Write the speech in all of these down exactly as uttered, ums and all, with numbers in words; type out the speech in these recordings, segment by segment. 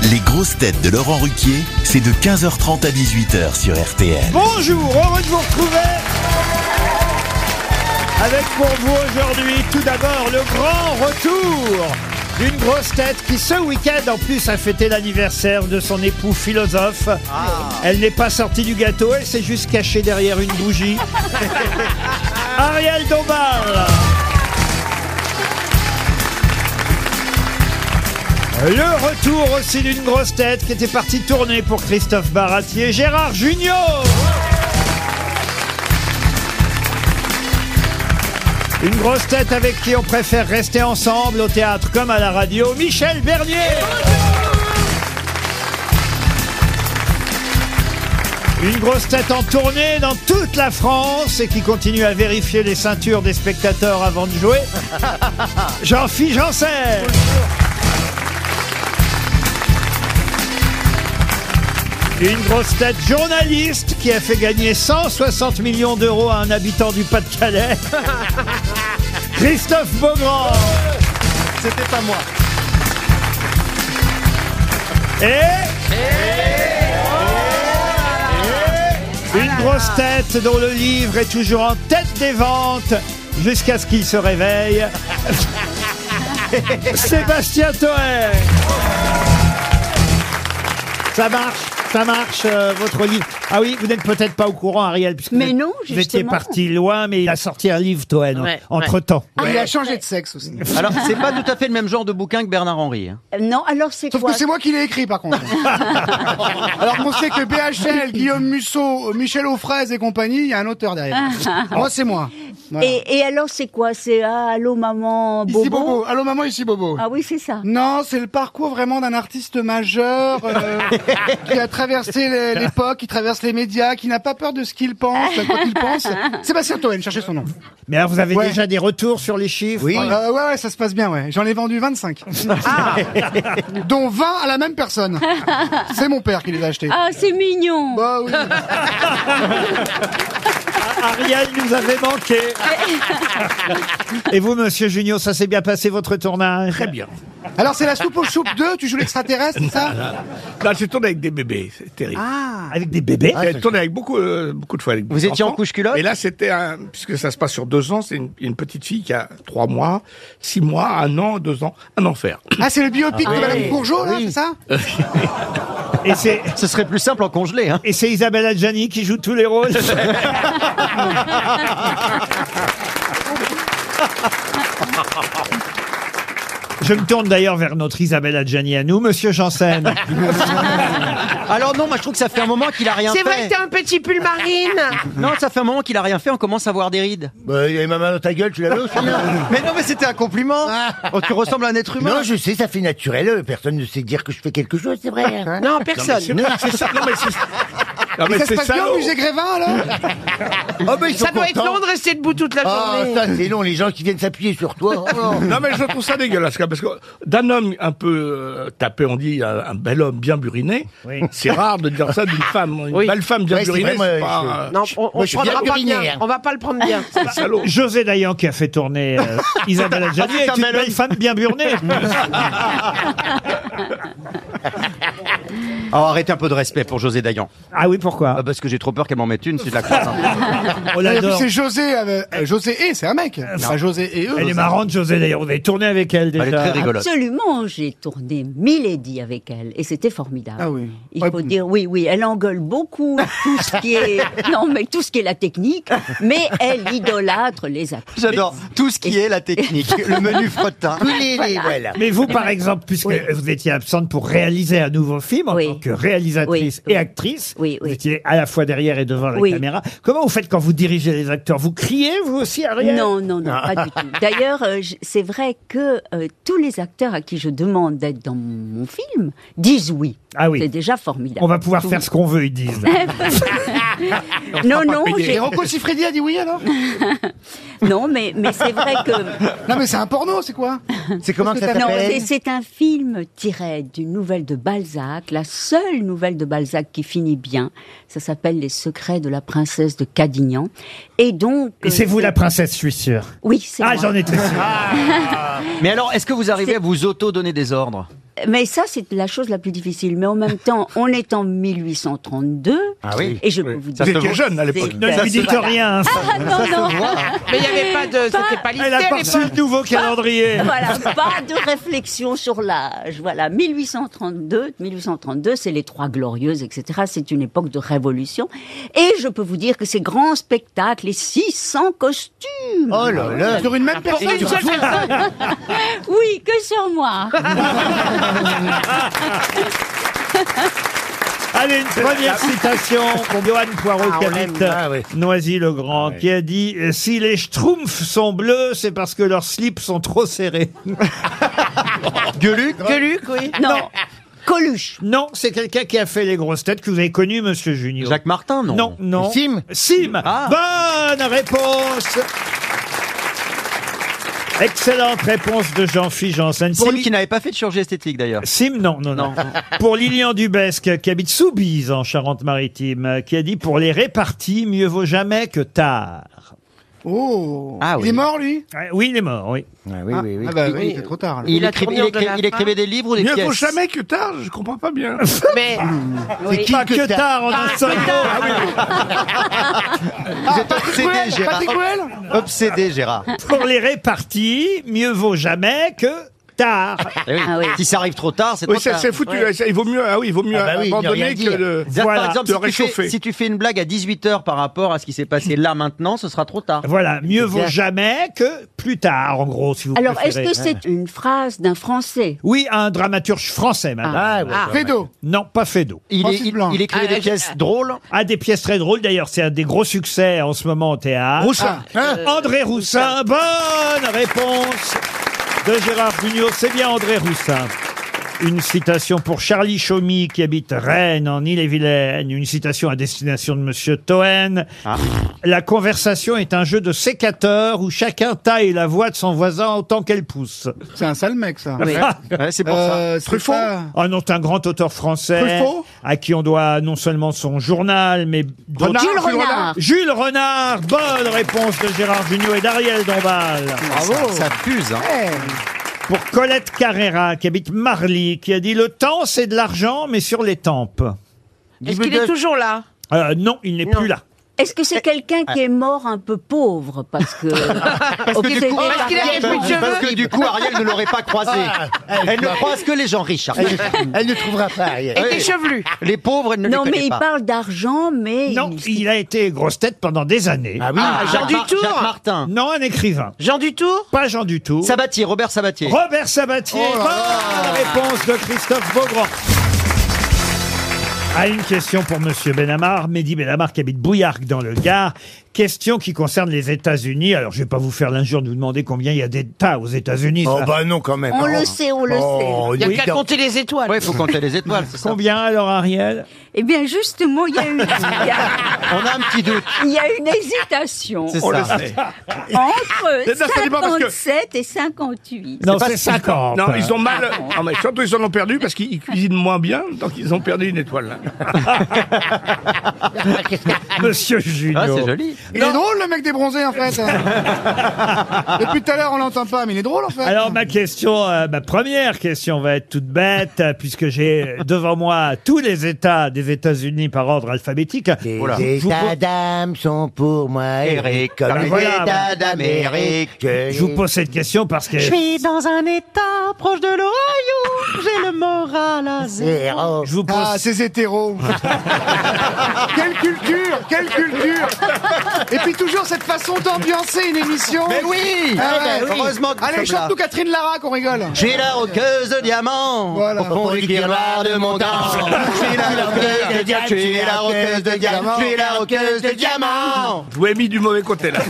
Les grosses têtes de Laurent Ruquier, c'est de quinze heures trente à dix-huit heures sur R T L. Bonjour, heureux de vous retrouver avec pour vous aujourd'hui tout d'abord le grand retour d'une grosse tête qui ce week-end en plus a fêté l'anniversaire de son époux philosophe. Ah. Elle n'est pas sortie du gâteau, elle s'est juste cachée derrière une bougie. Ariel Dombal. Le retour aussi d'une grosse tête qui était partie tourner pour Christophe Baratier, Gérard Junior. Une grosse tête avec qui on préfère rester ensemble au théâtre comme à la radio, Michel Bernier. Une grosse tête en tournée dans toute la France et qui continue à vérifier les ceintures des spectateurs avant de jouer, Jean-Philippe Janssen. Une grosse tête journaliste qui a fait gagner cent soixante millions d'euros à un habitant du Pas-de-Calais, Christophe Beaugrand. C'était pas moi. Et... Et... Une grosse tête dont le livre est toujours en tête des ventes jusqu'à ce qu'il se réveille, Sébastien Toer. Ça marche, ça marche, euh, votre livre. Ah oui, vous n'êtes peut-être pas au courant, Ariel, puisque mais non, vous étiez parti loin, mais il a sorti un livre, Toen, ouais, entre-temps. Ouais. Ah, il a changé de sexe aussi. Alors, c'est pas tout à fait le même genre de bouquin que Bernard Henry. Hein. Euh, non, alors c'est Sauf quoi? que c'est moi qui l'ai écrit, par contre. Alors qu'on sait que B H L, Guillaume Musso, Michel Aufraize et compagnie, il y a un auteur derrière. Moi, c'est moi. Voilà. Et, et alors, c'est quoi? C'est ah, allô maman Bobo. Ici Bobo. Allô maman, ici Bobo. Ah oui, c'est ça. Non, c'est le parcours vraiment d'un artiste majeur euh, qui a traversé l'époque, qui traverse les médias, qui n'a pas peur de ce qu'il pense, quoi qu'il pense. Sébastien Toen, cherchez son nom. Mais alors, vous avez ouais. déjà des retours sur les chiffres? Oui. Euh, ouais, ouais, ça se passe bien, ouais. J'en ai vendu vingt-cinq. Ah. Dont vingt à la même personne. C'est mon père qui les a achetés. Ah, c'est mignon. Bah oui. Ariel nous avait manqué. Et vous, monsieur Junior, ça s'est bien passé votre tournage? Très bien. Alors, c'est la soupe aux choupes deux, tu joues l'extraterrestre, c'est ça? Là, j'ai tourné avec des bébés, c'est terrible. Ah. Avec des bébés? J'ai tourné avec beaucoup, euh, beaucoup de fois. Avec Vous étiez enfants. en couche-culotte? Et là, c'était un, puisque ça se passe sur deux ans, c'est une, une petite fille qui a trois mois, six mois, un an, deux ans, un enfer. Ah, c'est le biopic ah, de Madame Courgeot, là, c'est ça? Et c'est, ce serait plus simple en congelé, hein. Et c'est Isabelle Adjani qui joue tous les rôles. Je me tourne d'ailleurs vers notre Isabelle Adjani à nous, monsieur Janssen. Alors non, moi je trouve que ça fait un moment qu'il a rien fait. C'est vrai que t'as un petit pull marine. Non, ça fait un moment qu'il a rien fait, on commence à voir des rides. Bah, il y avait ma main dans ta gueule, tu l'avais aussi. Mais non, mais c'était un compliment. Oh, tu ressembles à un être humain. Non, je sais, ça fait naturel. Personne ne sait dire que je fais quelque chose, c'est vrai. Hein. Non, personne. Non, mais c'est ça. Non, mais c'est non, mais ça se c'est passe bien salaud. au musée Grévin, alors? Oh, bah, ils Ça sont doit être contents. long de rester debout toute la Ah, journée. ça c'est long, les gens qui viennent s'appuyer sur toi. Oh, non. Non, mais je trouve ça dégueulasse, parce que d'un homme un peu euh, tapé, on dit un, un bel homme bien buriné. Oui. C'est rare de dire ça d'une femme. Une Oui. belle femme bien Ouais, c'est burinée, vrai, c'est moi, pas... je- euh, Non, on, on Moi, je suis prendra bien pas bien. urinaire. On va pas le prendre bien. c'est salaud. José Dayan qui a fait tourner euh, Isabelle Adjani Ah, est c'est un une bel belle homme. femme bien burnée. Oh, arrêtez un peu de respect pour José Dayan. Ah oui, pourquoi? Ah, parce que j'ai trop peur qu'elle m'en mette une si je la croise. On Et puis l'adore. c'est José, euh, euh, José et, c'est un mec. Pas José et eux. Elle est marrante, José Dayan. Vous avez tourné avec elle déjà? Elle est très rigolote. Absolument, j'ai tourné Milady avec elle et c'était formidable. Ah oui. Il Ouais. faut dire, oui, oui, elle engueule beaucoup tout ce qui est, non, mais tout ce qui est la technique, mais elle idolâtre les acteurs. J'adore tout ce qui est la technique, le menu fretin. Tous les, les- voilà. Mais vous, par exemple, puisque Oui. vous étiez absente pour réaliser un nouveau film en Oui. tant que réalisatrice Oui. et actrice, Oui, vous oui. étiez à la fois derrière et devant la Oui. caméra. Comment vous faites quand vous dirigez les acteurs? Vous criez, vous aussi, Ariel? Non, non, non, pas du tout. D'ailleurs, euh, je- c'est vrai que euh, tous les acteurs à qui je demande d'être dans mon film disent oui. Ah oui. C'est déjà formidable. On va pouvoir faire ce qu'on veut, ils disent. Non, non, Et j'ai- Rocco Siffredi a dit oui, alors? non, mais, mais c'est vrai que Non, mais c'est un porno, c'est quoi? C'est comment que ça non, c'est, s'appelle? c'est un film tiré d'une nouvelle de Balzac, la seule nouvelle de Balzac qui finit bien. Ça s'appelle Les secrets de la princesse de Cadignan. Et donc. Et c'est euh, vous la princesse, je suis sûr. Oui, c'est Ah, moi. j'en étais sûr. Mais alors, est-ce que vous arrivez C'est- à vous auto-donner des ordres? Mais ça, c'est la chose la plus difficile. Mais en même temps, on est en mille huit cent trente-deux. Ah oui. Et je peux vous dire... Vous étiez jeune à l'époque. c'est- Ne lui dites voilà. rien. Ah, non, non. Mais il n'y avait pas de. C'était pas listé Elle a à pas reçu l'époque. le nouveau calendrier. Voilà, pas de réflexion sur l'âge. Voilà, mille huit cent trente-deux, mille huit cent trente-deux, c'est les Trois Glorieuses, et cetera. C'est une époque de révolution. Et je peux vous dire que ces grands spectacles, les six cents costumes. Oh là là. Sur une même Pour personne. une seule personne. Oui, que sur moi. Allez, une première citation pour Johan Poirot Ah, qui on l'aime. habite Ah, ouais. Noisy-le-Grand, qui a dit « Si les schtroumpfs sont bleus, c'est parce que leurs slips sont trop serrés. Gueuluc. Gueuluc, oui. » Non. Coluche. Non, c'est quelqu'un qui a fait les grosses têtes que vous avez connu, Monsieur Junior. Jacques Martin, non. Non, non. Sim. Sim. Ah. Bonne réponse. Excellente réponse de Jean-Philippe Janssen. Pour Sim lui qui n'avait pas fait de chirurgie esthétique d'ailleurs. Sim, non, non, non. Non. Pour Lilian Dubesque, qui habite Soubise, en Charente-Maritime, qui a dit « Pour les répartis, mieux vaut jamais que tard Oh. Ah Il oui. est mort, lui ». Oui, il est mort, oui. Ah oui, ah, oui, oui. ah bah oui, Oui. c'est trop tard. là. Il, La écrivait, il, tournure de écri- la il écrivait des livres ou des Mieux pièces vaut jamais que tard, je comprends pas bien. Mais Oui. Pas que tard en un seul mot. Vous êtes obsédé, Gouel, Gérard. Patrick Gouel Obsédé, Gérard. Pour les répartis, mieux vaut jamais que tard. Eh oui. Ah oui. Si ça arrive trop tard, c'est trop Oui, c'est tard. c'est foutu. Il vaut mieux, ah oui, il vaut mieux Ah bah oui, ne abandonner rien que dire. de. C'est-à-dire, Voilà, par exemple, de si tu, fais, réchauffer. si tu fais une blague à dix-huit heures par rapport à ce qui s'est passé là maintenant, ce sera trop tard. Voilà, mieux vaut Exact. jamais que plus tard, en gros, si vous Alors, est-ce préférez. que c'est une phrase d'un Français? Oui, un dramaturge français, madame. Ah, ouais. Ah. Fédo. Non, pas Fédo. Il, est- Francis il, Blanc. il écrivait Ah, des je- pièces drôles. Ah, des pièces très drôles, d'ailleurs, c'est un des gros succès en ce moment au théâtre. Roussin. Hein André Roussin, bonne réponse de Gérard Jugnot, c'est bien André Roussin. Une citation pour Charlie Chaumy qui habite Rennes en Ille-et-Vilaine. Une citation à destination de Monsieur Toen. Ah. La conversation est un jeu de sécateur où chacun taille la voix de son voisin autant qu'elle pousse. C'est un sale mec, ça. Ouais, c'est pour Euh, c'est Truffaut pas- Oh non, c'est un grand auteur français Truffaut à qui on doit non seulement son journal, mais d'autres- Renard, Jules Jules Renard. Jules Renard, bonne réponse de Gérard Jugnot et d'Ariel Dombal. Bravo. Ça, ça fuse. Hein. Eh, Pour Colette Carrera, qui habite Marly, qui a dit « Le temps, c'est de l'argent, mais sur les tempes est-ce qu'il est toujours là ». Euh, non, il n'est Non. plus là. Est-ce que c'est quelqu'un qui est mort un peu pauvre parce que obsédé coup- parce qu'il par avait l'argent? plus de cheveux. Parce que du coup, Ariel ne l'aurait pas croisé. Ah, elle, Elle ne croise que les gens riches. elle, Ariel. elle ne trouvera pas. Ariel. Et Oui. t'es chevelu. Les pauvres, elle ne Non, les mais connaît il pas. parle d'argent, mais Non, il- il a été grosse tête pendant des années. Ah oui. Ah, Jean Jacques Mar- Dutour. Jacques Martin. Non, un écrivain. Jean Dutour. Pas Jean Dutour. Sabatier, Robert Sabatier. Robert Sabatier. Oh là Bonne réponse de Christophe Beaugrand. À une question pour Monsieur Benamar, Mehdi Benamar qui habite Bouillargues dans le Gard. Question qui concerne les États-Unis. Alors, je vais pas vous faire l'injure de vous demander combien il y a d'États aux États-Unis. Oh ça. bah non quand même. on Oh. le sait, on le Oh, Il n'y a oui, qu'à dans- compter les étoiles. Ouais, il faut compter les étoiles, c'est ça. Combien alors, Ariel? sait. Eh bien, justement, il y a une, il y a, On a un petit doute. il y a une hésitation C'est On le ça. sait. entre Non, ça dépend parce que- cinquante-sept et cinquante-huit. Non, pas c'est si- cinquante. Non, ils ont mal. Non, mais surtout, ils en ont perdu parce qu'ils cuisinent moins bien, donc ils ont perdu une étoile. Monsieur Junio. Ah, c'est joli. Il est drôle, le mec des bronzés, en fait. Depuis tout à l'heure, on l'entend pas, mais il est drôle, en fait. Alors ma question, euh, ma première question va être toute bête euh, puisque j'ai devant moi tous les États des États-Unis par ordre alphabétique. Les Oula. États d'âme sont pour moi Eric, comme comme les voilà, États d'Amérique. Je vous pose cette question parce que suis dans un état proche de l'Ohio. J'ai le moral à Zéro. je vous pose. Ah, ces hétéros. Quelle culture, quelle culture. Et puis toujours cette façon d'ambiancer une émission. Mais oui, Ah ouais, bah oui. Heureusement que nous Allez, sommes là. chante-nous Catherine Lara qu'on rigole. Je suis la roqueuse de diamant, Voilà. au fond du tiroir de mon gant. Je suis la roqueuse de diamant, je suis la roqueuse de diamant, je suis la roqueuse de diamant. Je vous ai mis du mauvais côté là.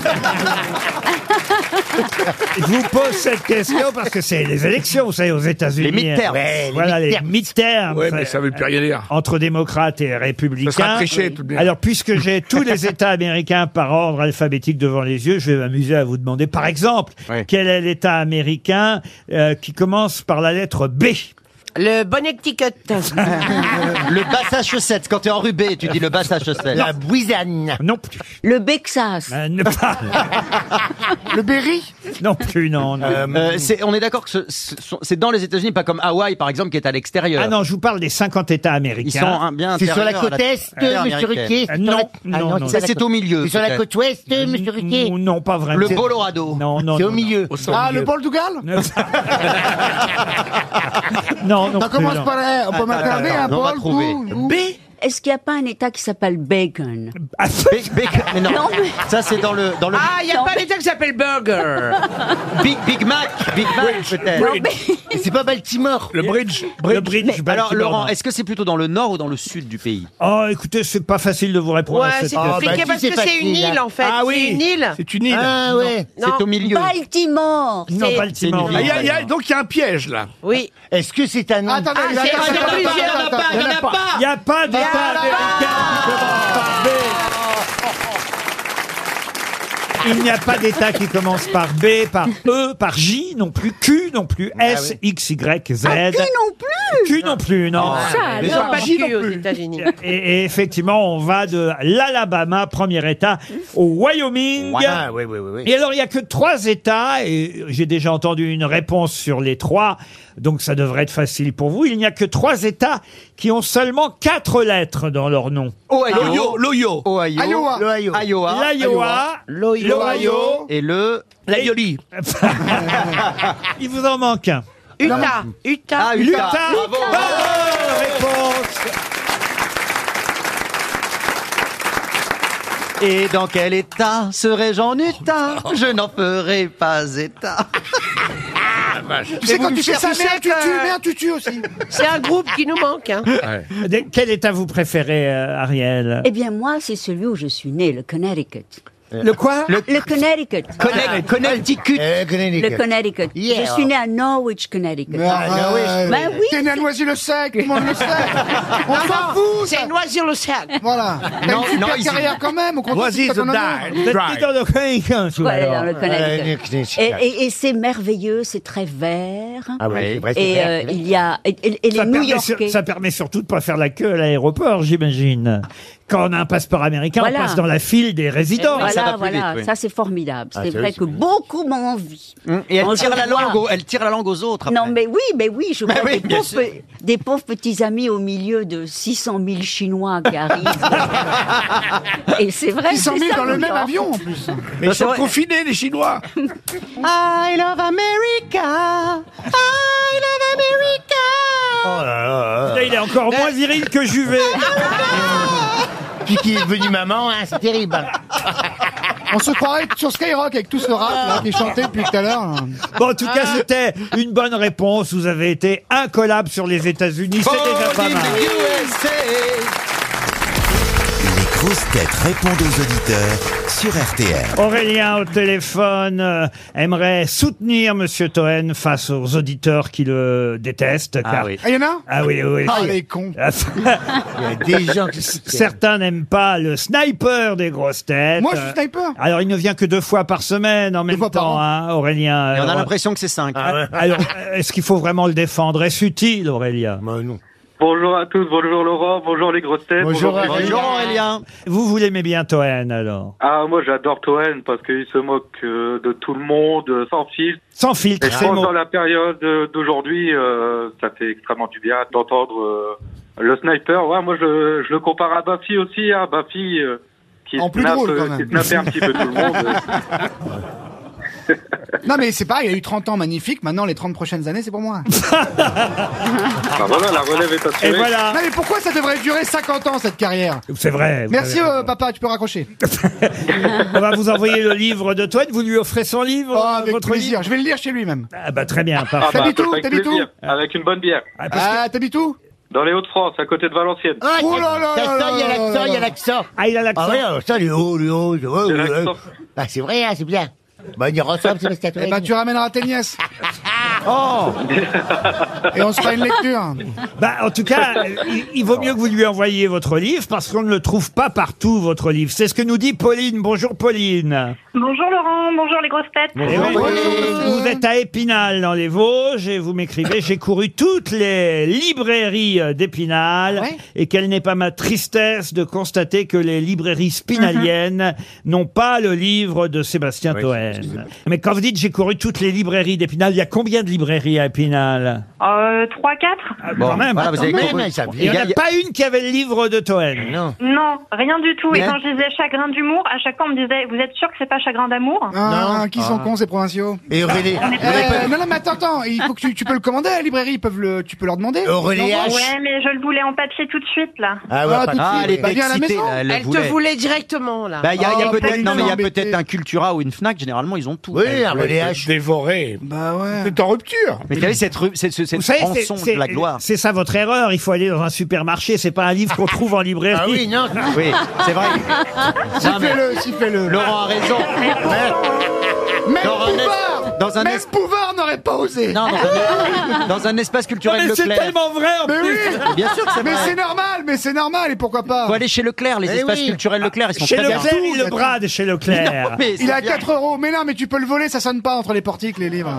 Je vous pose cette question parce que c'est les élections, vous savez, aux États-Unis. Les midterms. Ouais, les Voilà les midterms. midterms. Ouais, mais ça veut plus rien dire. Entre démocrates et républicains. Ça sera triché, tout de même. Alors, puisque j'ai tous les États américains par ordre alphabétique devant les yeux, je vais m'amuser à vous demander, par exemple, Oui. quel est l'État américain euh, qui commence par la lettre B? Le Connecticut. Le Massachusetts. Quand t'es enrubé, tu dis le Massachusetts. La Louisiane. Non plus. Le Bexas. Euh, ne pas. Le Berry. Non plus, non. non. Euh, c'est- on est d'accord que ce- ce sont- c'est dans les États-Unis, pas comme Hawaï, par exemple, qui est à l'extérieur. Ah non, je vous parle des cinquante États américains. Ils sont un- bien C'est sur la intérieurs à côte est, terre monsieur américaine. Ruquier. Euh, C'est sur non, la- non, Ah non. c'est Ça, la c'est côte- au milieu. C'est sur la peut-être. côte ouest, monsieur Ruquier. Non, non, pas vraiment. Le Colorado. Non, non. C'est au non. milieu. Ah, le Portugal. Non, non. Ça plus, commence non. par là. On peut mettre un B, un on va Paul, trouver. tout. B. Est-ce qu'il n'y a pas un État qui s'appelle Bacon? Ah, Big, big, mais non. Non, mais- Ça, c'est dans le, dans le Ah, il n'y a pas d'État qui s'appelle Burger. Big, Big Mac. Big Mac, peut-être. Non, mais- C'est pas Baltimore. Le bridge. Le bridge. Alors, Baltimore, Laurent, non. est-ce que c'est plutôt dans le nord ou dans le sud du pays? Oh, écoutez, c'est pas facile de vous répondre à Ouais, cette c'est question. compliqué bah, si, parce c'est que c'est une facile, île, en fait. Ah oui. C'est une île. C'est une île. Ah ouais. Non. C'est au milieu. Baltimore. Non, c'est- Baltimore. c'est Ah, une il y a- il y a- Baltimore. donc il y a un piège là. Oui. Est-ce que c'est un nom? Attendez, Ah, il y a- c'est- attends, il y en a attends, plusieurs, attends, il y en a attends, pas, il y en a pas. Il n'y a pas d'État américain qui commence par B. Il n'y a pas d'État qui commence par B, par E, par J, non plus Q, non plus S, X, Y, Z. Ah, Q non plus. Q non plus, non. Ça, Ils alors. n'ont pas de J non cul aux plus. États-Unis. Et, et effectivement, on va de l'Alabama, premier État, au Wyoming. Ah, oui, oui, oui, oui. Et alors, il n'y a que trois États, et j'ai déjà entendu une réponse sur les trois, donc ça devrait être facile pour vous. Il n'y a que trois États qui ont seulement quatre lettres dans leur nom. L'Ohio. L'Ohio. Ohio. Iowa. L'Ohio. Iowa. L'Iowa, l'Ohio, Et le... L'Aioli. il vous en manque un. Utah. Utah. Ah, L'Utah. Utah. Bravo. Bonne réponse. Et dans quel état serais-je en Utah? Je n'en ferai pas état. Tu sais, quand tu fais ça, tu sais mets un tutu, que- mets un tutu aussi. C'est un groupe qui nous manque. Hein. De- Quel État vous préférez, euh, Ariel? Eh bien, moi, c'est celui où je suis né, le Connecticut. Le quoi? Le Connecticut. Connect, Connecticut. Euh, Le Connecticut. Connecticut. Yeah. Je suis né à Norwich, Connecticut. Mais arrête. Ben oui. T'es né à Noisy-le-Sec, tout le monde le sait. On s'en fout, ça. C'est Noisy-le-Sec. Voilà. T'as Non, une super non, ils- carrière quand même. On continue Voici sur the ton honneur. die. Vous êtes né dans le Connecticut, vous, Voilà, alors. dans le Connecticut. Euh, Connecticut. Et, et- et c'est merveilleux, c'est très vert. Ah ouais, c'est vrai, c'est Et vrai, euh, c'est vrai. il y a et, et- et les Ça permet, New-Yorkais. sur- ça permet surtout de pas faire la queue à l'aéroport, j'imagine. Quand on a un passeport américain, Voilà. on passe dans la file des résidents. Voilà, ça va plus voilà, vite, oui. ça c'est formidable. Ah, c'est c'est vrai vrai, que beaucoup m'ont envie. Et elle Quand tire je la vois- langue, aux- elle tire la langue aux autres. Non, après. mais oui, mais oui, je vois oui, des, bien pauvres, sûr. des pauvres petits amis au milieu de six cent mille Chinois qui arrivent. Et c'est vrai. Ils sont c'est mis ça, dans le New même York. avion en plus. Mais ils c'est sont vrai. confinés, les Chinois. I love America. I love America. Oh là là là. Là, il est encore moins viril que Juvet. Puis qui est devenu maman, hein, c'est terrible. On se croirait sur Skyrock avec tout ce rap là, qui est chanté depuis tout à l'heure. là. Bon, en tout cas, c'était une bonne réponse. Vous avez été incollable sur les États-Unis. C'est déjà pas Born in mal. the U S A. Les grosses têtes répondent aux auditeurs sur R T L. Aurélien au téléphone euh, aimerait soutenir Monsieur Toen face aux auditeurs qui le détestent. Ah car- oui. Ah, y en a Ah oui, oui. Ah, les cons. Il y a des gens qui... Certains n'aiment pas le sniper des grosses têtes. Moi, je suis sniper. Alors, il ne vient que deux fois par semaine en même fois par temps, an. hein, Aurélien. Et on a Alors, l'impression que c'est cinq. alors, est-ce qu'il faut vraiment le défendre? Est-ce utile, Aurélien? Bah, non. Bonjour à tous, bonjour Laurent, bonjour les grosses têtes. Bonjour, Brigitte. Bonjour Aurélien. Vous, vous l'aimez bien, Toen, alors? Ah, moi j'adore Toen parce qu'il se moque euh, de tout le monde, euh, sans filtre. Sans filtre, Et je c'est pense bon. dans la période euh, d'aujourd'hui, euh, ça fait extrêmement du bien d'entendre euh, le sniper. Ouais, moi je, je le compare à Baffy aussi, hein, Baffy euh, qui En plus snappe, drôle, quand euh, même. qui snappait un petit peu tout le monde. Non, mais c'est pareil, il a eu trente ans magnifiques. Maintenant, les trente prochaines années, c'est pour moi. Ah, voilà, la relève est Et assurée. voilà. Non, mais pourquoi ça devrait durer cinquante ans, cette carrière? C'est vrai. vous Merci, avez euh, raison. papa, tu peux raccrocher. On va vous envoyer le livre de Toen. Vous lui offrez son livre, Oh, avec votre plaisir. livre? Je vais le lire chez lui même. Ah bah très bien, Ah, parfait. bah, T'habites ça où fait avec T'habites où plaisir, avec une bonne bière. Ah, parce que- Ah, t'habites où? Dans les Hauts-de-France, à côté de Valenciennes. Ah, Oh là là ça, là ça, il y a là l'accent, là il y a là. l'accent. Ah, il a l'accent. Ah ouais, alors ça, les hauts, les hauts, les hauts, C'est les hauts. l'accent. Ah, c'est vrai, hein, c'est bien. Bah, on y ressemble, c'est Sébastien Eh Toen. ben, tu ramèneras tes nièces. Oh Et on se fera une lecture. Bah, en tout cas, il, il vaut mieux que vous lui envoyiez votre livre parce qu'on ne le trouve pas partout, votre livre. C'est ce que nous dit Pauline. Bonjour, Pauline. Bonjour Laurent, bonjour les grosses têtes. Eh oui, vous êtes à Épinal dans les Vosges et vous m'écrivez j'ai couru toutes les librairies euh, d'Épinal Ouais. et quelle n'est pas ma tristesse de constater que les librairies spinaliennes n'ont pas le livre de Sébastien Toen. Mais quand vous dites j'ai couru toutes les librairies d'Épinal, il y a combien de librairies à Épinal? Euh, trois, quatre? Ah, Quand même. Voilà, vous avez Quand couru. même. Ça Il n'y en vient. a pas une qui avait le livre de Toen. Non. Non, rien du tout. Et Mais- quand je disais chagrin d'humour, à chaque fois on me disait, vous êtes sûr que c'est pas chagrin d'amour? Ah, Non. qui sont Ah. cons ces provinciaux. Et Aurélie, Euh, non, non, mais attends, attends, il faut que tu, tu peux le commander à la librairie, ils peuvent le, tu peux leur demander. Aurélie H. Ouais, mais je le voulais en papier tout de suite, là. Ah ouais, Ah, pas tout de de- suite. elle était Bah, viens à la excitée, maison. là, elle, Elle te voulait. voulait directement, là. Bah, il y a, il y a Oh, peut-être, pas non, mais il y a embêté. peut-être un Cultura ou une Fnac, généralement, ils ont tout. Oui, Elle un voulait- relais H. Dévoré. Bah ouais. C'est en rupture. Mais vous savez, cette, rue- cette, cette, Vous cette savez, c'est- rançon c'est de la gloire. c'est ça votre erreur. Il faut aller dans un supermarché. C'est pas un livre qu'on trouve en librairie. Ah oui, non. Oui, c'est vrai. Si Non, mais fais-le, si fais-le. Laurent a raison. Même dans un Bouvard, dans un même es- Bouvard n'aurait pas osé. Non, dans un, dans un espace Non, culturel mais c'est Leclerc. tellement vrai en Mais plus. oui. Bien sûr que c'est Mais vrai. c'est normal, mais c'est normal, et pourquoi pas? Faut aller chez Leclerc, les Eh espaces oui. culturels Leclerc, ils sont Chez très bien. Leclerc, il il y le a tout. brade chez Leclerc. Mais Il est à c'est bien. quatre euros. Mais non, mais tu peux le voler, ça sonne pas entre les portiques, les livres.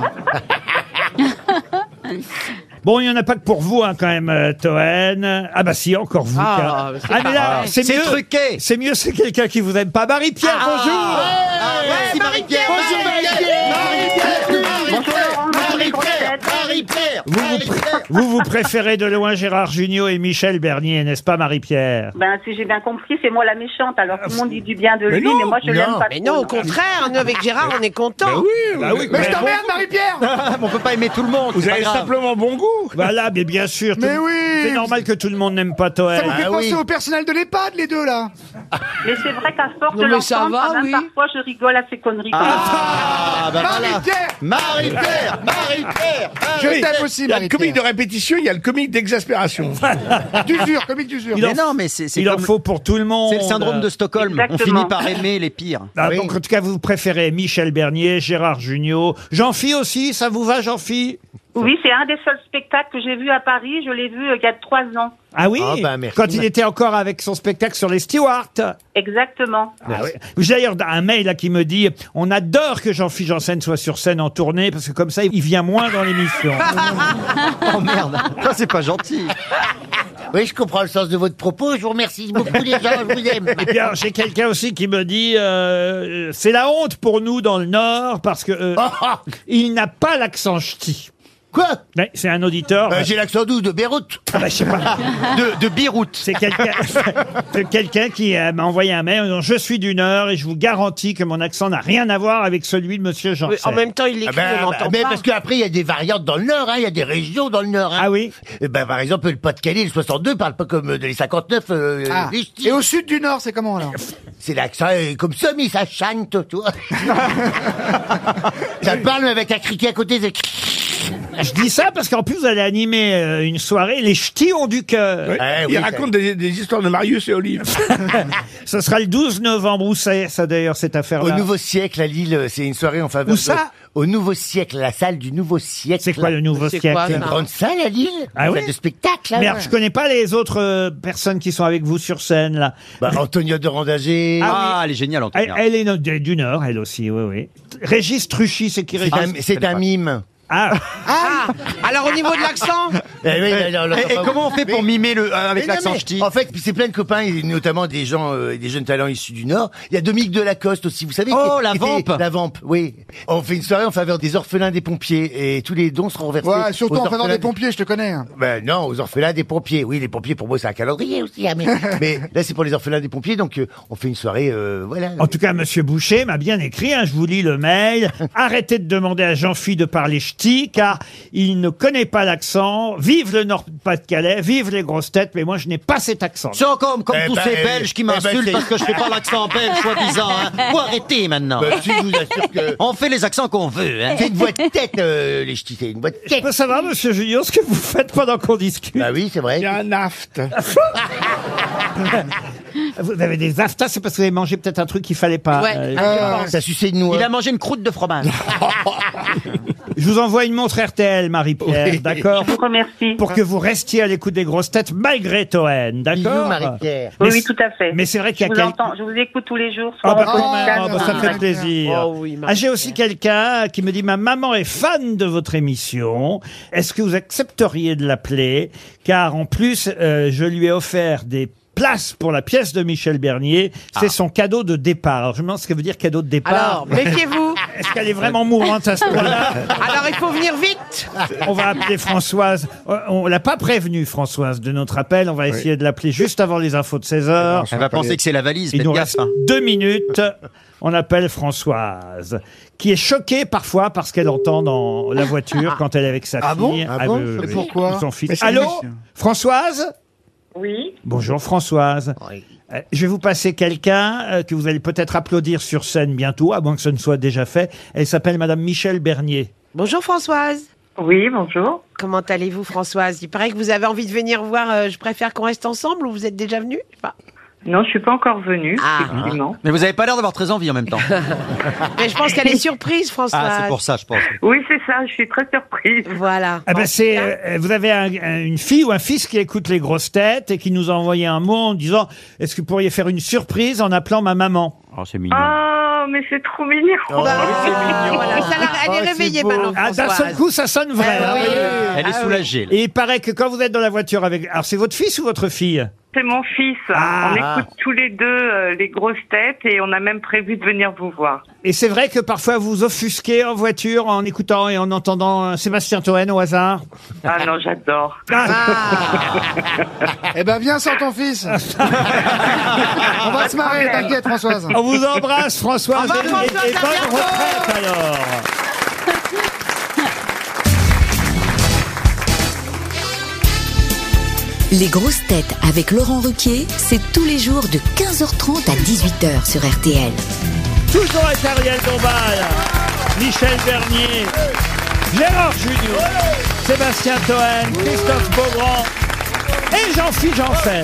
Bon, il n'y en a pas que pour vous, hein, quand même, euh, Toen. Ah bah si, encore vous. Ah, tiens. mais c'est Ah, mais là, Ah, c'est c'est mieux. truqué. C'est mieux, c'est quelqu'un qui vous aime pas. Marie-Pierre, bonjour. Ah, merci Marie-Pierre. Bonjour Marie-Pierre. Bonjour Laurent, bonjour les grosses Marie-Pierre. têtes. Marie-Pierre. Vous vous, Marie-Pierre. vous vous préférez de loin Gérard Jugnot et Michel Bernier, n'est-ce pas, Marie-Pierre? Ben, si j'ai bien compris, c'est moi la méchante. Alors tout le monde dit du bien de Mais lui, non, mais moi je non. l'aime pas. Mais trop, non, au contraire, nous avec Gérard, on est contents. Bah oui, Mais mais je t'emmerde, Marie-Pierre. On peut pas aimer tout le monde. Vous c'est pas avez grave. simplement bon goût. Voilà, mais bien sûr. tout- Mais oui. C'est normal que tout le monde n'aime pas Toen. Ça vous fait Ah penser oui. au personnel de l'EHPAD, les deux, là. Mais c'est vrai qu'à force Non, de mais ça l'entendre, va, quand même oui. parfois je rigole à ces conneries. Ah, bah voilà. Marie-Pierre. Marie-Pierre. Marie-Pierre. Je Oui. t'aime aussi, Il y a le comique de Marie-Pierre. répétition, il y a le comique d'exaspération. D'usure, comique d'usure. Il en- Mais non, mais c'est c'est Il en comme- faut pour tout le monde. c'est le syndrome de Stockholm. On Exactement. finit par aimer les pires. Ah, Oui. Donc, en tout cas, vous préférez Michel Bernier, Gérard Jugnot, Jean-Phi aussi, ça vous va, Jean-Phi? Oui, c'est un des seuls spectacles que j'ai vu à Paris. Je l'ai vu euh, il y a trois ans. Ah oui? Ah, bah, merci. Quand il était encore avec son spectacle sur les Stewarts. Exactement. Ah oui. J'ai d'ailleurs un mail là qui me dit on adore que Jean-Philippe Janssen soit sur scène en tournée parce que comme ça il vient moins dans l'émission. Oh merde, ça c'est pas gentil. Oui, je comprends le sens de votre propos. Je vous remercie beaucoup, les gens. Je vous aime. Et puis alors, j'ai quelqu'un aussi qui me dit euh, c'est la honte pour nous dans le Nord parce que euh, Ah, il n'a pas l'accent ch'ti. Quoi? Ouais, c'est un auditeur. Euh, J'ai l'accent doux de Beyrouth. Ah bah, je sais pas. De, de Beyrouth. C'est quelqu'un c'est quelqu'un qui euh, m'a envoyé un mail en disant je suis du Nord et je vous garantis que mon accent n'a rien à voir avec celui de Monsieur Oui, Janssen. en même temps, il Ah l'écrit, ben, on l'entend mais pas. parce qu'après, il y a des variantes dans le Nord, hein. Il y a des régions dans le Nord, hein. Ah oui. Eh ben, par exemple, le Pas-de-Calais, le soixante-deux, parle pas comme euh, les cinquante-neuf, euh, Ah. les ch'tis. Et au sud du Nord, c'est comment, alors? C'est l'accent euh, comme ça, mais ça chante, tu vois. Ça parle, mais avec un criquet à côté, c'est... Je dis ça parce qu'en plus vous allez animer euh, une soirée les ch'tis ont du cœur. Ouais. Eh il oui, ça- raconte des, des histoires de Marius et Olive. Ce sera le douze novembre. Où c'est ça d'ailleurs cette Au affaire-là? Nouveau Siècle, à Lille, c'est une soirée en faveur Où ça de... Au Nouveau Siècle, la salle du Nouveau Siècle. C'est quoi le nouveau C'est siècle? quoi, C'est une ça grande salle à Lille. Ah une oui salle de spectacle, là. Mais alors, je connais pas les autres euh, personnes qui sont avec vous sur scène là. Bah, Antonio de Randagé. Ah, elle est géniale en tout Elle, cas. elle est no- du Nord, elle aussi, oui, oui. Régis Truchy, c'est qui C'est Régis? un, c'est un mime. Ah, Ah, alors au niveau de l'accent, Eh oui, mais non, Et, et pas- comment on fait pour Mais- mimer le euh, avec Mais non, l'accent mais ch'ti? En fait, puis c'est plein de copains, et notamment des gens, euh, des jeunes talents issus du Nord. Il y a Dominique Delacoste aussi, vous savez. Oh, qui- la qui était- Vampe. La Vampe, oui. On fait une soirée en faveur des orphelins des pompiers, et tous les dons seront versés. Ouais, surtout aux en faveur orphelins des pompiers, je te connais. hein. Ben non, aux orphelins des pompiers. Oui, les pompiers, pour moi, c'est un calendrier aussi. hein, mais, mais là, c'est pour les orphelins des pompiers, donc euh, on fait une soirée, euh, voilà. en tout cas, Monsieur Boucher m'a bien écrit, hein, je vous lis le mail. Arrêtez de demander à Jean-Philippe de parler ch'ti, car il ne connaît pas l'accent. Vive le Nord-Pas-de-Calais, vive les grosses têtes, mais moi je n'ai pas cet accent. C'est encore comme Eh tous ben, ces eh, Belges qui eh ben, m'insultent c'est- parce que je fais pas l'accent belge, soi-disant. Hein. Faut arrêter maintenant. Ben, si, je vous assure que On fait les accents qu'on veut. Hein. c'est une voix de tête, euh, les ch'tis, c'est une voix de Je tête. peux savoir, Monsieur Junior, ce que vous faites pendant qu'on discute? Bah oui, c'est vrai. Il y a un aft. Vous avez des aftas, c'est parce que vous avez mangé peut-être un truc qu'il fallait pas. Ouais. Euh, Euh, Ça suçait une noix. Il a mangé une croûte de fromage. Je vous envoie une montre R T L, Marie-Pierre, Oui. d'accord? Je vous remercie. Pour que vous restiez à l'écoute des grosses têtes malgré Toen, d'accord? Bisous, Marie-Pierre. Oui, Mais oui, c- tout à fait. Mais c'est vrai qu'il y Je a vous quelqu'un... entends, je vous écoute tous les jours. Ah Sur bah le quand même, podcast. ah bah, ça fait plaisir. Oh oui, Ah, j'ai aussi quelqu'un qui me dit ma maman est fan de votre émission. Est-ce que vous accepteriez de l'appeler? Car en plus, euh, je lui ai offert des places pour la pièce de Michel Bernier. C'est son cadeau de départ. Alors je me demande ce que veut dire cadeau de départ. Alors, méfiez-vous. Est-ce qu'elle est vraiment mourante à ce point-là? Alors, il faut venir vite. On va appeler Françoise. Euh, On l'a pas prévenue, Françoise, de notre appel. On va essayer de l'appeler juste avant les infos de seize heures. Elle va penser que c'est la valise. Il Faites nous gaffe. reste hein. deux minutes. On appelle Françoise, qui est choquée parfois par ce qu'elle entend dans la voiture quand elle est avec sa Ah bon fille. Ah bon oui, oui, Et oui. pourquoi Son fils. Mais c'est Allô, lui. Françoise? Oui. Bonjour Françoise. Euh, Je vais vous passer quelqu'un euh, que vous allez peut-être applaudir sur scène bientôt, à moins que ce ne soit déjà fait. Elle s'appelle Madame Michel Bernier. Bonjour Françoise. Oui, bonjour. Comment allez-vous Françoise? Il paraît que vous avez envie de venir voir euh, Je préfère qu'on reste ensemble ou vous êtes déjà venue? Je sais pas. Non, je suis pas encore venue, Ah. effectivement. Mais vous avez pas l'air d'avoir très envie en même temps. Mais je pense qu'elle est surprise Françoise. Ah, c'est pour ça, je pense. Oui, c'est ça, je suis très surprise. Voilà. Ah ben Bon, c'est, bien. euh, vous avez un- un- une fille ou un fils qui écoute les grosses têtes et qui nous a envoyé un mot en disant est-ce que vous pourriez faire une surprise en appelant ma maman? Oh, c'est mignon. Oh, mais c'est trop mignon. Bah, voilà, ça l'a- elle est Oh, c'est réveillée beau. maintenant Ah, d'un Françoise. seul coup, ça sonne vrai. Ah hein. oui. Elle est Ah soulagée. là. Et il paraît que quand vous êtes dans la voiture avec... Alors, c'est votre fils ou votre fille? C'est mon fils. Ah. On écoute tous les deux euh, les grosses têtes et on a même prévu de venir vous voir. Et c'est vrai que parfois vous offusquez en voiture en écoutant et en entendant euh, Sébastien Toen au hasard? Ah non, j'adore. Eh ben viens sans ton fils. On va se marrer, t'inquiète Françoise. On vous embrasse, Françoise, Au revoir, et, Françoise, et- et à bonne bientôt. retraite alors. Les grosses têtes avec Laurent Ruquier, c'est tous les jours de quinze heures trente à dix-huit heures sur R T L. Toujours avec Ariel Dombal, Michel Bernier, Gérard Junior, Sébastien Toen, Christophe Beaugrand et Jean-Philippe Janssen.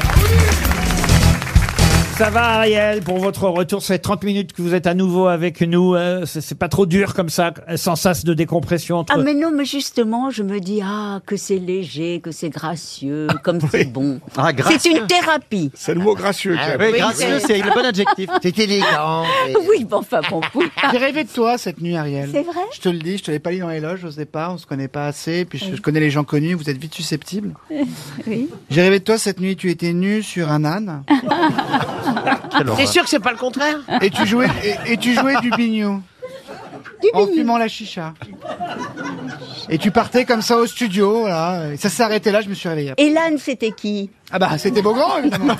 Ça va Ariel, pour votre retour, ça fait trente minutes que vous êtes à nouveau avec nous. euh, c'est c'est pas trop dur comme ça, sans sas de décompression entre... Ah mais non, mais justement, je me dis ah que c'est léger, que c'est gracieux, comme c'est bon. Ah, grâce. C'est une thérapie. C'est le mot gracieux. Ah, tiens. Oui, Oui, gracieux, c'est- c'est le bon adjectif. C'est élégant. et- Oui, bon, enfin bon. oui. J'ai rêvé de toi cette nuit, Ariel. C'est vrai? Je te le dis, je te l'ai pas dit dans les loges, j'osais pas, on se connaît pas assez, puis je, je connais les gens connus, vous êtes vite susceptibles. Oui. J'ai rêvé de toi cette nuit, tu étais nu sur un âne, T'es sûr que c'est pas le contraire? et tu jouais, et, et tu jouais du bignou. En fumant la chicha. Et tu partais comme ça au studio, voilà. Et ça s'est arrêté là, je me suis réveillé. Et l'âne, c'était qui? Ah bah, c'était Beaugrand, évidemment.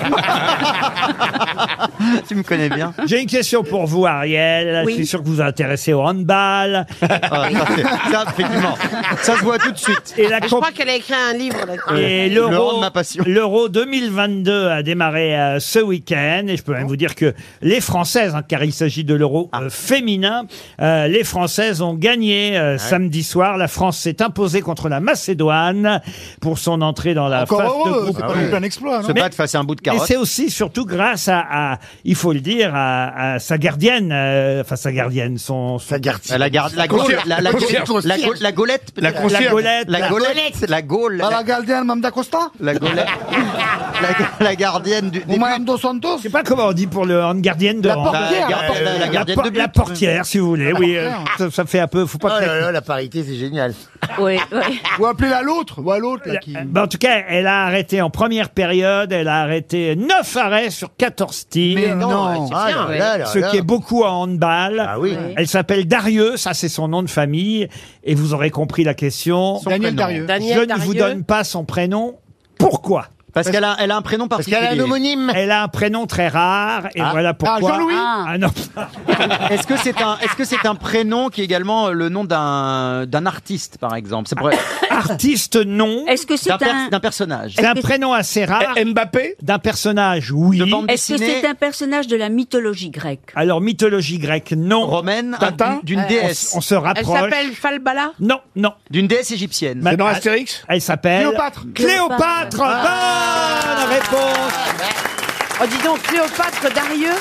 Tu me connais bien. J'ai une question pour vous Ariel, Oui. je suis sûr que vous vous intéressez au handball. Ah, ça, c'est- ça, effectivement, ça se voit tout de suite. Et la Je comp- crois qu'elle a écrit un livre là-dessus. Et Le rang l'Euro, de ma passion. l'Euro deux mille vingt-deux a démarré euh, ce week-end et je peux même vous dire que les Françaises, hein, car il s'agit de l'Euro euh, féminin, euh, les Françaises ont gagné euh, samedi soir. La France s'est imposée contre la Macédoine pour son entrée dans la Encore phase de heureux, groupe. c'est pas non plus un exploit, non? Se battre face à un bout de Et carotte. c'est aussi surtout grâce à, à, il faut le dire, à, à sa gardienne, euh, enfin sa gardienne, son, son Ça garde. Ah, La garde, la gaule, la, la, Concierge. gaule- la, gaule- la golette, La peut-être. concierge. la golette, La golette, la gaule, Pas la, la gardienne, Mme d'Acosta? la golette, la, la gardienne du. Ou Mme Dos Santos? je sais pas comment on dit pour le hand gardienne de La hand. portière. La, gar- la, la gardienne por- de but. la portière, si vous voulez, oui, euh, ça, ça fait un peu, faut Oh pas que là là, la parité, c'est génial. Oui, oui. Ou appelez-la l'autre, ou à l'autre, là, qui... Ben, en tout cas, elle a arrêté en première période, elle a arrêté neuf arrêts sur quatorze tirs. Mais non. Ah là ouais. là là Ce là. qui est beaucoup en handball. Ah oui. Elle s'appelle Darieux, ça c'est son nom de famille. Et vous aurez compris la question. Daniel prénom. Darieux. Daniel Je ne vous Darieux. donne pas son prénom. Pourquoi? Parce qu'elle a, elle a un prénom Parce qu'elle particulier. a un homonyme. Elle a un prénom très rare et Ah. voilà pourquoi. Ah, Jean-Louis. Ah non. Est-ce que c'est un, est-ce que c'est un prénom qui est également le nom d'un, d'un artiste, par exemple? C'est pour, Artiste non. Est-ce que c'est d'un, per- un, d'un personnage. C'est un prénom assez rare. Eh, Mbappé. D'un personnage, oui. De bande est-ce que dessinée c'est un personnage de la mythologie grecque? Alors mythologie grecque, non. romaine, Tintin. d'une On, déesse, s- on se Elle rapproche. s'appelle Falbala? Non, non. d'une déesse égyptienne. Ma- C'est dans Astérix. Elle s'appelle Cléopâtre. Cléopâtre. Bonne réponse. Oh, dis donc, Cléopâtre Darieux?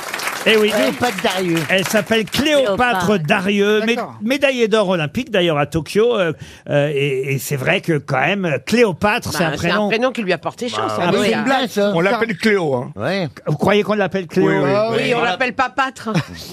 Eh oui. Cléopâtre Darieux. Elle s'appelle Cléopâtre Cléopâtre. Darieux, mé- D'accord. médaillée d'or olympique d'ailleurs à Tokyo. euh, euh, et et c'est vrai que quand même, Cléopâtre, c'est un Bah, prénom. qui lui a porté chance. Ah, hein, oui, oui, c'est hein. une blague, ça. On l'appelle Cléo. Hein. Ouais. Vous croyez qu'on l'appelle Cléo Oui, oui. Ah Oui, oui. on l'appelle pas pâtre.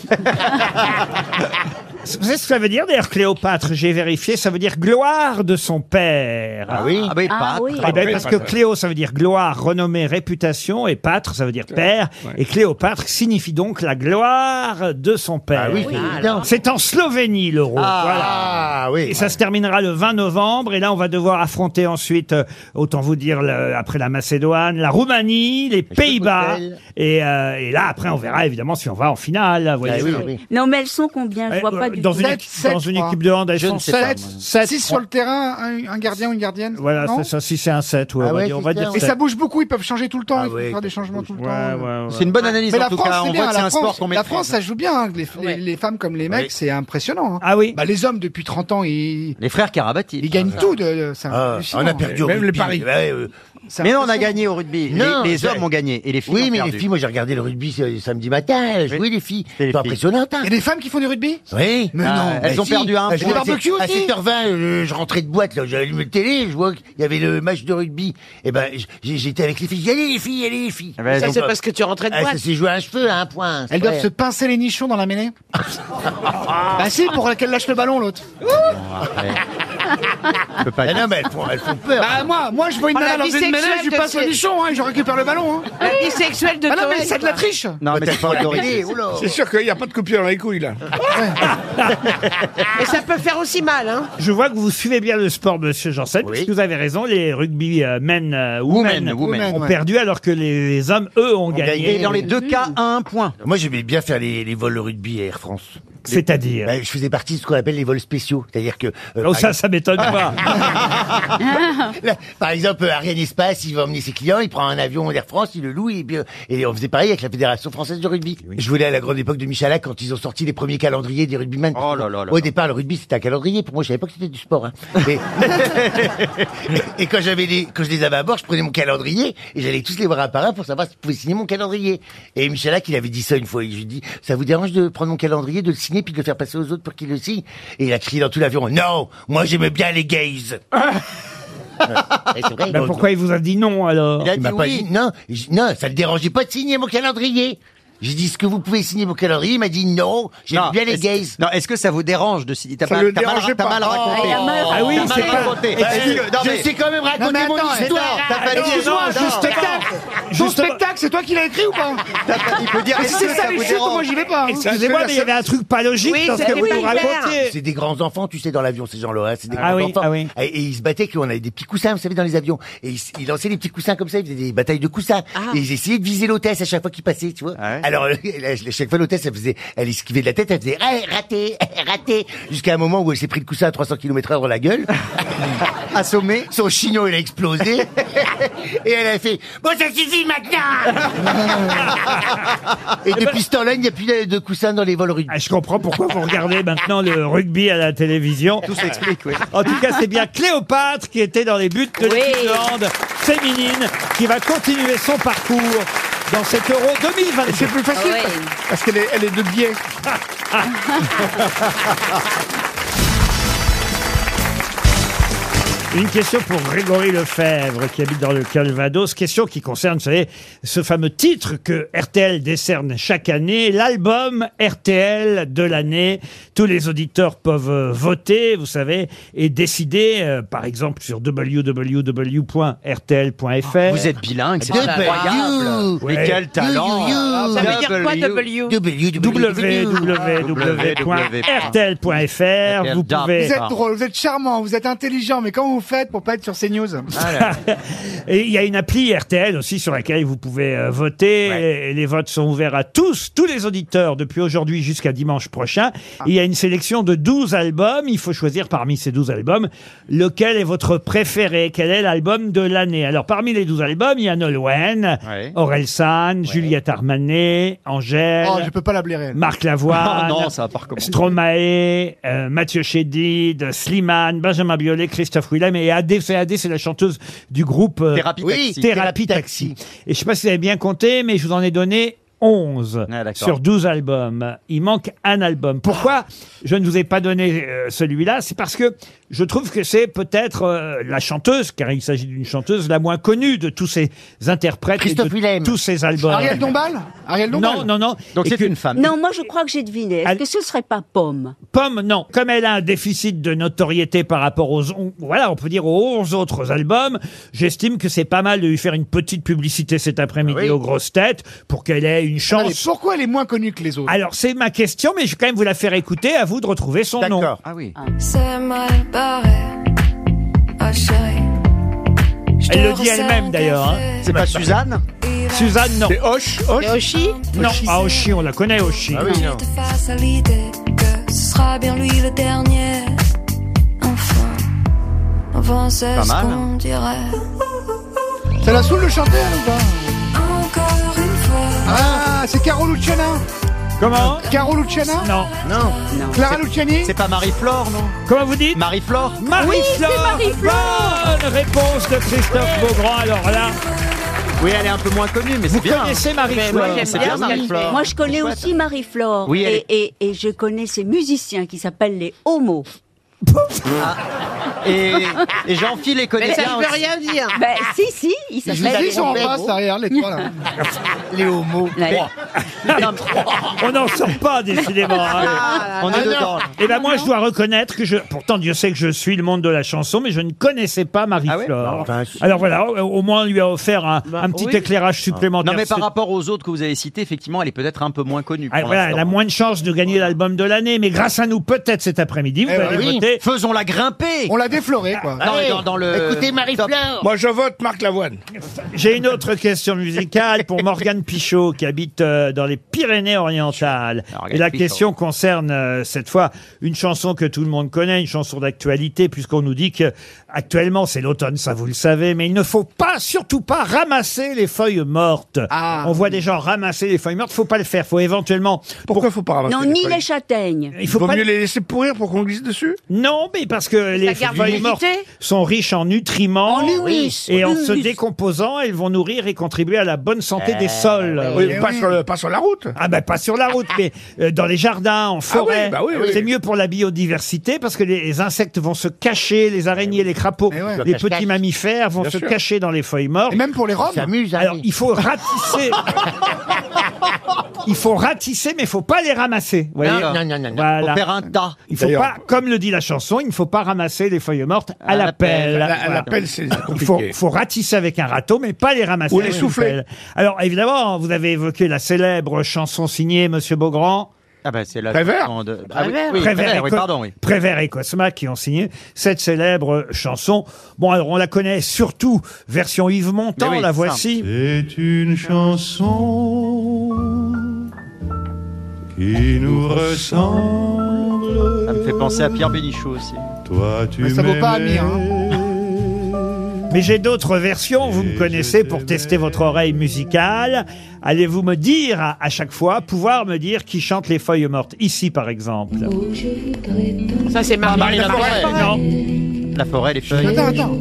Vous savez ce que ça veut dire d'ailleurs Cléopâtre? J'ai vérifié, ça veut dire gloire de son père. Ah oui. Ah, bah, Ah pas. oui. Eh ben, oui, parce pas que vrai. Cléo, ça veut dire gloire, renommée, réputation, et pâtre, ça veut dire père. Ouais. Et Cléopâtre signifie donc la gloire de son père. Ah oui, c'est évident. C'est en Slovénie l'euro. Voilà. Ah oui. Et ça se terminera le vingt novembre. Et là, on va devoir affronter ensuite, euh, autant vous dire, le- après la Macédoine, la Roumanie, les Pays-Bas. Bruxelles. Et, euh, et là, après, on verra évidemment si on va en finale. Vous voyez. Ah oui, oui. Non, mais elles sont combien? Je vois Euh, pas du dans tout. une, Sept, équipe- sept, dans une je crois. équipe de hand, elles Je sont ne sais pas, sept. moi. sept. six sur le terrain, un, un gardien ou une gardienne. Voilà, non c'est ça. Si c'est un sept, ouais, Ah on va ouais, dire, on c'est va ça, dire ouais. Et sept. ça bouge beaucoup, ils peuvent changer tout le temps, Ah il faut ouais. faire des changements tout le Ouais, temps. ouais, euh. ouais. C'est une bonne analyse Mais en la tout France, cas. c'est On bien, voit que c'est la un sport France, qu'on la maîtrise. France, ça joue bien. hein. Les, les- Ouais. les femmes comme les mecs, Oui. c'est impressionnant. hein. Ah oui. Bah, les hommes, depuis trente ans, ils, Les frères Karabatic. ils gagnent tout. De, de- c'est Ah, hallucinant. on a perdu au Même les rugby. paris. Ouais, euh, C'est Mais non, on a impressionnant. gagné au rugby. Non, les les c'est- hommes ont gagné et les filles Oui, ont mais perdu. les filles, moi j'ai regardé le rugby ce samedi matin, elles jouaient les filles. les C'est filles. impressionnant, hein. Il y a des femmes qui font du rugby Oui. Mais Ah, non. elles Bah ont si. perdu un Ah, je point. vois, Des barbecues à aussi. sept heures vingt, euh, je rentrais de boîte, là, j'avais allumé le télé, je vois qu'il y avait le match de rugby. Et ben, j'ai- j'étais avec les filles, j'ai dit, allez les filles, allez les filles. Ah ben, elles Ça, ont c'est pas- parce que tu rentrais de Ah, boîte. ça s'est joué à un cheveu, à un point. c'est Elles doivent vrai. se pincer les nichons dans la mêlée. Bah si, pour qu'elle lâche le ballon, l'autre. Je peux pas Ah dire. non, mais elles font, elles font peur. Bah moi, moi je vois une Oh, la nana dans vie une mêlée, sexuelle je lui de passe le ces- nichon, hein, et je récupère le ballon. Hein. La vie sexuelle de Ah non, mais Toen, c'est de la quoi. triche. Non, mais c'est pas autorisé. Oula. C'est sûr qu'il n'y a pas de coupure dans les couilles, là. Et ça peut faire aussi mal, hein. Je vois que vous suivez bien le sport, monsieur Janssen, Oui. parce que vous avez raison, les rugby euh, men, euh, women, Women, women. ont ouais. perdu alors que les, les hommes, eux, ont gagné. gagné. Et dans les deux cas, à un point. Moi, j'aimais bien faire les, les vols rugby à Air France. C'est-à-dire Bah, je faisais partie de ce qu'on appelle les vols spéciaux. C'est-à-dire que... euh, Oh, par ça, ça m'étonne pas. Là, par exemple, Ariane Espace, il va emmener ses clients, il prend un avion d'Air France, il le loue, et, puis, euh, et on faisait pareil avec la Fédération Française de Rugby. Je voulais à la grande époque de Michalak, quand ils ont sorti les premiers calendriers des rugbymen. Oh là là là Au là. départ, le rugby, c'était un calendrier. Pour moi, je savais pas que c'était du sport. Hein. Et, et quand j'avais les, quand je les avais à bord, je prenais mon calendrier, et j'allais tous les voir un par un pour savoir s'ils pouvaient signer mon calendrier. Et Michalak, il avait dit ça une fois, et je lui ai dit, ça vous dérange de prendre mon calendrier, de le signer, puis de le faire passer aux autres pour qu'ils le signent? Et il a crié dans tout l'avion, non, moi j'aimais bien les gays. Et c'est vrai, Ben, donc- pourquoi il vous a dit non, alors? Il a il m'a dit pas oui. dit non, J- non, ça le dérangeait pas de signer mon calendrier. J'ai dit, est-ce que vous pouvez signer mon calendrier? Il m'a dit non, j'aime Non, bien les est-ce- gays. Non, est-ce que ça vous dérange de signer? T'as Ça pas- le t'as mal, dérangeait t'as pas. mal raconté. Oh. Il a mal Ah oui, T'as c'est mal pas... raconté. Excuse- Est-ce que- non, Je mais- sais quand même raconter Non, mais mon attends, histoire. T'as pas dit Excuse-moi, non, ce non. spectacle, ton Justement- spectacle, c'est toi qui l'as écrit ou pas? T'as pas- Il peut dire, Mais est-ce si que c'est ça ça les vous chutes, moi dérange? j'y vais pas. hein. Excusez-moi, mais il y avait un truc pas logique Oui, dans ce que c'était vous pas nous hyper. racontiez. C'est des grands enfants, tu sais, dans l'avion, ces gens-là. Hein, c'est des Ah grands oui, enfants. ah oui. Et, et ils se battaient, qu'on avait des petits coussins, vous savez, dans les avions. Et ils, ils lançaient des petits coussins comme ça, ils faisaient des batailles de coussins. Et ils essayaient de viser l'hôtesse à chaque fois qu'ils passaient, tu vois. Ah ouais. Alors, à chaque fois, l'hôtesse, elle faisait, elle esquivait de la tête, elle faisait, hey, raté, raté. Jusqu'à un moment où elle s'est pris le coussin à trois cents kilomètres heure dans la gueule. Assommé. Son chignon, il a explosé. Et elle a fait, bon, ça suffit maintenant! Et depuis ce temps-là, il n'y a plus de, de coussins dans les vols rugby. Ah, je comprends pourquoi vous regardez maintenant le rugby à la télévision. Tout s'explique, oui. En tout cas, c'est bien Cléopâtre qui était dans les buts de Oui. l'équipe de hand féminine qui va continuer son parcours dans cet Euro deux mille vingt-deux. C'est plus facile Oui. parce- parce qu'elle est, elle est de biais. Une question pour Grégory Lefebvre qui habite dans le Calvados. Question qui concerne, vous savez, ce fameux titre que R T L décerne chaque année, l'album R T L de l'année. Tous les auditeurs peuvent euh, voter, vous savez, et décider, euh, par exemple, sur w w w point r t l point f r. Vous êtes bilingue, c'est De incroyable. Belgium. Mais quel talent. You, you, you. Ça veut dire quoi, W? W, w w w point r t l point f r. Vous pouvez... Vous êtes drôle, vous êtes charmant, vous êtes intelligent, mais comment vous faites pour pas être sur CNews? Et il y a une appli R T L aussi sur laquelle vous pouvez euh, voter. Et les votes sont ouverts à tous, tous les auditeurs depuis aujourd'hui jusqu'à dimanche prochain. Et il y a une sélection de douze albums. Il faut choisir parmi ces douze albums lequel est votre préféré, quel est l'album de l'année. Alors parmi les douze albums, il y a Nolwenn, Ouais. Orelsan, Juliette Armanet, Angèle, Oh, je peux pas la blairer. elle. Marc Lavoine, Oh non, ça va pas recommencer. Stromae, euh, Mathieu Chédid, Slimane, Benjamin Biolay, Christophe Willem et Adé. C'est Adé, c'est la chanteuse du groupe euh, Thérapie Oui, Taxi. Thérapie Taxi. Et je sais pas si vous avez bien compté, mais je vous en ai donné onze Ah, d'accord. sur douze albums. Il manque un album. Pourquoi je ne vous ai pas donné euh, celui-là? C'est parce que je trouve que c'est peut-être euh, la chanteuse, car il s'agit d'une chanteuse la moins connue de tous ces interprètes et Christophe de Willem. tous ces albums. Ariel Dombal Ariel Dombal Non, non, non. Donc Et c'est que- une femme. Non, moi je crois que j'ai deviné. Est-ce Elle- que ce serait pas Pomme? Pomme, non. Comme elle a un déficit de notoriété par rapport aux, on- voilà, on peut dire aux onze autres albums, j'estime que c'est pas mal de lui faire une petite publicité cet après-midi Oui. aux grosses têtes pour qu'elle ait une chance. Allez, pourquoi elle est moins connue que les autres? Alors, c'est ma question, mais je vais quand même vous la faire écouter, à vous de retrouver son nom. D'accord. Ah oui. C'est mal barré, ma chérie. Je Elle te le dit resserre elle-même un d'ailleurs. hein. café. C'est pas Suzanne? Suzanne, non. C'est Hoche, Hoche. Et Oshi Non, ah, Oshi, on la connaît, Oshi. Ah oui, non. Je te face à l'idée que ce sera bien lui le dernier. Enfin, enfin c'est Pas ce mal. qu'on dirait. Ça la saoule de chanter, elle, ou pas? Encore une fois. Ah, c'est Caro Luciana. Comment Caro Luciana Non. Non. Clara Luciani. C'est pas Marie-Flore, non? Comment vous dites Marie-Flore? Marie-Flore. Oui, c'est Marie-Flore. Bonne réponse de Christophe Beaugrand. Alors là, Oui, elle est un peu moins connue, mais vous c'est bien. connaissez Mais moi, Marie-Flore. j'aime c'est bien bien ce qu'elle Marie-Flore. fait. Moi, je connais C'est chouette. aussi Marie-Flore. Oui, elle et, et, et je connais ces musiciens qui s'appellent les Homos. Et, et Jean-Phil les connaît Mais ça bien ne veut aussi. rien dire. Ben, si, si, ils Je s'appellent dis, les ils sont en Homos. face derrière, les trois, là. Les homos. Ouais. Non, mais- On n'en sort pas, décidément. hein. Ah, On là, est là. dedans. Et ben moi, je dois reconnaître que je, pourtant Dieu sait que je suis le monde de la chanson, mais je ne connaissais pas Marie-Flore. Ah ouais Enfin, si. Alors voilà, au, au moins on lui a offert un, Bah, un petit oui. éclairage supplémentaire. Non, mais par C'est- rapport aux autres que vous avez cités, effectivement, elle est peut-être un peu moins connue. Ah, pour voilà, elle a l'instant. moins de chances de gagner l'album de l'année, mais grâce à nous, peut-être cet après-midi, vous Eh allez oui. voter. Faisons-la grimper. On l'a défloré, quoi. Non, mais dans, dans le. Écoutez Marie-Flore. Moi, je vote Marc Lavoine. J'ai une autre question musicale pour Morgane Pichot qui habite euh, dans les Pyrénées-Orientales. Morgane Et la Pichot. question concerne euh, cette fois une chanson que tout le monde connaît, une chanson d'actualité, puisqu'on nous dit que actuellement c'est l'automne, ça vous le savez, mais il ne faut pas, surtout pas ramasser les feuilles mortes. Ah. On voit des gens ramasser les feuilles mortes, faut pas le faire, faut éventuellement. Pourquoi faut pas ramasser Non, les ni feuilles les châtaignes. Il faut Vaut pas. mieux les laisser pourrir pour qu'on glisse dessus. Non, mais parce que les garde feuilles mortes l'humidité. sont riches en nutriments. En humus. Et en Humus. se décomposant, elles vont nourrir et contribuer à la bonne santé des sols. Oui, Eh pas, oui. Sur le, pas sur la route. Ah ben pas sur la route, mais euh, dans les jardins, en forêt. bah oui, oui. C'est mieux pour la biodiversité parce que les, les insectes vont se cacher, les araignées, les crapauds, Eh ouais. les Cache-cache. petits mammifères vont Bien se sûr. cacher dans les feuilles mortes. Et même pour les Roms. On s'amuse, hein. Alors il faut ratisser. Il faut ratisser, mais il faut pas les ramasser. Vous voyez Non, non, non, non, non. Voilà. Faut faire un tas. Il faut D'ailleurs- pas, comme le dit la chanson, il ne faut pas ramasser les feuilles mortes à, À la la pelle. pelle. La, Voilà. la pelle, c'est Il faut, compliqué. faut ratisser avec un râteau, mais pas les ramasser. Ou les avec une souffler. pelle. Alors évidemment, vous avez évoqué la célèbre chanson signée Monsieur Beaugrand. Ah bah c'est la Prévert. chanson de. Ah oui, Prévert. oui, Prévert Prévert, et oui, Co- pardon, oui. Prévert et Cosma qui ont signé cette célèbre chanson. Bon, alors on la connaît surtout version Yves Montand, Mais oui, la ça. voici. C'est une chanson qui nous ressemble. Ça me fait penser à Pierre Bénichou aussi. Toi, tu Mais ça vaut pas m'aimais. Amir, hein. Mais j'ai d'autres versions, vous me connaissez pour tester votre oreille musicale. Allez-vous me dire à, à chaque fois, pouvoir me dire qui chante les feuilles mortes. Ici par exemple. Ça, c'est Marie, Marie Laforêt. Non. La forêt, les feuilles. Attends, attends.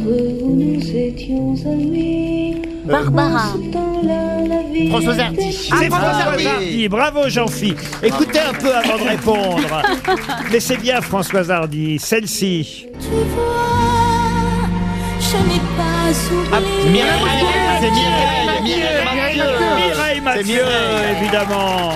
Barbara. Françoise Hardy. C'est Françoise Hardy. Bravo Jean-Phi. Écoutez un peu avant de répondre. Mais c'est bien Françoise Hardy. Celle-ci. Tu vois, je n'ai pas oublié. Mireille, c'est Mireille, Mireille Mathieu. Mireille Mathieu, Mireille. évidemment.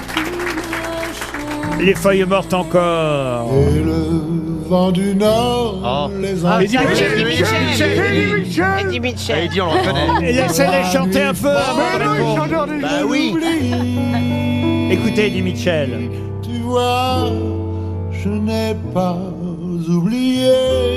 Les feuilles mortes encore. Et le vent du Nord Oh. les Ah, envoie. ça, Eddie Mitchell. Eddie Mitchell. Eddie Ah, Mitchell. il dit, on le reconnaît. Et laissez-les chanter un peu avant de Mais non, il répondre. chante des Bah oui. Écoutez Eddie Mitchell. Tu vois, je n'ai pas oublié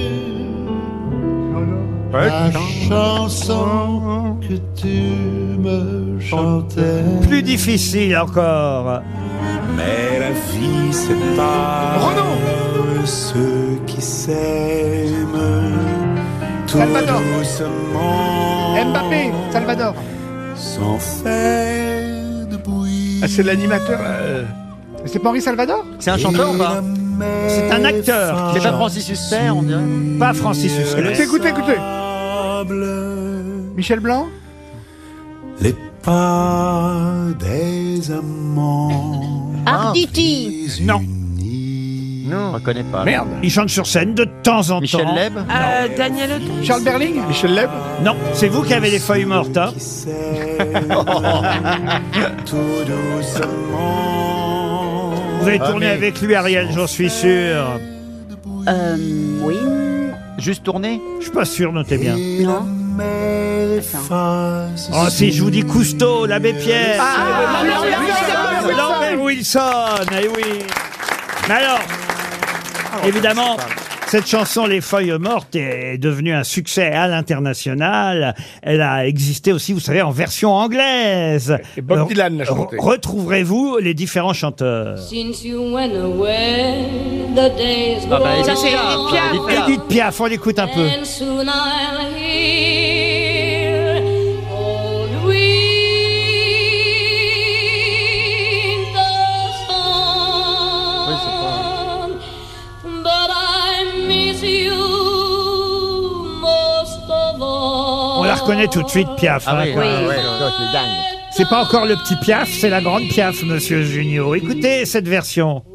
la chanson que tu me chantais. Plus difficile encore. Mais la vie, c'est pas Renaud. ceux qui s'aiment tout Salvador. doucement Mbappé, Salvador. sans faire de bruit. Ah, c'est l'animateur. euh, C'est pas Henri Salvador? C'est un chanteur ou pas? C'est un acteur. C'est pas Francis Huster, on dirait. Pas Francis Huster. Écoutez, écoutez, écoutez. Michel Blanc? Les pas des amants. Arditi. Non. Non, on ne connaît pas. Merde. Il chante sur scène de temps en Michel temps. Leb. Euh, Daniel Auteuil. Charles Berling. Michel Leb. Non, c'est vous qui avez les feuilles mortes. Hein. Tout doucement. Vous avez Ah, tourné mais- avec lui, Ariel, j'en suis sûr. Euh, oui. Juste tourné. Je suis pas sûr, notez bien. Non. Oh, si je vous dis Cousteau, l'abbé Pierre. Ah, Lambert Wilson. Lambert Wilson, eh oui. Mais alors, évidemment, cette chanson Les Feuilles Mortes est devenue un succès à l'international. Elle a existé aussi, vous savez, en version anglaise. Et Bob Euh, Dylan l'a chanté. re- Retrouverez-vous les différents chanteurs? Since you went away, the days Ah bah, go Ça, c'est Edith on. Piaf. Edith Piaf. Edith Piaf, on l'écoute un peu. And soon I'll hear old winter song. But I miss you most of all. On la reconnaît tout de suite, Piaf. Ah hein, oui, quoi. oui, oui. c'est dingue. C'est pas encore le petit Piaf, c'est la grande Piaf, monsieur Junio. Écoutez cette version.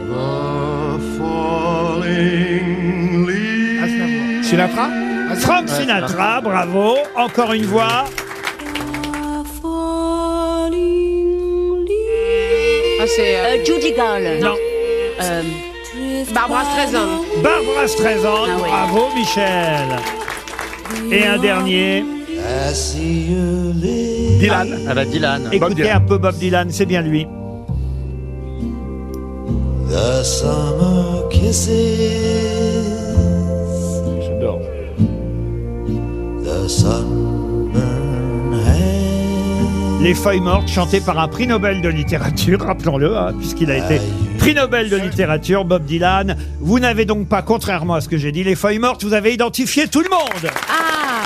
Sinatra. Frank Sinatra, bravo. Encore une voix. Ah, c'est euh, Euh, Judy Garland. Non. Euh, Barbara Streisand. Barbara Streisand, Ah oui. bravo Michel. Et un dernier. Dylan. Ah bah Dylan. Écoutez Dylan. un peu Bob Dylan, c'est bien lui. The summer kisses, J'adore. the sunburned hands. Les Feuilles Mortes, chanté par un prix Nobel de littérature, rappelons-le, hein, puisqu'il a été prix Nobel de littérature, Bob Dylan. Vous n'avez donc pas, contrairement à ce que j'ai dit, Les Feuilles Mortes, vous avez identifié tout le monde. Ah,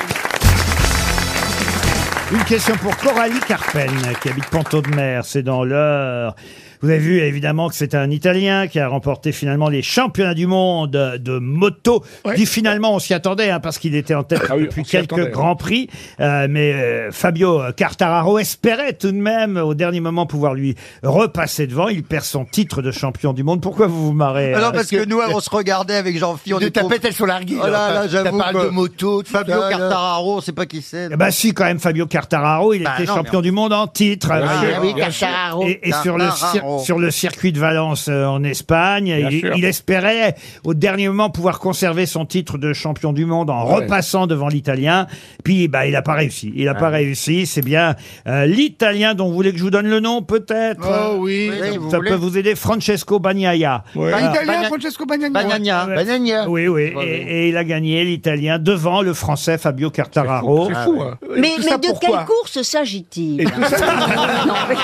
Une question pour Coralie Carpen, qui habite Ponto de Mer, c'est dans l'Eure. Vous avez vu évidemment que c'est un Italien qui a remporté finalement les championnats du monde de moto. Ouais. Dit finalement, on s'y attendait hein, parce qu'il était en tête Ah oui, depuis on s'y quelques attendait. grands prix. Euh, mais euh, Fabio Quartararo espérait tout de même au dernier moment pouvoir lui repasser devant. Il perd son titre de champion du monde. Pourquoi vous vous marrez Ah non, hein parce que nous, on se regardait avec Jean-Philippe. on De est trop- tapettes, elles sont larguées. Oh là là, T'as j'avoue parlé que de moto, tout Fabio ça, là. Quartararo, on sait pas qui c'est. Eh ben si, quand même, Fabio Quartararo, il Bah était non, champion mais on- du monde en titre. Ah, Euh, oui, bien sûr. Quartararo. Et, et sur, le Quartararo. cir- sur le circuit de Valence euh, en Espagne, Bien il, sûr. il espérait au dernier moment pouvoir conserver son titre de champion du monde en Ouais. repassant devant l'Italien. Puis bah, il n'a pas réussi. Il n'a pas réussi. C'est bien euh, l'Italien dont vous voulez que je vous donne le nom peut-être. Oh oui. Oui, si vous Ça voulez. peut vous aider. Francesco Bagnaia. Ouais. Un Ah, Italien, Bagna- Francesco Bagnani. Banania. Ouais. Banania. Oui, oui. Ouais, Et, et il a gagné l'Italien devant le Français Fabio Quartararo. C'est fou, hein. mais Tout mais ça de pourquoi quelle course s'agit-il? Et tout ça, Non, mais...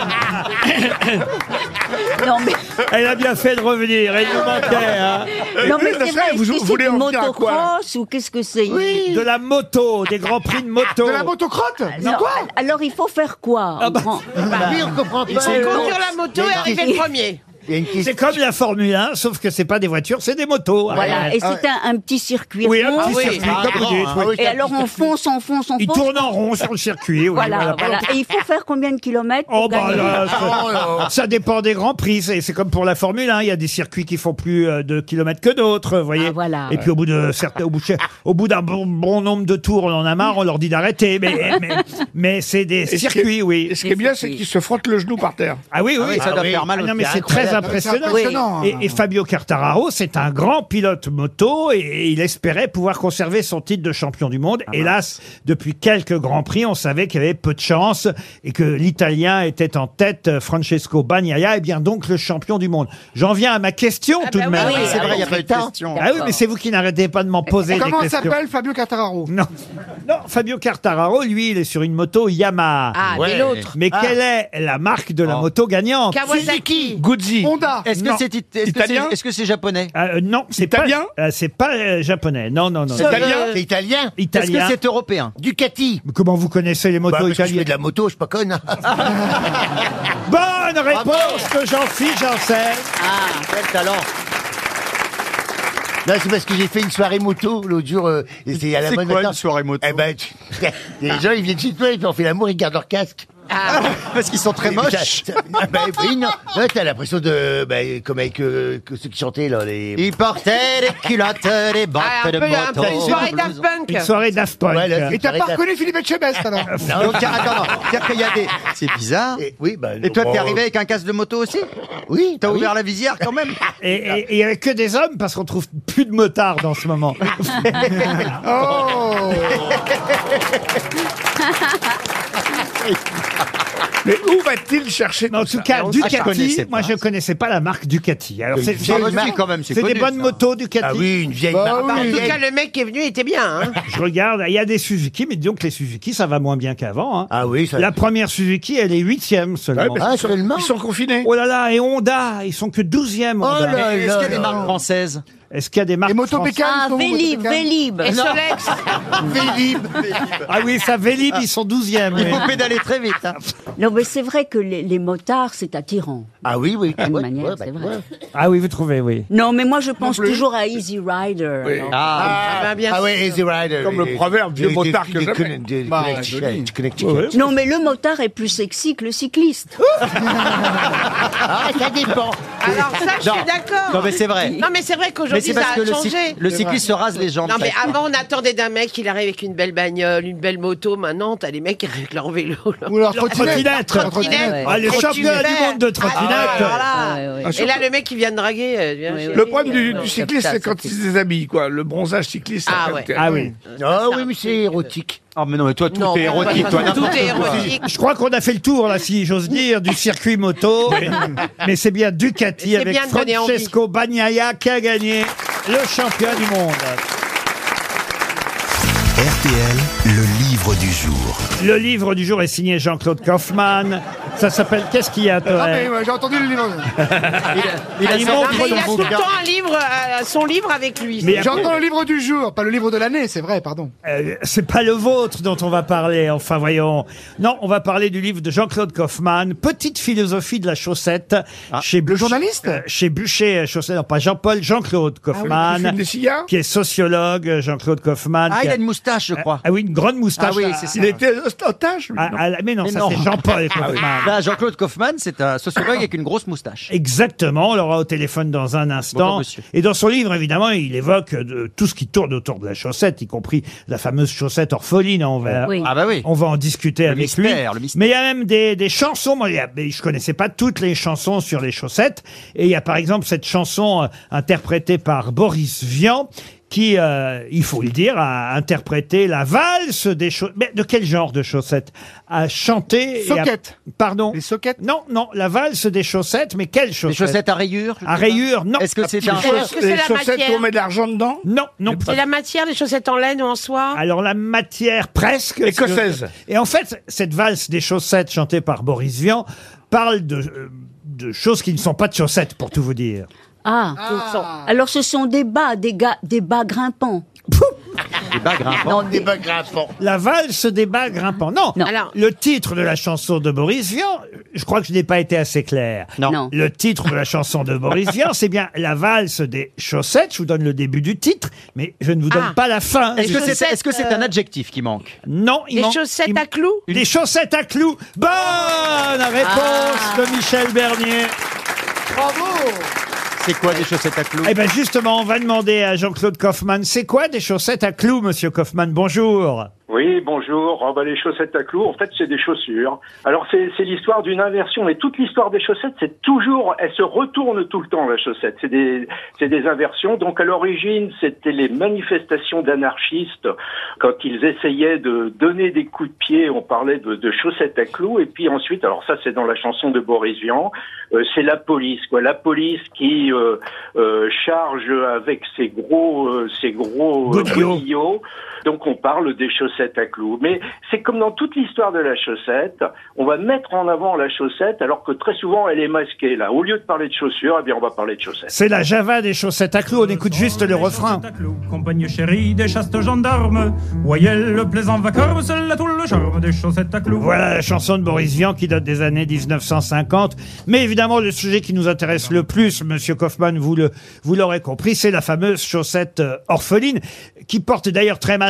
non, mais, Elle a bien fait de revenir. Elle nous manquait. Hein. non, mais oui, c'est ça, vrai, vous- est-ce vous que voulez c'est une en venir à quoi, là motocross ou qu'est-ce que c'est? De la moto, des grands prix de moto. De la motocrotte. Non, alors il faut faire quoi? Ah bah, en grand- Bah oui, on comprend pas. c'est conduire la moto et arriver le premier. Il y a une question. C'est comme la Formule un, sauf que c'est pas des voitures, c'est des motos. Voilà, et Ah, c'est un, un petit circuit oui, un rond. petit oui, circuit, ah, comme vous grand, dites. hein, oui. oui. Et alors on fonce, on fonce, on Il fonce. tourne en rond sur le circuit. oui, Voilà, voilà. Et il faut faire combien de kilomètres pour Oh bah gagner? là, ça, ça dépend des grands prix. C'est c'est comme pour la Formule un, il y a des circuits qui font plus euh, de kilomètres que d'autres, vous voyez. Ah, voilà. Et puis au bout de certains, au bout, de- au bout d'un bon, bon nombre de tours, on en a marre, on leur dit d'arrêter. Mais mais, mais c'est des Et ce qui est- circuits, oui. Et ce qui est bien, c'est qu'ils se frottent le genou par terre. Ah oui, oui, Ah oui, ça doit faire mal Ah au non, mais pied. c'est très Incroyable. impressionnant. C'est impressionnant, hein. Et, et Fabio Quartararo, c'est un grand pilote moto et il espérait pouvoir conserver son titre de champion du monde. Hélas, depuis quelques grands prix, on savait qu'il y avait peu de chance et que l'Italien était en tête, Francesco Bagnaia, et bien donc le champion du monde. J'en viens à ma question Ah tout bah de même. oui, C'est vrai, il n'y a Ah, pas de putain. question. Ah oui, mais c'est vous qui n'arrêtez pas de m'en poser des Comment questions. s'appelle Fabio Quartararo? Non, non, Fabio Quartararo, lui, il est sur une moto Yamaha. Ah, Ouais. mais l'autre. Mais quelle est la marque de la Oh. moto gagnante? Kawasaki. Guzzi. Honda. Est-ce que Non. c'est it- est-ce que Italien c'est- est-ce que c'est japonais? Euh, non, c'est pas, Italien euh, c'est pas euh, japonais. Non, non, non. C'est non. italien C'est italien. Est-ce Italien. que c'est européen? Ducati. Comment vous connaissez les Bah, motos parce que je fais italiennes? de la moto, je suis pas conne. Bonne réponse de Jean-Philippe Janssen. Ah, quel talent! Non, c'est parce que j'ai fait une soirée moto l'autre jour. euh, et c'est à la C'est bonne quoi matin. une soirée moto? Eh ben, tu- les gens, ils viennent chez toi, et puis on fait l'amour, ils gardent leur casque. Ah. Parce qu'ils sont très Mais moches. ça- ça- bah, oui, non. Ouais, t'as l'impression de, bah, comme avec euh, que ceux qui chantaient là, les. Ils portaient des culottes, des bottes Ah, un de peu, un moto. peu une soirée Daft Punk. Une soirée Daft Punk. Ouais, là, Et t'as pas reconnu Philippe Etchebest alors? Donc, attends, non. C'est-à-dire qu'il y a des. C'est bizarre. Et, oui, bah. Et toi, bon, t'es arrivé avec un casque de moto aussi? Oui. T'as ah oui. ouvert la visière quand même? Et et- et il y avait que des hommes parce qu'on trouve plus de motards en ce moment. Oh. Mais où va-t-il chercher Mais en tout tout ça cas, Ah, je Ducati, connaissais moi pas. je connaissais pas la marque Ducati. Alors c'est Une c'est- Ah, bah, vieille si, marque. quand même, c'est c'est des connu, bonnes ça. motos Ducati. Ah oui, une vieille Bah marque. oui. En tout Oui. cas, le mec qui est venu était bien. Hein. Je regarde, il y a des Suzuki, mais disons que les Suzuki, ça va moins bien qu'avant. Hein. Ah oui, ça. La première Suzuki, elle est huitième Ouais, seulement. parce Ah, qu'ils sont- seulement Ils sont confinés. Oh là là, et Honda, ils sont que douzième. Oh Honda. là Est-ce là qu'il y a des là. marques françaises? Est-ce qu'il y a des marques Et Moto françaises? Pécan, Ah, ils sont où, Moto Vélib, Pécan Vélib. Et Solex. Vélib. Ah oui, ça Vélib, ils sont douzième. Il oui. faut pédaler très vite. hein. Non, mais c'est vrai que les, les motards, c'est attirant. Ah oui, oui. D'une Ouais, manière, ouais, c'est bah, vrai. ouais. Ah oui, vous trouvez, oui. Non, mais moi, je pense plus. toujours à Easy Rider. Oui. alors. Ah, Ah, bah, bien Ah sûr. ouais, Easy Rider. Comme le oui. proverbe, vieux De- motard de- que de- jamais. de- de- Bah, Connecticut, joli. Connecticut. Ouais. Non, mais le motard est plus sexy que le cycliste. Ah, ça dépend. Alors ça, je Non. suis d'accord. Non, mais c'est vrai. Non, mais c'est vrai Mais qu'aujourd'hui, c'est ça parce a que le, changé. cyc- le cycliste se rase les jambes. Non, mais ça. avant, on attendait d'un mec, il arrive avec une belle bagnole, une belle moto. Maintenant, t'as les mecs qui arrivent avec leur vélo. là. Ou leur trottinette. trottinette. Trottinette. Trottinette. Ah, les Et tu championnats fais- du monde de trottinette. Ah, alors là. Ah, ouais, ouais. Et là, le mec qui vient de draguer. euh, bien Oui, sûr. oui. Le problème du, Non, du c'est cycliste, ça, c'est quand c'est- il se déshabille, quoi. Le bronzage cycliste. ça Ah fait ouais. terrible. Ah oui. Ah oui, mais c'est érotique. Oh, mais non, mais toi, tout Non, est érotique. Toi, tout n'importe est quoi. érotique. Je crois qu'on a fait le tour, là, si j'ose dire, du circuit moto. Mais, mais c'est bien Ducati C'est avec bien de donner envie. Francesco Bagnaia qui a gagné le championnat du monde. R T L, le livre du jour. Le livre du jour est signé Jean-Claude Kaufmann. Ça s'appelle Qu'est-ce qu'il y a, toi Ah, mais ouais, j'ai entendu le livre. Il a Il sorti montre Mais il a son tout le bouquin. temps un livre, euh, son livre avec lui. Mais J'entends le livre du jour, pas le livre de l'année, c'est vrai, pardon. Euh, c'est pas le vôtre dont on va parler, enfin voyons. Non, on va parler du livre de Jean-Claude Kaufmann, Petite philosophie de la chaussette, chez Le Buch- journaliste euh, chez Bûcher Chaussette, non pas Jean-Paul, Jean-Claude Il Kaufmann, fume des cigares qui est sociologue, euh, Jean-Claude Kaufmann. Ah, qui il a une moustache, je crois. Ah oui, une grande moustache. Ah oui, à- c'est ça. Il était otage, lui, à- non à la- mais non, Mais ça non. c'est Jean-Paul Kaufmann. Là, Jean-Claude Kaufmann, c'est un sociologue avec une grosse moustache. Exactement, on l'aura au téléphone dans un instant. Bonjour, monsieur. Et dans son livre, évidemment, il évoque euh, tout ce qui tourne autour de la chaussette, y compris la fameuse chaussette orpheline. On va, Oui. Ah bah oui. on va en discuter Le avec mystère, lui. le mystère. Mais il y a même des, des chansons. Moi, il y a- mais je connaissais pas toutes les chansons sur les chaussettes. Et il y a par exemple cette chanson euh, interprétée par Boris Vian, qui, euh, il faut le dire, a interprété la valse des chaussettes. Mais de quel genre de chaussettes? A chanté... et a- Soquettes. Pardon? Les soquettes. Non, non, la valse des chaussettes, mais quelles Des chaussettes? chaussettes à rayures je À sais pas. rayures, non. Est-ce que c'est un... Est-ce que c'est Les la chaussettes matière où on met de l'argent dedans Non, non. C'est la matière, les chaussettes en laine ou en soie. Alors la matière presque... Écossaise. Et en fait, cette valse des chaussettes chantée par Boris Vian parle de, euh, de choses qui ne sont pas de chaussettes, pour tout vous dire. Ah. Alors, ce sont des bas, des, ga- des bas grimpants. Des bas grimpants. Non, Des des- bas grimpants. La valse des bas grimpants. Non, Non. Alors- le titre de la chanson de Boris Vian, je crois que je n'ai pas été assez clair. Non. Non. Le titre de la chanson de Boris Vian, c'est bien la valse des chaussettes. Je vous donne le début du titre, mais je ne vous donne Ah. pas la fin. Est-ce que c'est chaussettes, est-ce que c'est un adjectif qui manque? Non, il Des manque- chaussettes il- à clous. Les chaussettes à clous. Bonne réponse Ah. de Michel Bernier. C'est quoi des chaussettes à clous? Eh ben justement, on va demander à Jean-Claude Kaufmann, c'est quoi des chaussettes à clous, monsieur Kaufmann? Bonjour. Oui, bonjour. Oh, bah, les chaussettes à clous, en fait, c'est des chaussures. Alors, c'est, c'est l'histoire d'une inversion. Et toute l'histoire des chaussettes, c'est toujours, elle se retourne tout le temps, la chaussette. C'est des, c'est des inversions. Donc, à l'origine, c'était les manifestations d'anarchistes. Quand ils essayaient de donner des coups de pied, on parlait de, de chaussettes à clous. Et puis ensuite, alors ça, c'est dans la chanson de Boris Vian, euh, c'est la police, quoi. La police qui euh, euh, charge avec ses gros, euh, ses gros euh, Godillots. godillots. Donc, on parle des chaussettes à clous. Mais c'est comme dans toute l'histoire de la chaussette, on va mettre en avant la chaussette alors que très souvent elle est masquée là. Au lieu de parler de chaussures, eh bien on va parler de chaussettes. C'est la Java des chaussettes à clous, on écoute juste le refrain. Compagne chérie des chastes gendarmes, voyez le plaisant vacarme, c'est là tout le charme des chaussettes à clous. Voilà la chanson de Boris Vian qui date des années dix-neuf cent cinquante. Mais évidemment, le sujet qui nous intéresse le plus, monsieur Kaufmann, vous le, vous l'aurez compris, c'est la fameuse chaussette euh, orpheline, qui porte d'ailleurs très mal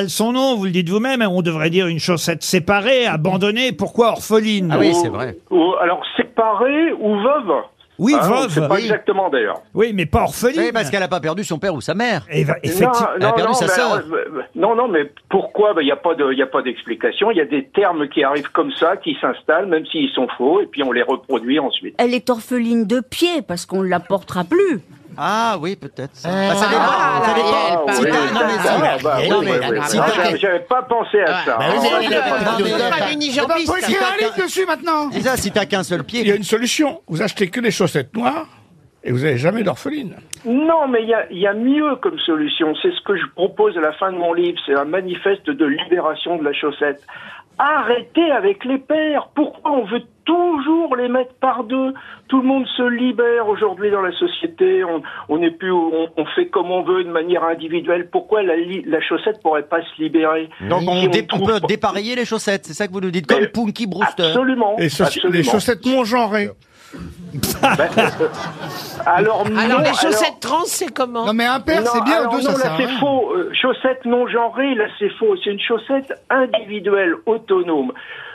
mal son nom, vous le dites vous-même, on devrait dire une chaussette séparée, abandonnée, pourquoi orpheline? Ah oui, c'est vrai. Ou, alors, séparée ou veuve. Oui, Hein, veuve. C'est pas Oui. exactement d'ailleurs. Oui, mais pas orpheline. Oui, parce qu'elle n'a pas perdu son père ou sa mère. Et va- Non, effectivement. Elle a non, perdu non, sa mais sœur. alors, euh, non, non, mais pourquoi? Il n'y a pas de, il y a pas d'explication. Il y a des termes qui arrivent comme ça, qui s'installent, même s'ils sont faux, et puis on les reproduit ensuite. Elle est orpheline de pied parce qu'on ne la portera plus. Ah oui, peut-être. ça. Euh, Bah, ça dépend. Ah, ça là, dépend. Ariel, Ah, pas Si oui, t'as- oui, non, mais d'accord. si- Ah, bah, Eh oui, non, oui, mais oui. alors, Ah, si j'avais- t'as- J'avais pas pensé à ça. Bah, Ah, vous ouais, avez- c'est pas- Non, mais- C'est pas une Eh ben, unijambiste. faut écrire un livre dessus maintenant. C'est ça, si t'as qu'un seul Il y a pied. une solution. Vous achetez que des chaussettes noires et vous n'avez jamais d'orpheline. Non, mais il y a, il y a mieux comme solution. C'est ce que je propose à la fin de mon livre. C'est un manifeste de libération de la chaussette. Arrêtez avec les pères. Pourquoi on veut toujours les mettre par deux? Tout le monde se libère aujourd'hui dans la société. On, on est plus, on, on fait comme on veut de manière individuelle. Pourquoi la, li- la chaussette pourrait pas se libérer? Donc on, Si dé- on trouve peut pas- dépareiller les chaussettes, c'est ça que vous nous dites, comme Mais- Punky Brewster. Absolument. Les, soci- absolument. les chaussettes non genrées. Ben, euh, alors, non, Alors, les alors- chaussettes trans, c'est comment? Non mais un père, Non, c'est bien, alors deux, ça non, sert là à c'est rien. faux. Euh, chaussette non genrée, là c'est faux. C'est une chaussette individuelle, autonome.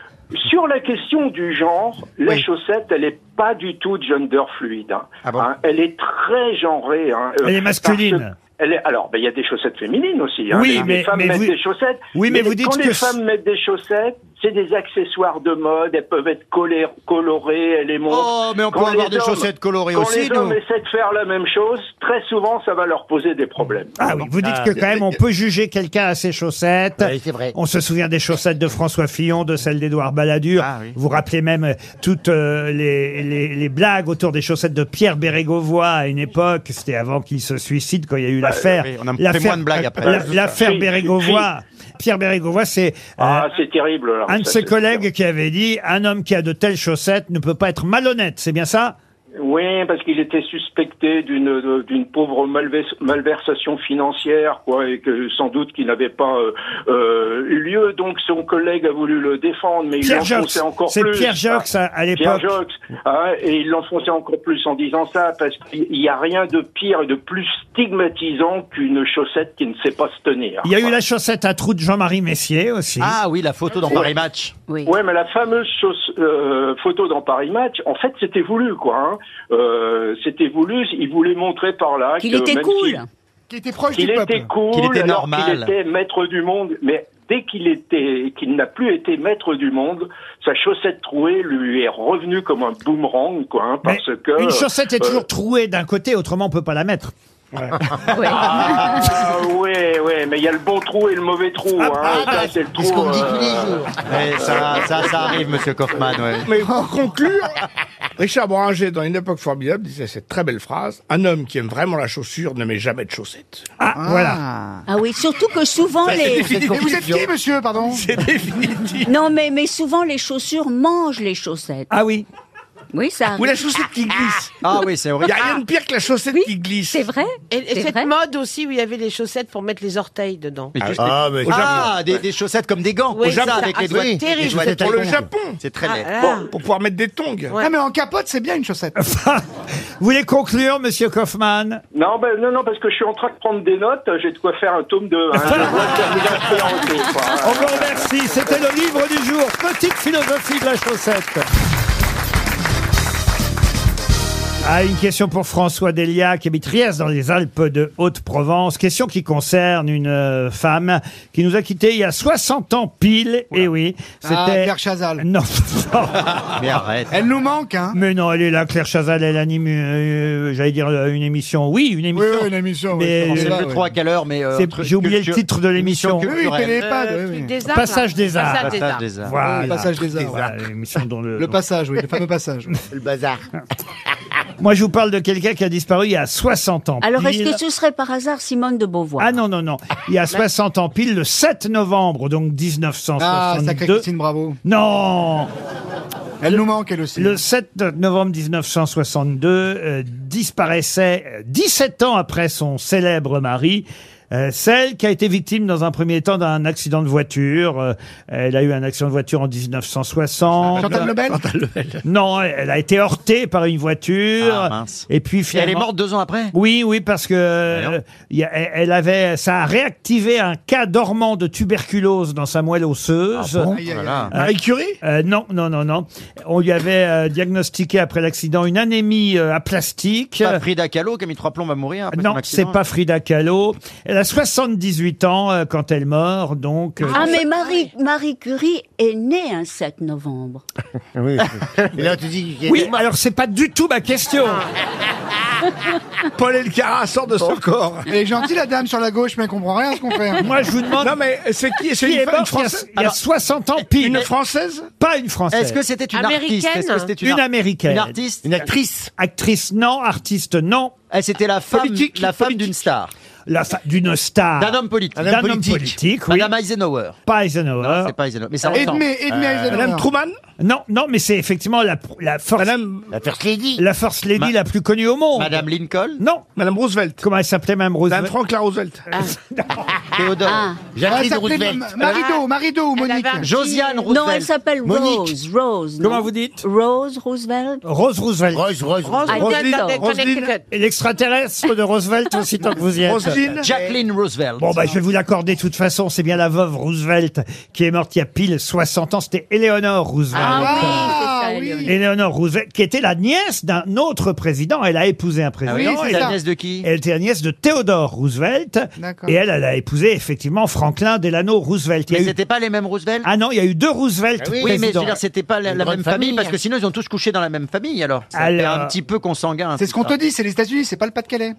Sur la question du genre, la Oui. chaussette, elle est pas du tout gender fluide. Hein. Ah bon Hein, elle est très genrée. Hein, euh, Elle est masculine. parce que Elle est, alors, ben, il y a des chaussettes féminines aussi. Hein. Oui, les, mais- les femmes mais mettent vous- des chaussettes. Oui, mais vous les- dites quand que les c- femmes mettent des chaussettes, c'est des accessoires de mode. Elles peuvent être collées, colorées, elles les montrent. Oh, mais on peut Quand avoir les des hommes- chaussettes colorées quand aussi, les nous. hommes essaient de faire la même chose, très souvent, ça va leur poser des problèmes. Ah oui, vous dites que quand même on peut juger quelqu'un à ses chaussettes. Oui, c'est vrai. On se souvient des chaussettes de François Fillon, de celles d'Édouard Balladur. Ah oui. Vous rappelez même euh, toutes euh, les, les, les blagues autour des chaussettes de Pierre Bérégovoy à une époque. C'était avant qu'il se suicide, quand il y a eu l'affaire. oui, on a fait l'affaire- moins de blagues après. la- L'affaire Si, Bérégovoy. Pierre Bérégovoy, c'est euh, Ah, c'est terrible. alors, un de ça, ses c'est- collègues qui avait dit un homme qui a de telles chaussettes ne peut pas être malhonnête. C'est bien ça? Oui, parce qu'il était suspecté d'une de- d'une pauvre malvers- malversation financière, quoi, et que sans doute qu'il n'avait pas euh, euh, eu lieu. Donc son collègue a voulu le défendre, mais il Pierre l'enfonçait Jox. encore C'est plus. Pierre Jox à, à Pierre l'époque. Jox, hein, et il l'enfonçait encore plus en disant ça, parce qu'il n'y a rien de pire et de plus stigmatisant qu'une chaussette qui ne sait pas se tenir. Il y a eu la chaussette à trous de Jean-Marie Messier aussi. Ah oui, la photo dans Paris Match. Oui. Ouais, mais la fameuse chausse- euh, photo dans Paris Match, en fait, c'était voulu, quoi. Hein. Euh, c'était voulu. Il voulait montrer par là Qu'il que était même cool. si- Qui était proche qu'il du peuple. était cool, Qu'il était alors normal. qu'il était maître du monde. Mais dès qu'il était, qu'il n'a plus été maître du monde, sa chaussette trouée lui est revenue comme un boomerang, quoi. Hein, Mais parce que une chaussette est euh, toujours trouée d'un côté, autrement on peut pas la mettre. Ah oui, oui, mais il y a le bon trou et le mauvais trou. Hein. Ça, c'est le trou. C'est ce qu'on me dit euh, tous les jours. Ouais, ça, ça, ça arrive, monsieur Kaufmann, ouais. Mais pour conclure, Richard Boranger, dans Une époque formidable, disait cette très belle phrase: un homme qui aime vraiment la chaussure ne met jamais de chaussettes. Ah, voilà. Ah oui, surtout que souvent Ça, c'est les... définitif. Et vous êtes qui, monsieur, pardon? C'est définitif. Non, mais, mais souvent les chaussures mangent les chaussettes. Ah oui. Oui, ça Ou arrive. la chaussette qui glisse. Ah oui, c'est Il horrible. n'y a rien de pire que la chaussette Oui, qui glisse. C'est vrai. Et, et C'est cette vrai. mode aussi où il y avait les chaussettes pour mettre les orteils dedans. Mais juste Ah, des- mais- Ah, des, des chaussettes comme des gants. Oui, Au Japon, ça, avec ah, les doigts. c'est les terrible, doigts cette de Pour le taille. Japon. C'est très Ah, laid. là. Bon, pour pouvoir mettre des tongs. Ouais. Ah mais en capote, c'est bien une chaussette. Vous voulez conclure, monsieur Kaufmann? Non, ben, non, non, parce que je suis en train de prendre des notes. J'ai de quoi faire un tome deux. Hein. Je vois terminer un peu en retour, quoi. On vous remercie. C'était le livre du jour. Petite philosophie de la chaussette. Ah, une question pour François Delia, qui habite Riez dans les Alpes de Haute-Provence. Question qui concerne une euh, femme qui nous a quittés il y a soixante ans pile. Et oui, c'était... Ah, Claire Chazal. Non. Mais arrête. Elle nous manque, hein. Mais non, elle est là, Claire Chazal, elle anime, euh, j'allais dire euh, une émission. Oui, une Oui, émission. oui, une émission. oui, Mais, comment Je ça sais va, plus oui. trop à quelle heure, mais... euh, C'est- truc j'ai oublié le culture- titre de l'émission. émission Oui, oui, culturelle. Télépad, Euh, oui, truc oui. des arts, Passage là. des arts. Passage des Passage arts. des arts. Voilà. Le passage des arts, Voilà, l'émission dont le... Le passage, oui, le fameux passage. Le bazar. Moi, je vous parle de quelqu'un qui a disparu il y a soixante ans. Alors, est-ce pile. que ce serait par hasard Simone de Beauvoir? Ah non, non, non. Il y a soixante ans pile, le sept novembre, donc dix-neuf cent Ah, sacrée soixante-deux. Christine Bravo. Non. Elle nous manque, elle aussi. Le sept novembre mille neuf cent soixante-deux, euh, disparaissait euh, dix-sept ans après son célèbre mari, Euh, celle qui a été victime dans un premier temps d'un accident de voiture. Euh, elle a eu un accident de voiture en dix-neuf cent soixante. Chantal Lebel Non, elle a été heurtée par une voiture. Ah, mince. Et puis Et finalement... elle est morte deux ans après. Oui, oui, parce que euh, y a- elle elle avait, ça a réactivé un cas dormant de tuberculose dans sa moelle osseuse. Ah bon Aïe, aïe, Oh là là. Euh, Marie Curie euh, non, non, non, non. On lui avait euh, diagnostiqué après l'accident une anémie euh, aplastique. Pas Frida Kahlo qui a mis trois plombs à mourir après Non, son accident. c'est pas Frida Kahlo. Elle a soixante-dix-huit ans euh, quand elle meurt, donc. euh, Ah, mais Marie, Marie Curie est née un sept novembre. Oui. Et là, tu dis qu'il y a Oui, des morts. alors c'est pas du tout ma question. Paul Elkarat sort de son corps. Elle est gentille, la dame sur la gauche, mais elle comprend rien à ce qu'on fait. Moi, je vous demande. Non, mais c'est qui C'est Qui une, est fa- une morte il y a- française il y a soixante ans pile. Une française Pas une française. Est-ce que c'était une Américaine artiste Est-ce que c'était une, Une ar- américaine. Une artiste Une actrice. Actrice, non. Artiste, non. Eh, C'était la femme, Politique, la femme politique. d'une star. La fa- d'une star. D'un homme politique. D'un homme politique, oui. Madame Eisenhower. Pas Eisenhower. Non, c'est pas Eisenhower. Mais ça ressemble. Edmé, Edmé Eisenhower. Madame Truman Non, non, mais c'est effectivement la, la first, Madame, La First Lady. la first lady Ma- la plus connue au monde. Madame Lincoln. Non. Madame Roosevelt. Comment elle s'appelait, Mme Madame Roosevelt? Franklin Roosevelt. Théodore. Ah. Elle Jacqueline s'appelait Roosevelt. M- Marido, Marido ou Elle Monique. avait un petit- Josiane Roosevelt. Non, elle s'appelle Monique. Rose. Rose. Comment non vous dites? Rose Roosevelt. Rose Roosevelt. Rose, Rose, Rose Ah, Roosevelt d'accord. de Connecticut. Et l'extraterrestre de Roosevelt aussi, tant que vous y êtes. Roselyne. Jacqueline Roosevelt. Bon, bah, je vais vous l'accorder de toute façon. C'est bien la veuve Roosevelt qui est morte il y a pile soixante ans. C'était Eleanor Roosevelt. Ah oui, Ah, c'est ça. oui. Eleanor. Eleanor Roosevelt, qui était la nièce d'un autre président. Elle a épousé un Ah président. oui, Oui, c'est c'est la ça. nièce de qui Elle était la nièce de Theodore Roosevelt. D'accord. Et elle, elle a épousé effectivement Franklin Delano Roosevelt. Il y a Mais eu- c'était pas les mêmes Roosevelt. Ah non, il y a eu deux Roosevelt Ah oui, Oui, mais je présidents. veux dire, c'était pas la, Une la grande même famille, famille. parce que sinon ils ont tous couché dans la même famille alors. Ça Alors- fait un petit peu consanguin. C'est ce qu'on te dit, c'est les États-Unis, c'est pas le Pas-de-Calais.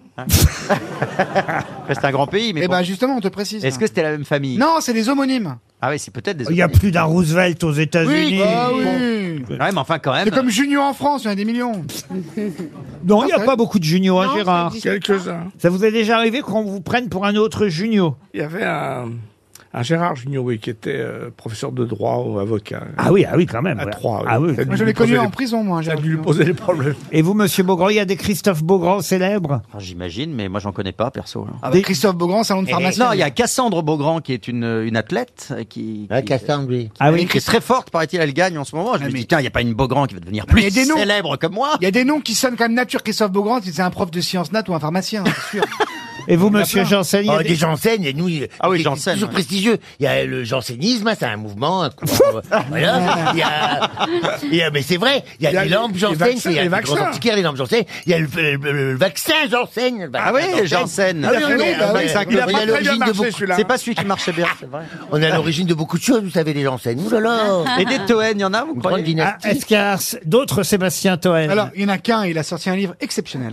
C'est un grand pays, mais Eh bon. ben justement, on te précise. Est-ce que c'était la même famille Non, c'est des homonymes. Ah oui, c'est peut-être des. Il y a plus d'un Roosevelt aux États-Unis. Oui, bah oui. Ouais, mais enfin quand même. C'est comme Junio en France, il y en a des millions. Non, il n'y a Ah, pas beaucoup de juniors, hein, Non, Gérard. ça existe. Quelques-uns. Ça vous est déjà arrivé qu'on vous prenne pour un autre junior? Il y avait un, un Gérard Junior, oui, qui était euh, professeur de droit ou avocat. Ah oui, ah oui, quand même. À ouais. Troyes, oui. Ah oui. Ça a dû Moi, je lui l'ai connu poser en les- prison, moi. Ça a Gérard dû lui Jugnot. poser des problèmes. Et vous, Monsieur Beaugrand, il y a des Christophe Beaugrand célèbres? Enfin, j'imagine, mais moi j'en connais pas perso. là. Ah bah, Christophe Beaugrand, salon de Et- pharmacien. non, il y a Cassandre Beaugrand qui est une, une athlète euh, qui, Ah, qui- Cassandre, oui. Ah oui. qui est très forte, paraît-il, elle gagne en ce moment. Je Ah, me mais- dis, tiens, il n'y a pas une Beaugrand qui va devenir Mais il y plus a des noms. célèbre comme moi. Il y a des noms qui sonnent quand même nature. Christophe Beaugrand, c'est un prof de sciences nat ou un pharmacien, c'est sûr. Et vous, Il y en a Monsieur plein. Janssen, il y a Oh, des- des jansénismes, et nous, Ah oui, c'est Janssen, toujours ouais. prestigieux. Il y a le jansénisme, c'est un mouvement, un courant, euh, voilà. Il y a, il y a, mais c'est vrai, il y a, Il y a les les- lampes les Janssen, vaccins, c'est il y a les les vaccins. grands antiquaires, les lampes Janssen. Il y a le, le- le- le vaccin Janssen. le Ah vaccin oui, Janssen. Ah oui, Il a on fait est- long, bah ah oui. oui, Il a on est pas à très bien l'origine de marché, beaucoup- celui-là. C'est pas celui qui marchait bien, c'est vrai. On est à l'origine de beaucoup de choses, vous savez, les Janssen. Ouh là là. Et des Toen, il y en a, vous Une grande croyez Ah, dynastie. est-ce qu'il y a d'autres Sébastien Toen? Alors, il y en a qu'un, il a sorti un livre exceptionnel.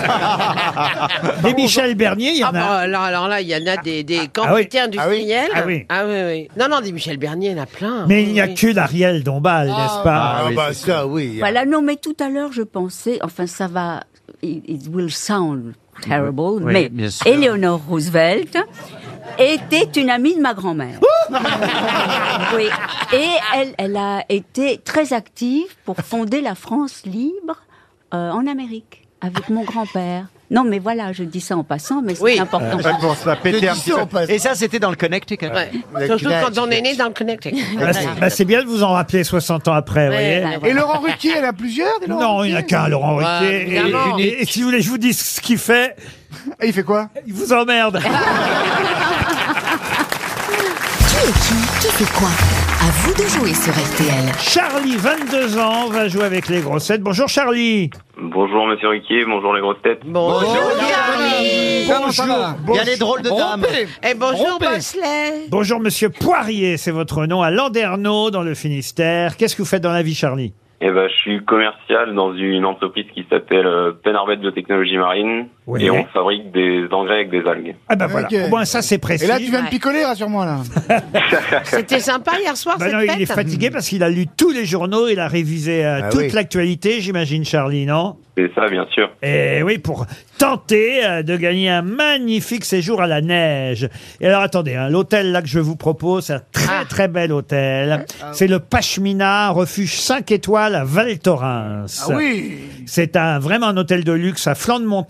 Des Michel Bernier, il y Ah en bah, a. alors, alors là, il y en a des, des Ah oui. quantités industrielles. Ah oui. Ah oui, oui. Non, non, des Michel Bernier, il y en a plein. Mais il n'y a Oui. que d'Ariel Dombal, n'est-ce pas? Ah, bah, ça, oui. Voilà, non, mais tout à l'heure, je pensais, enfin, ça va, it, it will sound terrible, Oui, mais bien sûr. Eleanor Roosevelt était une amie de ma grand-mère. Oui, et elle, elle a été très active pour fonder la France libre euh, en Amérique, avec mon grand-père. Non, mais voilà, je dis ça en passant, mais c'est Oui. important. Bon, ça va péter un dis petit ça, peu. on passe. Et ça, c'était dans le Connecticut. Ouais. La Surtout culasse. quand on est né dans le Connecticut. Bah, c'est bah, c'est bien de vous en rappeler soixante ans après, vous Ouais, voyez. bah, Et Laurent Ruquier, elle a plusieurs des Laurent Non, il n'y en a Ruquier qu'un, Laurent Ouais, Ruquier. Et- évidemment. et, et si vous voulez, je vous dis ce qu'il fait, Et il fait quoi? il vous emmerde. Qui est qui Qui fait quoi À vous de jouer sur R T L. Charlie, vingt-deux ans, va jouer avec les grossettes. Bonjour Charlie. Bonjour Monsieur Riquier, bonjour les grosses têtes. Bonjour, Charlie. Comment ça va Il y a les drôles de dames. Et bonjour, Bosley. Bonjour Monsieur Poirier, c'est votre nom, à Landerneau, dans le Finistère. Qu'est-ce que vous faites dans la vie, Charlie? Eh ben, je suis commercial dans une entreprise qui s'appelle euh, Penarbet Biotechnologie Marine Oui. et on fabrique des engrais avec des algues. Ah bah voilà, Ok. au moins ça c'est précis. Et là, tu viens de Ouais. picoler, rassure-moi, là. C'était sympa hier soir, Bah cette non, fête. il est fatigué parce qu'il a lu tous les journaux, il a révisé euh, Ah toute oui. l'actualité, j'imagine, Charlie, non? C'est ça, bien sûr. Et oui, pour tenter euh, de gagner un magnifique séjour à la neige. Et alors attendez, hein, l'hôtel là que je vous propose, c'est un très Ah. très bel hôtel. C'est le Pashmina, refuge cinq étoiles à Val Thorens. Ah oui. C'est un vraiment un hôtel de luxe à flanc de montagne, à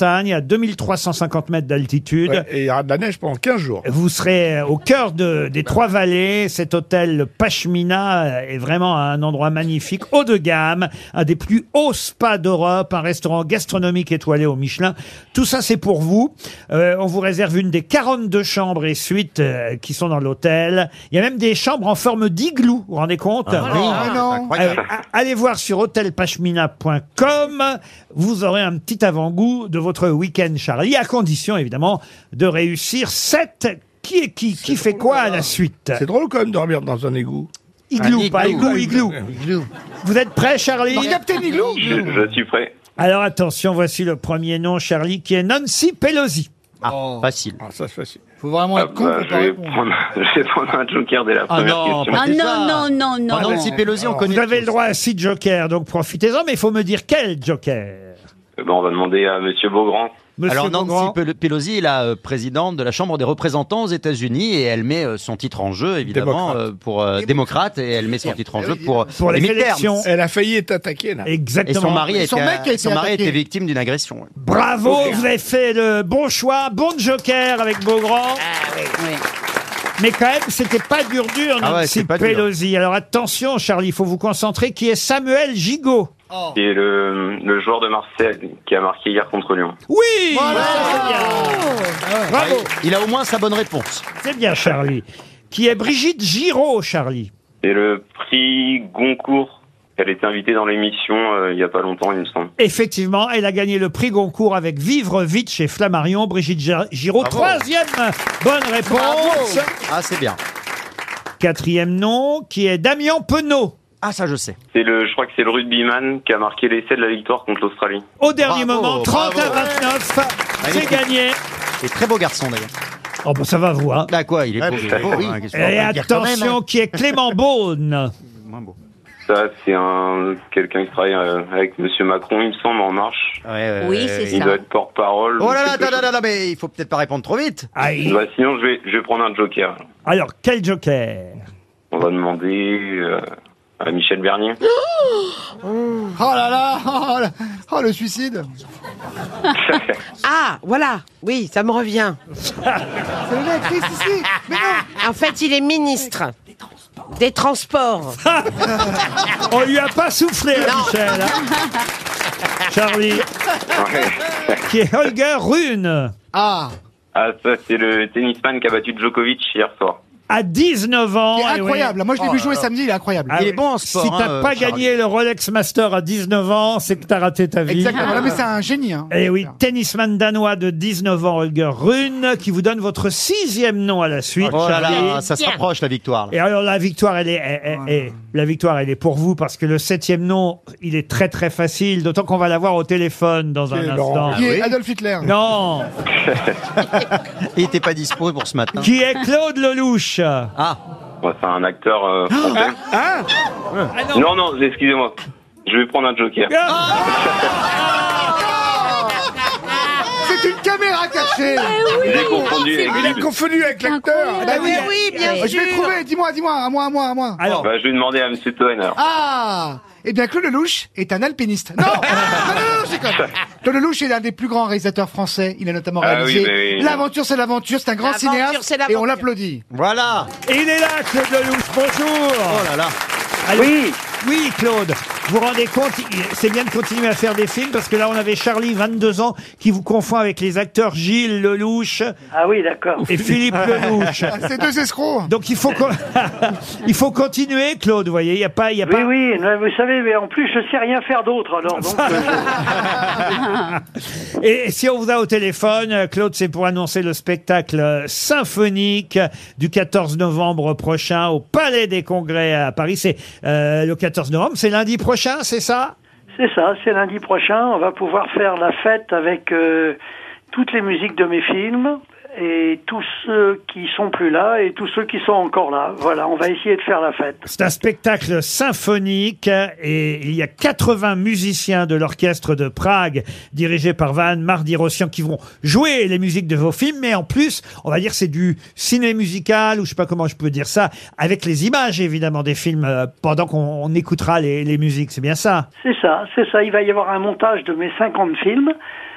deux mille trois cent cinquante mètres d'altitude. Ouais, et il y aura de la neige pendant quinze jours. Vous serez au cœur de, des Trois-Vallées. Cet hôtel le Pashmina est vraiment un endroit magnifique, haut de gamme, un des plus hauts spas d'Europe, un restaurant gastronomique étoilé au Michelin. Tout ça, c'est pour vous. Euh, on vous réserve une des quarante-deux chambres et suites euh, qui sont dans l'hôtel. Il y a même des chambres en forme d'igloo, vous vous rendez compte? Ah, oui. Ah, non. Euh, allez voir sur hôtel pashmina point com. Vous aurez un petit avant-goût de votre week-end, Charlie, à condition, évidemment, de réussir sept. Qui est qui? Qui fait quoi à la suite? C'est drôle quand même de dormir dans un égout. Igloo, Un pas igloo. igloo, igloo. Vous êtes prêt, Charlie? Captain Igloo. Je, je suis prêt. Alors attention, voici le premier nom, Charlie, qui est Nancy Pelosi. Ah, facile. Ah, ça c'est facile. Faut vraiment Ah, être con bah, pour je, pas vais répondre. prendre, je vais prendre un joker dès la Ah première non, question. pas Ah déjà. non, non, non, non. Ah, Nancy Pelosi, on connaît. Vous avez le droit à six jokers, donc profitez-en, mais il faut me dire quel joker. Eh ben, on va demander à Monsieur Beaugrand. Monsieur Alors Nancy Beaugrand. Pel- Pelosi est la euh, présidente de la Chambre des représentants aux États-Unis et elle met euh, son titre en jeu évidemment Démocrate. euh, pour euh, démocrate et elle met son titre en jeu pour, Pour les midterms. élections. Elle a failli être attaquée là. Et Exactement. son mari a Son été, mec a été son mari a attaqué. été victime d'une agression. ouais. Bravo, vous avez fait le bon choix, bon joker avec Beaugrand. Mais quand même, c'était pas dur dur, Ah ouais, Nancy c'est pas dur. Pelosi. Alors attention, Charlie, il faut vous concentrer. Qui est Samuel Gigot? Qui est le, le joueur de Marseille qui a marqué hier contre Lyon. Oui, Voilà. c'est bien. Bravo, Il a au moins sa bonne réponse. c'est bien, Charlie. Qui est Brigitte Giraud, Charlie? C'est le prix Goncourt. Elle était invitée dans l'émission euh, il y a pas longtemps, il me semble. Effectivement, elle a gagné le prix Goncourt avec Vivre vite chez Flammarion. Brigitte Gi- Giraud, Bravo. troisième bonne réponse. Ah c'est bien. Quatrième nom, qui est Damien Penaud. Ah ça je sais. C'est le, je crois que c'est le rugbyman qui a marqué l'essai de la victoire contre l'Australie. Au dernier Bravo, moment, trente à bravo. vingt-neuf, c'est Magnifique. gagné. Et très beau garçon d'ailleurs. Oh, ben ça va vous, hein. Bah quoi, il est Ouais, beau. mais il est beau, oui. hein, qu'est-ce que Et tu veux dire quand même, attention, hein. qui est Clément Beaune. Moins beau. Ça, c'est un quelqu'un qui travaille euh, avec Monsieur Macron, il me semble, en marche. Ouais, ouais, Oui, ouais. c'est Il ça. doit être porte-parole. Oh ou là là, quelque attends, chose. attends, attends, mais il faut peut-être pas répondre trop vite. Ah, il- Bah, sinon, je vais, je vais prendre un joker. Alors, quel joker? On va demander euh, à Michel Bernier. Oh là là, oh, là. Oh, le suicide. Ah, voilà. Oui, ça me revient. C'est le mec, Chris, ici. Mais non. En fait, il est ministre des Transports. On lui a pas soufflé, à Non. Michel. hein. Charlie, Ouais. qui est Holger Rune. Ah, Ah, ça, c'est le tennisman qui a battu Djokovic hier soir. À dix-neuf ans. il est et incroyable. oui. Moi, je l'ai Oh vu là jouer là. samedi, il est incroyable. Ah Il est oui. bon en sport, Si t'as hein, pas euh, Charlie. gagné le Rolex Master à dix-neuf ans, c'est que t'as raté ta vie. Exactement. Non, mais c'est un génie. Hein. Et oui, tennisman danois de dix-neuf ans, Holger Rune, qui vous donne votre sixième nom à la suite. Oh là Charlie. là, ça se rapproche la victoire. là. Et alors la victoire, elle est, elle- elle- elle- la victoire, elle est pour vous parce que le septième nom, il est très très facile. D'autant qu'on va l'avoir au téléphone dans un Qui est instant. Laurent Qui est Adolf Hitler. Non, Il était pas dispo pour ce matin. qui est Claude Lelouch. Ah, Ouais, c'est un acteur euh, français. Ah non, non, excusez-moi. Je vais prendre un joker. C'est une caméra cachée. J'ai confondu avec Il a lui. confondu avec l'acteur. Ah bah oui, oui, bien Je vais sûr. trouver. Dis-moi, dis-moi, à moi, à moi, à moi. Alors, Bah, je vais demander à Monsieur Toen alors. Ah. Eh bien, Claude Lelouch est un alpiniste. Non, non, non, non, non, c'est comme. Claude Lelouch est l'un des plus grands réalisateurs français. Il a notamment Ah réalisé oui, mais oui. L'aventure, c'est l'aventure. C'est un grand L'aventure, cinéaste c'est et l'aventure. on l'applaudit. voilà. et il est là, Claude Lelouch. Bonjour. Oh là là. Alors, oui. Oui, Claude. Vous vous rendez compte, il- c'est bien de continuer à faire des films parce que là, on avait Charlie, vingt-deux ans, qui vous confond avec les acteurs Gilles Lelouch Ah oui, d'accord. et Philippe Lelouch. Ah, c'est deux escrocs. Donc il faut con- il faut continuer, Claude. Vous voyez, il y a pas, il y a Oui, pas. oui, mais vous savez, mais en plus, je sais rien faire d'autre, alors. Donc, euh, Et si on vous a au téléphone, euh, Claude, c'est pour annoncer le spectacle euh, symphonique du quatorze novembre prochain au Palais des Congrès à Paris. C'est euh, le quatorze novembre, c'est lundi prochain, c'est ça? c'est ça, c'est lundi prochain. On va pouvoir faire la fête avec euh, toutes les musiques de mes films et tous ceux qui sont plus là et tous ceux qui sont encore là. Voilà, on va essayer de faire la fête. C'est un spectacle symphonique et il y a quatre-vingts musiciens de l'orchestre de Prague dirigé par Van Mardi-Rossian qui vont jouer les musiques de vos films, mais en plus, on va dire c'est du ciné musical ou je sais pas comment je peux dire ça, avec les images évidemment des films euh, pendant qu'on on écoutera les, les musiques, c'est bien ça? C'est ça, c'est ça. Il va y avoir un montage de mes cinquante films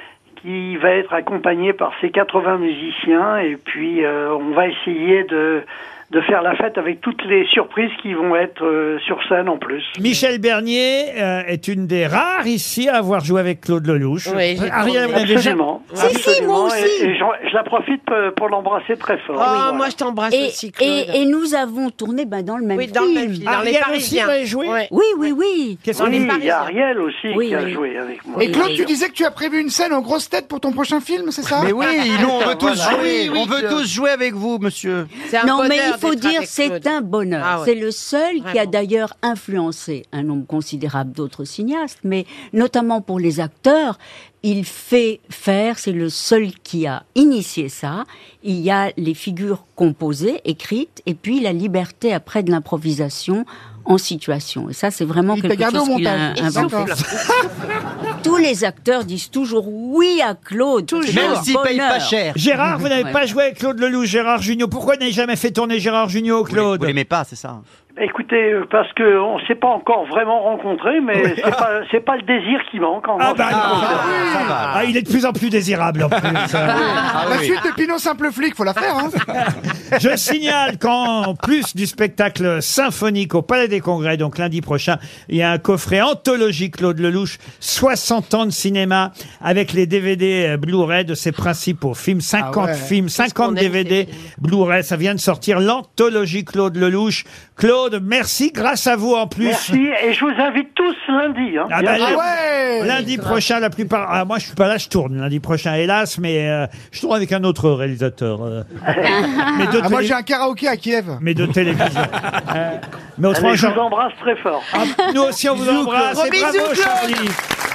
qui va être accompagné par ses quatre-vingts musiciens et puis euh, on va essayer de de faire la fête avec toutes les surprises qui vont être euh, sur scène en plus. Michel Bernier euh, est une des rares ici à avoir joué avec Claude Lelouch. Oui, j'ai Ariel, vous n'avez Absolument. Si, si, moi Absolument. aussi. Et, et j'en- je la profite pour, pour l'embrasser très fort. Oh, Oui, voilà. moi je t'embrasse Et, aussi, Claude. et, et nous avons tourné ben, dans le même Oui, film. dans le même film, dans les Ariel aussi, Parisiens. vous avez joué Ouais. Oui, oui, oui. Qu'est-ce Oui, qu'on est il y a Parisien. Ariel aussi Oui, qui a oui. joué avec moi. Et Claude, Oui. tu disais que tu as prévu une scène aux grosses têtes pour ton prochain film, c'est ça? Mais oui, nous on veut tous Voilà. jouer. Oui, oui, on veut que- tous jouer avec vous, monsieur. C'est un Non, mais bonheur il faut d'être dire avec c'est Claude. un bonheur. Ah ouais. C'est le seul qui a Vraiment. d'ailleurs influencé un nombre considérable d'autres cinéastes, mais notamment pour les acteurs, il fait faire, c'est le seul qui a initié ça. Il y a les figures composées, écrites, et puis la liberté après de l'improvisation en situation. Et ça, c'est vraiment Il t'a quelque gardé au chose qu'il a montage. inventé. Souffle. Tous les acteurs disent toujours oui à Claude. C'est Même un s'il paye pas bonheur. cher. Gérard, vous n'avez Ouais. pas joué avec Claude Lelouch, Gérard Jugnot. Pourquoi vous n'avez jamais fait tourner Gérard Jugnot, Claude? Vous l'aimez pas, c'est ça. Écoutez, euh, parce que on s'est pas encore vraiment rencontrés, mais c'est pas c'est pas le désir qui manque. En Ah bah non. ça va. Ah, il est de plus en plus désirable en plus. Ah La oui. suite de Pinot Simple Flic, faut la faire, hein. Je signale qu'en plus du spectacle symphonique au Palais des Congrès, donc lundi prochain, il y a un coffret anthologique Claude Lelouch, soixante ans de cinéma, avec les D V D Blu-ray de ses principaux films, cinquante Ah ouais. films, cinquante qu'on aime D V D Blu-ray, ça vient de sortir, l'anthologie Claude Lelouch. Claude, merci, grâce à vous en plus. Merci, et je vous invite tous lundi. Hein. Ah Bien bah, sûr. Ouais. Lundi prochain, la plupart. Ah, moi, je suis pas là, je tourne lundi prochain, hélas, mais euh, je tourne avec un autre réalisateur. euh, mais de Ah, moi, télé- j'ai un karaoké à Kiev. mais de télévision. Euh, mais autrement, Allez, je Jean- vous embrasse très fort. Ah, nous aussi, on vous Bisous, embrasse. Claude. Et Gros bravo, bisous, Claude. Charlie.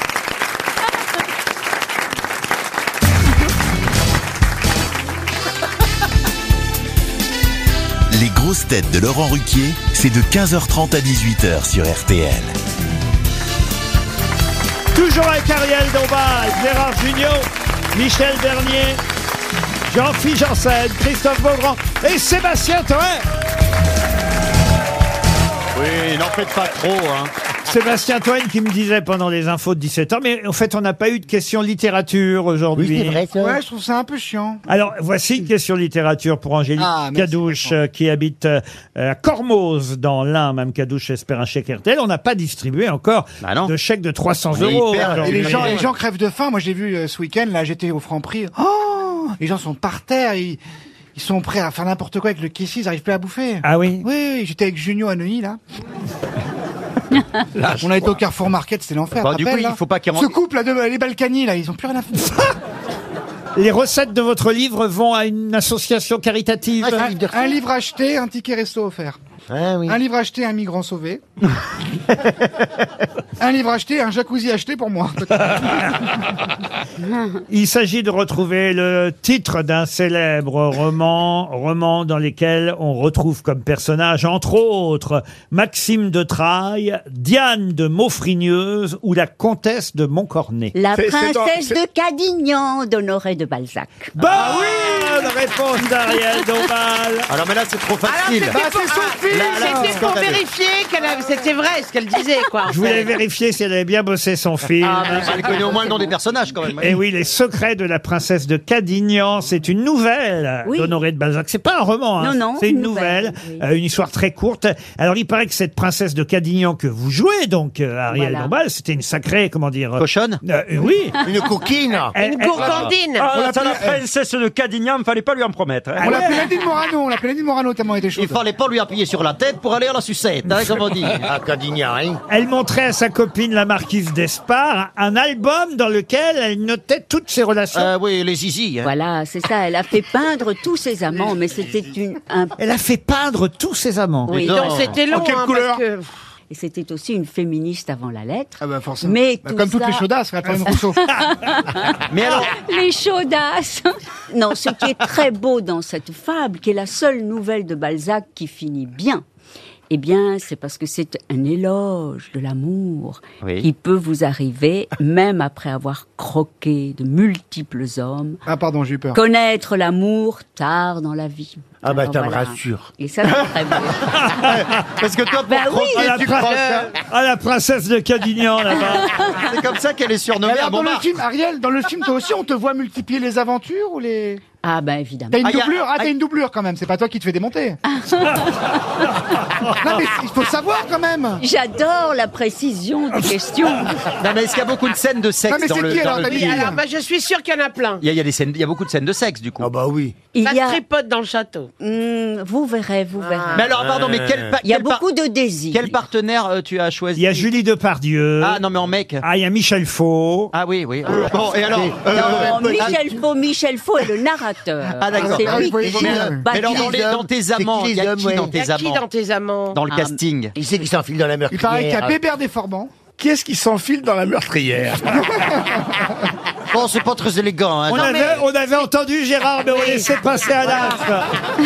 Les grosses têtes de Laurent Ruquier, c'est de quinze heures trente à dix-huit heures sur R T L. Toujours avec Ariel Dombal, Gérard Jugnot, Michel Bernier, Jean-Philippe Janssen, Christophe Beaugrand et Sébastien Toen. Oui, n'en faites pas trop, hein. Sébastien Toen qui me disait pendant les infos de dix-sept heures, mais en fait, on n'a pas eu de question littérature aujourd'hui. Oui, c'est vrai, ça. Ouais, je trouve ça un peu chiant. Alors, voici une question littérature pour Angélique Ah, merci, Cadouche, euh, qui habite euh, à Cormoz, dans l'Ain. Mme Cadouche espère un chèque R T L. On n'a pas distribué encore Bah non. de chèque de trois cents Mais euros. hyper- Et aujourd'hui. les gens, les gens crèvent de faim. Moi, j'ai vu euh, ce week-end, là, j'étais au Franprix. Oh, les gens sont par terre. Ils, ils sont prêts à faire n'importe quoi avec le caissier. Ils n'arrivent plus à bouffer. Ah oui? Oui, oui, j'étais avec Junio à Neuilly, là. On a été au Carrefour Market, c'était l'enfer. Bah, te du rappelles, coup, il là faut pas qu'ils Ce rentrent- couple, là, de, les Balkany, là, ils ont plus rien à foutre. Les recettes de votre livre vont à une association caritative. Ah, c'est un livre de Un livre acheté, un ticket resto offert. Ah oui. Un livre acheté, un migrant sauvé. Un livre acheté, un jacuzzi acheté pour moi. Il s'agit de retrouver le titre d'un célèbre roman, roman dans lequel on retrouve comme personnage, entre autres, Maxime de Trailles, Diane de Maufrigneuse ou la comtesse de Montcornet. La C'est- c'est dans- princesse c'est- de Cadignan d'Honoré de Balzac. Bonne réponse d'Ariel Dombal. Alors, mais là, c'est trop Alors, facile. c'était Bah, pour, c'est son ah, fils. Là, là, c'était pour scandaleux. vérifier qu'elle avait- c'était vrai ce qu'elle disait, quoi. en Je voulais fait. vérifier si elle avait bien bossé son film. Ah, mais elle connaît au moins le nom des personnages, quand même. Et oui, Les secrets de la princesse de Cadignan, c'est une nouvelle Oui. d'Honoré de Balzac. C'est pas un roman, hein. Non, non, c'est une, une nouvelle, nouvelle, oui. euh, une histoire très courte. Alors, il paraît que cette princesse de Cadignan que vous jouez, donc, euh, Ariel Voilà. Dombal, c'était une sacrée, comment dire... euh, Cochonne euh, euh, oui. Une coquine. Elle- Une elle- gourgandine. Ah, c'est la princesse de Cadignan, il fallait pas lui en promettre. hein. Ah On ouais. l'appelait Nadine Morano, on l'appelait Nadine Morano tellement elle était chaude. Il fallait pas lui appuyer sur la tête pour aller à la sucette, hein, comme on dit. Ah, Cadignan, hein. Elle montrait à sa copine, la marquise d'Espard, un album dans lequel elle notait toutes ses relations. Euh, oui, les zizi. Hein. Voilà, c'est ça. Elle a fait peindre tous ses amants, mais c'était une. Un... Elle a fait peindre tous ses amants. Oui. non. Donc c'était long, En quelle hein, couleur parce que... Et c'était aussi une féministe avant la lettre. Ah bah forcément. Mais Bah, tout comme toutes ça- les chaudasses, Catherine Rousseau. Mais alors, Les chaudasses. Non, ce qui est très beau dans cette fable, qui est la seule nouvelle de Balzac qui finit bien, Eh bien, c'est parce que c'est un éloge de l'amour Oui. qui peut vous arriver, même après avoir croqué de multiples hommes. Ah pardon, j'ai eu peur. Connaître l'amour tard dans la vie. Ah bah Alors, ça me voilà. rassure. Et ça, c'est très bien. Parce que toi, pour Bah oui. croquer, Ah, la, tu prin- croques. ah, la princesse de Cadignan, là-bas. C'est comme ça qu'elle est surnommée à Alors, dans le Montmartre. film, Ariel, dans le film, toi aussi, on te voit multiplier les aventures ou les... Ah ben évidemment. T'as une Ah, y a- doublure, ah, ah, t'as une doublure quand même, c'est pas toi qui te fais démonter. Non mais il faut savoir quand même. J'adore la précision des questions. Non, mais est-ce qu'il y a beaucoup de scènes de sexe Non, mais dans c'est le, qui, dans alors, le t'as Oui, dit- film alors bah, je suis sûre qu'il y en a plein. il y, a, il y a des scènes, il y a beaucoup de scènes de sexe, du coup. Ah bah oui. Il Ça y a... se tripote dans le château. Hmm, vous verrez, vous verrez. Mais alors, pardon, mais quel, pa- Il y a quel, par- beaucoup de désirs. quel partenaire euh, tu as choisi? Il y a Julie Depardieu. Ah non, mais en mec. Ah, il y a Michel Faux. Ah oui, oui. Bon, et alors euh, Non, Michel Faux, Michel Faux est le narrateur. Ah, d'accord. C'est Ah, lui oui, oui, qui oui, joue oui. le Mais alors, bâton. dans, les- dans tes C'est qui amants, les il y a hommes, qui ouais. dans Il y tes a qui amants? dans tes amants? Dans le Ah, casting. Qui c'est qui s'enfile dans la Il meurtrière? paraît qu'il y a Bébert Desforbans. Qui est-ce qui s'enfile dans la meurtrière? Bon, c'est pas très élégant. Hein. On, Non, avait, mais- on avait entendu Gérard, mais on laissait passer à l'as.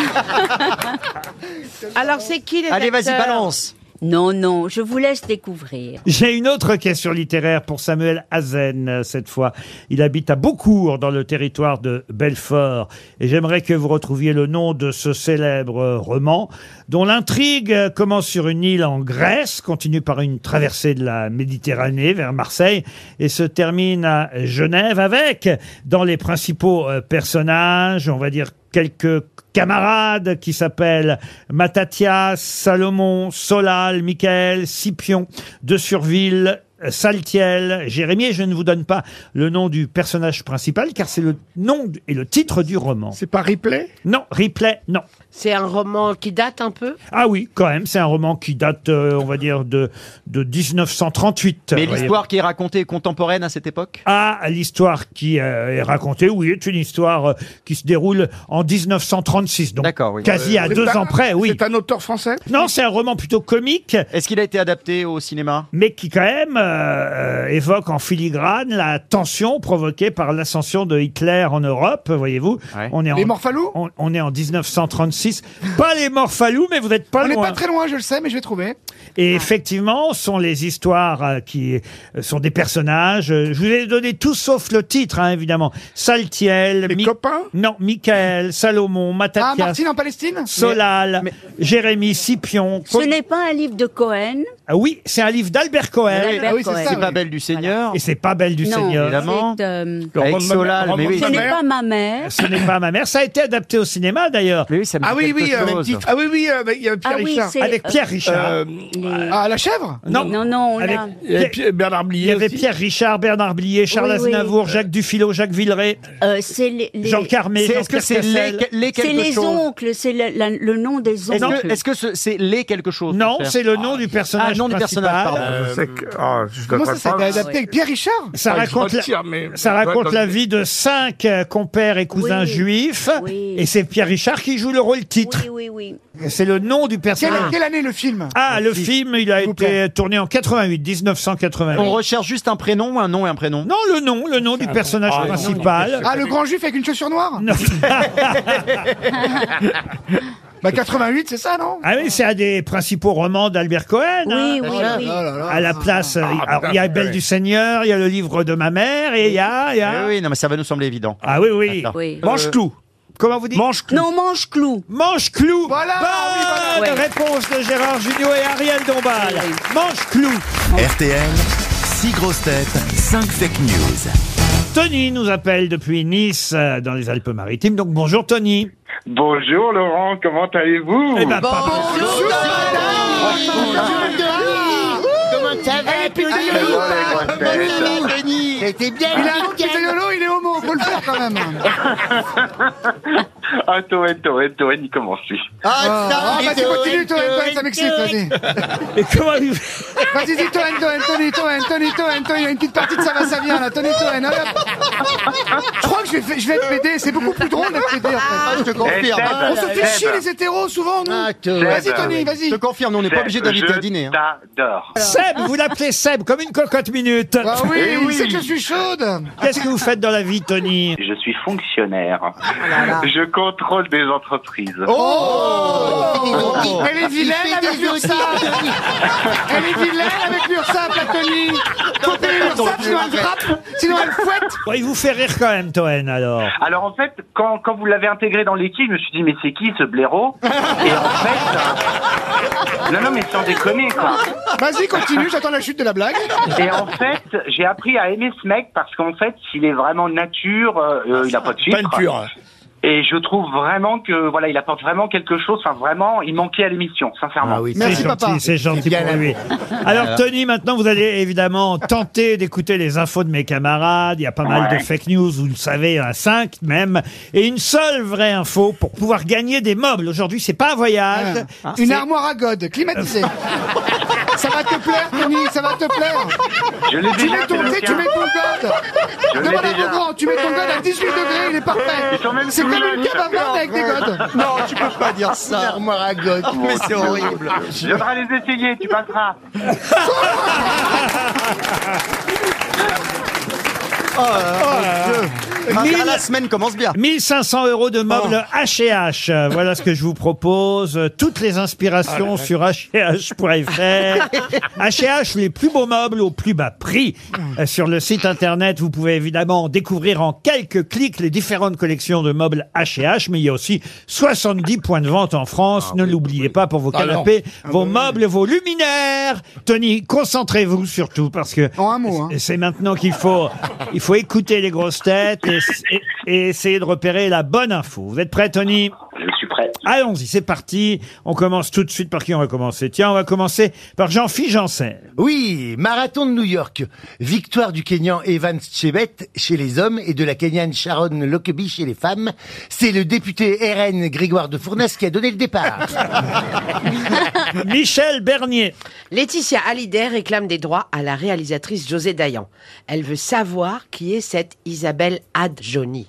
Alors c'est qui les Allez, vas-y, acteurs? balance. Non, non, je vous laisse découvrir. J'ai une autre question littéraire pour Samuel Hazen, euh, cette fois. Il habite à Beaucourt, dans le territoire de Belfort. Et j'aimerais que vous retrouviez le nom de ce célèbre euh, roman, dont l'intrigue euh, commence sur une île en Grèce, continue par une traversée de la Méditerranée vers Marseille, et se termine à Genève avec, dans les principaux euh, personnages, on va dire quelques camarades qui s'appellent Mattathias, Salomon, Solal, Michael, Scipion, De Surville, Saltiel, Jérémie. Et je ne vous donne pas le nom du personnage principal car c'est le nom et le titre du roman. C'est pas Ripley? Non, Ripley, non. C'est un roman qui date un peu? Ah oui, quand même, c'est un roman qui date, euh, on va dire, de, de dix-neuf cent trente-huit. Mais voyez. l'histoire qui est racontée est contemporaine à cette époque? Ah, l'histoire qui euh, est racontée, oui, est une histoire euh, qui se déroule en dix-neuf cent trente-six. Donc, D'accord, oui. quasi à C'est deux un- ans près, oui. C'est un auteur français? Non, c'est un roman plutôt comique, Est-ce qu'il a été adapté au cinéma? mais qui quand même euh, évoque en filigrane la tension provoquée par l'ascension de Hitler en Europe, voyez-vous. Ouais. On est en, Les Morphalous? on, on est en dix-neuf cent trente-six. Pas les Morphalous, mais vous n'êtes pas On n'est loin. pas très loin, je le sais, mais je vais trouver. Et effectivement, ce sont les histoires euh, qui euh, sont des personnages. Euh, Je vous ai donné tout sauf le titre, hein, évidemment. Saltiel, Les Mi- copains? non, Michael, Salomon, Ah, Mattathias, Martine en Palestine? Solal, Jérémie, Scipion. Ce n'est pas un livre de Cohen. Ah oui, c'est un livre d'Albert Cohen. Albert Ah oui, c'est Cohen. ça, C'est oui. pas Belle du Seigneur? Et c'est pas Belle du Non, Seigneur. évidemment. c'est, euh, Le Avec roman de ma Solal, mère- le mais roman oui. de ce ma n'est mère. pas ma mère. Ce n'est pas ma mère. Ça a été adapté au cinéma d'ailleurs. Mais oui, ça me dit Ah oui, quelque oui, euh, chose. même titre. Ah oui, oui, euh, avec- il y a Pierre Ah oui, Richard. c'est- Avec Pierre Richard. Euh, Les- Ah, la chèvre? non, Non, non, on Avec- a... il y avait Pierre- Bernard il Blier y avait aussi. Pierre Richard, Bernard Blier, Charles Oui, oui. Aznavour, Jacques Dufilot, Jacques Villeray, Euh, c'est les, les- Jean Carmé, C'est- Est-ce que Jean-Pierre c'est les, Cassel. les c'est quelque les chose? oncles, c'est le, la- le nom des Est-ce oncles. que est-ce que ce- c'est les quelque chose? Non, frère c'est le nom du personnage Ah, nom du principal. personnage, pardon. Euh, c'est que- ah, je Comment devrais ça, ça a pas- été adapté avec Pierre Richard? Ça Ah, je raconte, la, retire, mais- ça raconte la vie de cinq euh, compères et cousins Oui. juifs. Oui. Et c'est Pierre Richard qui joue le rôle titre. Oui, oui, oui. C'est le nom du Quelle, personnage. quelle année le film? Ah, le film, il a S'il vous été plaît. tourné en quatre-vingt-huit, dix-neuf cent quatre-vingt-huit. On recherche juste un prénom ou un nom et un prénom? Non, le nom, le nom du personnage Ah, non, principal. Ah, le grand juif avec une chaussure noire? Non. Bah, quatre-vingt-huit, c'est ça, non? Ah oui, c'est un des principaux romans d'Albert Cohen. Oui, hein. oui, Ah, oui. là, là, là. À la place, euh, alors, putain, il y a ouais. Belle du Seigneur, il y a le livre de ma mère, et il y a, il y a- Oui, oui, non, mais ça va nous sembler évident. Ah oui, oui. D'accord. Oui. Mange-clou. Comment vous dites Mange-clou. Non, mange-clou. Mange-clou. Voilà, Bonne oui, voilà. réponse de Gérard Jugnot et Ariel Dombal. Oui, oui. Mange-clou. R T L, six grosses têtes, cinq fake news. Tony nous appelle depuis Nice, euh, dans les Alpes-Maritimes. Donc bonjour Tony. Bonjour Laurent, comment allez-vous? Eh ben, pas- Comment ça va, Eh, Tony? Hello, les grosses Comment ça têtes. va, Tony? C'était bien Il le a un nom de week-end. pizzaiolo, il est homo, faut le faire quand même. Ah, Toen, Toen, Toen, il commence lui. Ah, Ah, ça, vas-y, continue, Toen, Toen, ça m'excite, vas-y. Et comment il- Vas-y, dis Toen, Toen, Tony, Toen, Tony, Toen, Tony, il y a une petite partie de ça va, ça vient, là, Tony, Toen, allez, hop. Je crois que je vais, fa- je vais être pédé, c'est beaucoup plus drôle d'être pédé en fait. Ah, je te confirme. Eh, Seb, On se fait Seb. chier les hétéros souvent, nous. Ah, te- Vas-y Seb. Tony, vas-y. Je te confirme, nous, on n'est pas Seb, obligé d'inviter je à dîner. Hein. t'adore. Seb, vous l'appelez Seb, comme une cocotte minute. Ah oui, Eh il oui. sait que je suis chaude. Qu'est-ce que vous faites dans la vie, Tony? Je suis fonctionnaire. Je contrôle des entreprises. Oh, Elle est vilaine Il fait avec des l'URSSAF. Elle est vilaine avec l'URSSAF, la Tony. Faut payer l'URSSAF, sinon elle frappe, sinon elle fouette. Bon, il vous fait rire quand même, Toen, alors. Alors en fait, quand, quand vous l'avez intégré dans l'équipe, je me suis dit mais c'est qui ce blaireau? Et en fait, euh, non non mais sans déconner quoi. Vas-y, continue, j'attends la chute de la blague. Et en fait, j'ai appris à aimer ce mec parce qu'en fait, s'il est vraiment nature, euh, il a pas de filtre. Peinture. Et je trouve vraiment que voilà, il apporte vraiment quelque chose. Enfin vraiment, il manquait à l'émission, sincèrement. Ah oui, Merci, C'est papa. gentil, c'est gentil C'est bien pour la lui. Alors, Tony, maintenant, vous allez évidemment tenter d'écouter les infos de mes camarades. Il y a pas mal Ouais. de fake news, vous le savez, il y en a cinq même. Et une seule vraie info pour pouvoir gagner des meubles. Aujourd'hui, c'est pas un voyage. Ah, c'est- Une armoire à God, climatisée. Ça va te plaire, Tony, ça va te plaire. Je l'ai Tu déjà mets ton, fait le tu sais, tu cas. mets ton God. Je l'ai Demande à déjà. ton grand, tu mets ton God à dix-huit degrés, il est parfait. Ils sont même C'est sous comme le une cave à vin avec des godes. Non, tu peux pas dire Une ça. armoire à gosse. Mais c'est horrible. Je viendrai les essayer, tu passeras. Oh, euh, Ah, Mille- la semaine commence bien. mille cinq cents euros de meubles H et H. Euh, Voilà ce que je vous propose. Toutes les inspirations sur H et H point F R. H et H, les plus beaux meubles au plus bas prix. Euh, Sur le site internet, vous pouvez évidemment découvrir en quelques clics les différentes collections de meubles H et H, mais il y a aussi soixante-dix points de vente en France. Ne l'oubliez pas pour vos Ah non. canapés, Ah vos bah meubles, vos luminaires. Tony, concentrez-vous surtout parce que En un mot, hein. c'est- c'est maintenant qu'il faut, il faut écouter les grosses têtes et, et- et essayer de repérer la bonne info. Vous êtes prêts, Tony? Je suis prêt. Allons-y, c'est parti. On commence tout de suite. Par qui on va commencer? Tiens, on va commencer par Jean-Philippe Janssen. Oui, marathon de New York. Victoire du Kenyan Evans Chebet chez les hommes et de la Kenyane Sharon Lockerbie chez les femmes. C'est le député R N Grégoire de Fournaise qui a donné le départ. Michel Bernier. Laetitia Hallyday réclame des droits à la réalisatrice José Dayan. Elle veut savoir qui est cette Isabelle Adjoni.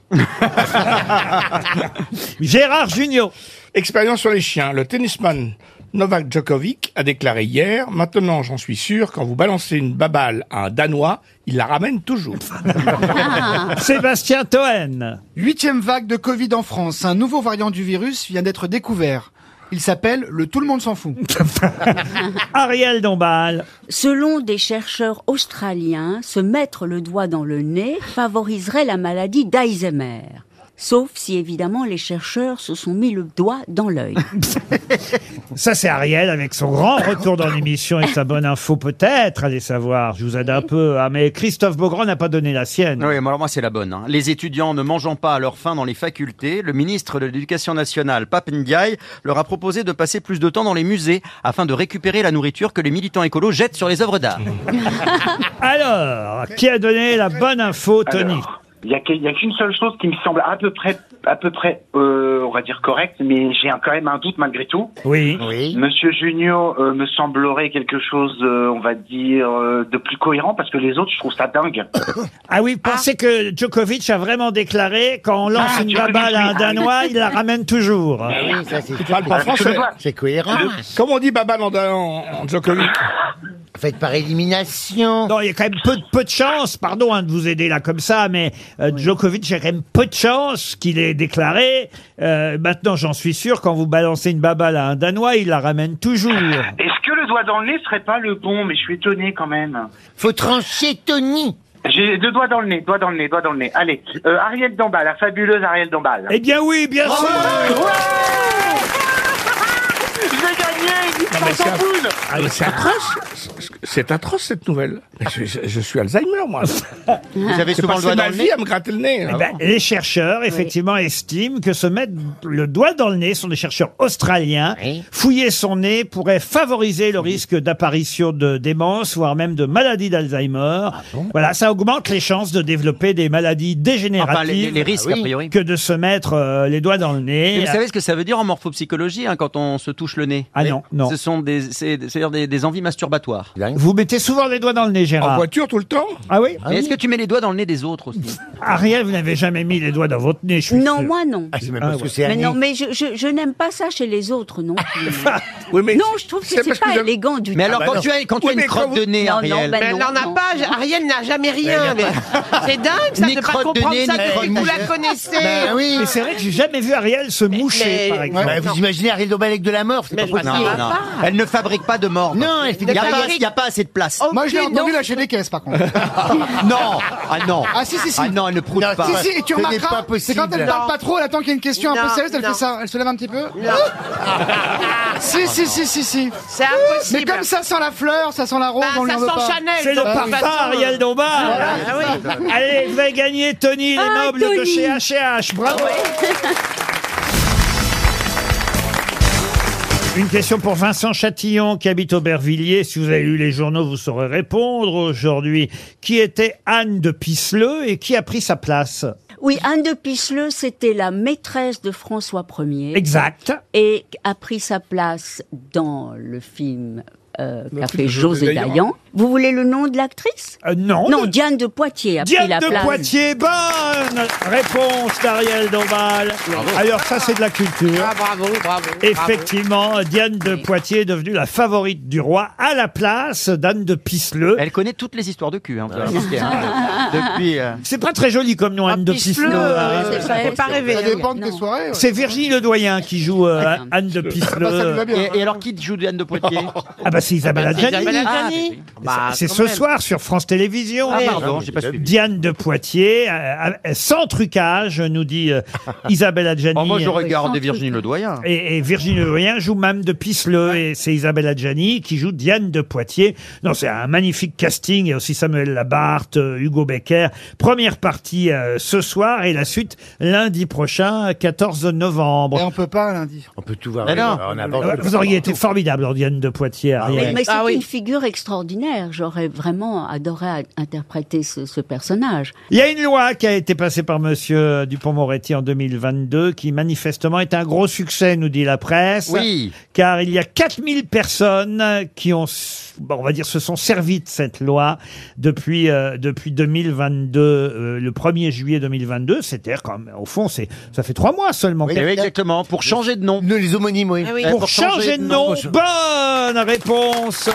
Gérard Junior. Expérience sur les chiens. Le tennisman Novak Djokovic a déclaré hier, maintenant j'en suis sûr, quand vous balancez une baballe à un Danois, il la ramène toujours. Sébastien Toen. Huitième vague de Covid en France. Un nouveau variant du virus vient d'être découvert. Il s'appelle le tout le monde s'en fout. Ariel Dombal. Selon des chercheurs australiens, se mettre le doigt dans le nez favoriserait la maladie d'Alzheimer. Sauf si, évidemment, les chercheurs se sont mis le doigt dans l'œil. Ça, c'est Ariel avec son grand retour dans l'émission et sa bonne info, peut-être. Allez savoir. Je vous aide un peu. Ah, mais Christophe Beaugrand n'a pas donné la sienne. Oui, mais alors moi, c'est la bonne. hein. Les étudiants ne mangeant pas à leur faim dans les facultés, le ministre de l'Éducation nationale, Pape Ndiaye, leur a proposé de passer plus de temps dans les musées afin de récupérer la nourriture que les militants écolos jettent sur les œuvres d'art. Alors, qui a donné la bonne info, Tony? Alors, il y a qu'il- il y a qu'une seule chose qui me semble à peu près, à peu près, euh, on va dire correcte, mais j'ai un- quand même un doute malgré tout. Oui. Oui. Monsieur Junio euh, me semblerait quelque chose, euh, on va dire, euh, de plus cohérent parce que les autres, je trouve ça dingue. Ah oui, pensez que Djokovic a vraiment déclaré quand on lance Ah, une Djokovic, baballe à un oui. Danois, il la ramène toujours. Ah oui, ça c'est Tu parles pas Parce que français. le doigt- c'est cohérent. Comme on dit baballe en, en, en Djokovic. Faites par élimination. Non, il y a quand même peu, de- peu de chance, pardon hein, de vous aider là comme ça, mais euh, Djokovic, il y a quand même peu de chance qu'il ait déclaré. Euh, maintenant, j'en suis sûr, quand vous balancez une baballe à un Danois, il la ramène toujours. Est-ce que le doigt dans le nez serait pas le bon? Mais je suis étonné quand même. Faut trancher Tony. J'ai deux doigts dans le nez, doigt dans le nez, doigt dans le nez. Allez, euh, Ariel Dombal, la fabuleuse Ariel Dombal. Eh bien oui, bien sûr. J'ai gagné, Non, mais sans c'est- boule. Ah, mais c'est atroce. C'est atroce cette nouvelle. Mais Je, je- je suis Alzheimer, moi. Vous avez J'ai souvent le passé doigt dans ma le vie nez. à me gratter le nez. Eh avant. ben, les chercheurs, effectivement, estiment que se mettre le doigt dans le nez, sont des chercheurs australiens. Oui. Fouiller son nez pourrait favoriser le risque d'apparition de démence, voire même de maladie d'Alzheimer. Voilà, ça augmente les chances de développer des maladies dégénératives Enfin, les, les- les risques, Ah oui. a priori. que de se mettre euh, les doigts dans le Et nez. vous savez ce que ça veut dire en morphopsychologie hein, quand on se touche le nez? Ah Mais non, non. Ce sont des, c'est- c'est-à-dire des, des envies masturbatoires. Là, dingue. Vous mettez souvent les doigts dans le nez, Gérard. En voiture tout le temps? Ah oui? Mais est-ce que tu mets les doigts dans le nez des autres aussi? Ariel, vous n'avez jamais mis les doigts dans votre nez, je suis Non, sûr. moi non. Ah, c'est même Ah, pas ce que ouais. c'est un Mais non, nez. mais je, je, je n'aime pas ça chez les autres non plus. Oui, mais Non, je trouve que c'est c'est parce pas que vous avez- élégant du Mais tout. alors, bah quand non. tu as, quand tu Oui, as une mais crotte quand de vous- nez, Non, non, Ariel. ben Mais elle non, n'en a non. pas, Ariel n'a jamais rien. Mais c'est dingue ça Ni de pas crotte de comprendre nez, ça ni depuis crotte que vous de la nez. connaissez. Bah oui. Mais c'est vrai que j'ai jamais vu Ariel se moucher, mais- par exemple. Bah, vous imaginez Ariel Dombal avec de la morve, c'est Mais pas je possible. m'attends Non, pas. non. Elle ne fabrique pas de morve. Non, elle fait Il des n'y a, pas- fabriques. il y a pas assez de place. Moi, je l'ai Aucune, entendu non. lâcher des caisses, par contre. Non. Ah non. Ah, si, si, si. Ah non, elle ne proute Non, pas. Si, si, et tu Ce n'est remarqueras, pas possible. c'est quand elle parle Non. pas trop, elle attend qu'il y ait une question un Non, peu sérieuse, elle non. fait ça, elle se lève un petit peu. Si, si, si, si, si. C'est Mais impossible. comme ça sent la fleur, ça sent la rose, Bah, on lui en ça veut sent pas. Chanel. C'est le donc, de toute parfum façon, Ariel Dombal. Ah oui. Allez, vous avez gagné Tony, les Ah, meubles de Tony. chez H et H. Bravo. Une question pour Vincent Chatillon qui habite Aubervilliers. Si vous avez lu les journaux, vous saurez répondre aujourd'hui. Qui était Anne de Pisseleu et qui a pris sa place? Oui, Anne de Pisseleu, c'était la maîtresse de François Ier. Exact. Et a pris sa place dans le film euh, Le qu'a film fait de José José Dayan. Dayan. Vous voulez le nom de l'actrice? Euh, non. Non, Diane de Poitiers a pris Diane la de place. Poitiers, bonne réponse d'Ariel Dombal. Alors ça, c'est de la culture. Ah, bravo, bravo. Effectivement, Diane de Poitiers est devenue la favorite du roi à la place d'Anne de Pisseleu. Elle connaît toutes les histoires de cul. Hein, vous avez remarqué, hein. Depuis. euh, C'est pas très joli comme nom, Anne de Pisseleu. Pisseleu, hein. oui, ça fait pas rêver. Ça hein. dépend de tes Non. soirées. ouais. C'est Virginie Ledoyen qui joue euh, Anne de Ah bah, ça lui Pisseleu. va bien. Et, et alors, qui joue Diane de Poitiers? Ah bah c'est Isabelle C'est Adjani. Isabelle Ah, Adjani. c'est- Bah, C'est quand ce même. soir sur France Télévisions. Ah, Et pardon, j'ai pas suivi. Diane de Poitiers, euh, euh, sans trucage, nous dit euh, Isabelle Adjani. Oh, moi, je regarde sans Virginie Ledoyen. Et, et Virginie Ledoyen joue Mme de Pisseleu et c'est Isabelle Adjani qui joue Diane de Poitiers. Non, c'est un magnifique casting. Il y a aussi Samuel Labarthe, euh, Hugo Becker. Première partie euh, ce soir et la suite lundi prochain, quatorze novembre. Et on peut pas lundi. On peut tout voir. Mais non. On a Euh, Vous auriez été formidable en Diane de Poitiers, Ariel. Mais, mais c'est Ah oui. une figure extraordinaire. J'aurais vraiment adoré a- interpréter ce, ce personnage. Il y a une loi qui a été passée par Monsieur Dupond-Moretti en deux mille vingt-deux qui manifestement est un gros succès, nous dit la presse. Oui. Car il y a quatre mille personnes qui ont, bon, on va dire, se sont servies de cette loi depuis euh, depuis deux mille vingt-deux, euh, le premier juillet deux mille vingt-deux. C'est-à-dire, quand même, au fond, c'est ça fait trois mois seulement. Oui, oui, exactement. Pour changer de nom. Nous, les homonymes, oui. Ah oui. Pour changer de nom, bonne réponse.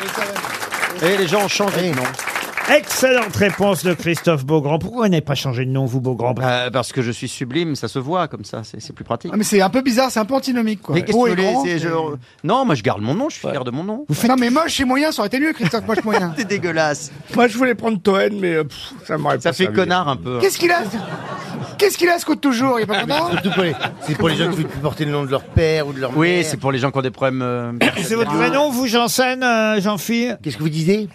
Et les gens ont changé de nom. Excellente réponse de Christophe Beaugrand. Pourquoi vous n'avez pas changé de nom, vous, Beaugrand? Bah, parce que je suis sublime, ça se voit comme ça, c'est c'est plus pratique. Ah, mais c'est un peu bizarre, c'est un peu antinomique, quoi. Mais qu'est-ce que Beau vous et voulez, grand, c'est- je- Non, moi je garde mon nom, je suis fier de mon nom. Non, mais moche et moyen, ça aurait été mieux, Christophe, moche moyen. C'est dégueulasse. Moi, je voulais prendre Toen, mais euh, pff, ça m'aurait pas Ça fait servi. connard un peu. Qu'est-ce qu'il a Qu'est-ce qu'il a, ce coup de toujours? Il est pas content? Surtout pour les, c'est pour les gens qui veulent plus porter le nom de leur père ou de leur mère. Oui, c'est pour les gens qui ont des problèmes. euh, C'est votre vrai nom, vous, Janssen, euh, Jean-Phil? Qu'est-ce que vous disiez?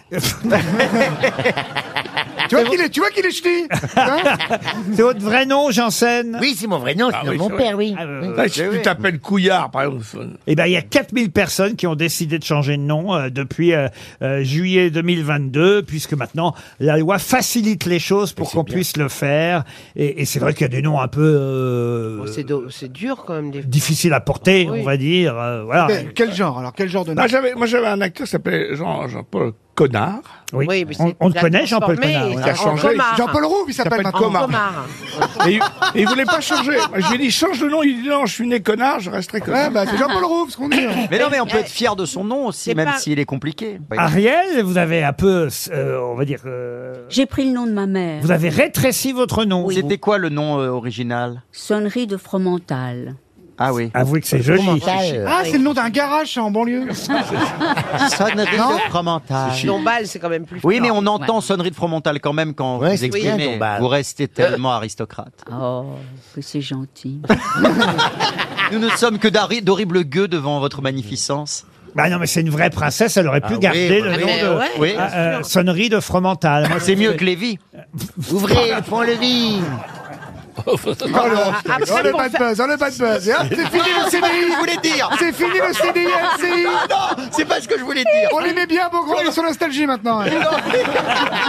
Tu vois qu'il est, tu vois qu'il est ch'ti, hein? C'est votre vrai nom, Janssen? Oui, c'est mon vrai nom, c'est Ah le nom oui, de mon c'est vrai. père, oui. Ah, euh, Là, si tu t'appelles Couillard, par exemple. Eh ben, il y a quatre mille personnes qui ont décidé de changer de nom euh, depuis euh, euh, juillet deux mille vingt-deux, puisque maintenant la loi facilite les choses pour qu'on puisse le faire. Et, et c'est vrai qu'il y a des noms un peu euh, Bon, c'est do- c'est dur quand même. Des... difficiles à porter, Oui. on va dire. euh, voilà. Quel, quel genre, alors? Quel genre de nom? Moi, j'avais, moi, j'avais un acteur qui s'appelait Jean, Jean-Paul Connard. Oui. Oui, mais on c'est- on le il a connaît, Jean-Paul transformé, Connard. il oui. a En changé. Comard. Jean-Paul Roux, il s'appelle s'appelle maintenant. Comard. Comard. Et, il- et il voulait pas changer. Moi, je lui ai dit, change de nom. Il dit, non, je suis né connard, je resterai connard. Ouais, bah, c'est Jean-Paul Roux, ce qu'on dit. Mais non, mais on peut être fier de son nom aussi, C'est même pas- s'il est compliqué. Ariel, vous avez un peu, euh, on va dire, euh, J'ai pris le nom de ma mère. vous avez rétréci votre nom. C'était quoi le nom euh, original? Sonnerie de Fromental. Ah oui. Avouez que c'est joli. Ah, c'est le nom d'un garage, ça, en banlieue. Sonnerie Non de Fromental. Dombal, c'est quand même plus Oui, fort. mais on entend sonnerie de Fromental quand même quand Ouais, vous c'est bien, exprimez. Dombal. Vous restez tellement aristocrate. Oh, que c'est gentil. Nous ne sommes que d'hari- d'horribles gueux devant votre magnificence. Bah non, mais c'est une vraie princesse, elle aurait pu Ah oui, garder voilà. le nom Mais de ouais, Oui. ah, euh, sonnerie de Fromental. Moi, C'est mieux que Lévy. Ouvrez le pont-levis. Oh, le, Après, oh, le pour bad faire- buzz, oh, le bad buzz. Et hop, c'est fini le C D I. Je voulais dire. C'est fini le C D I L C I. Non, c'est pas ce que je voulais dire. On l'aimait bien, Beaugrand, il est sur nostalgie maintenant. hein.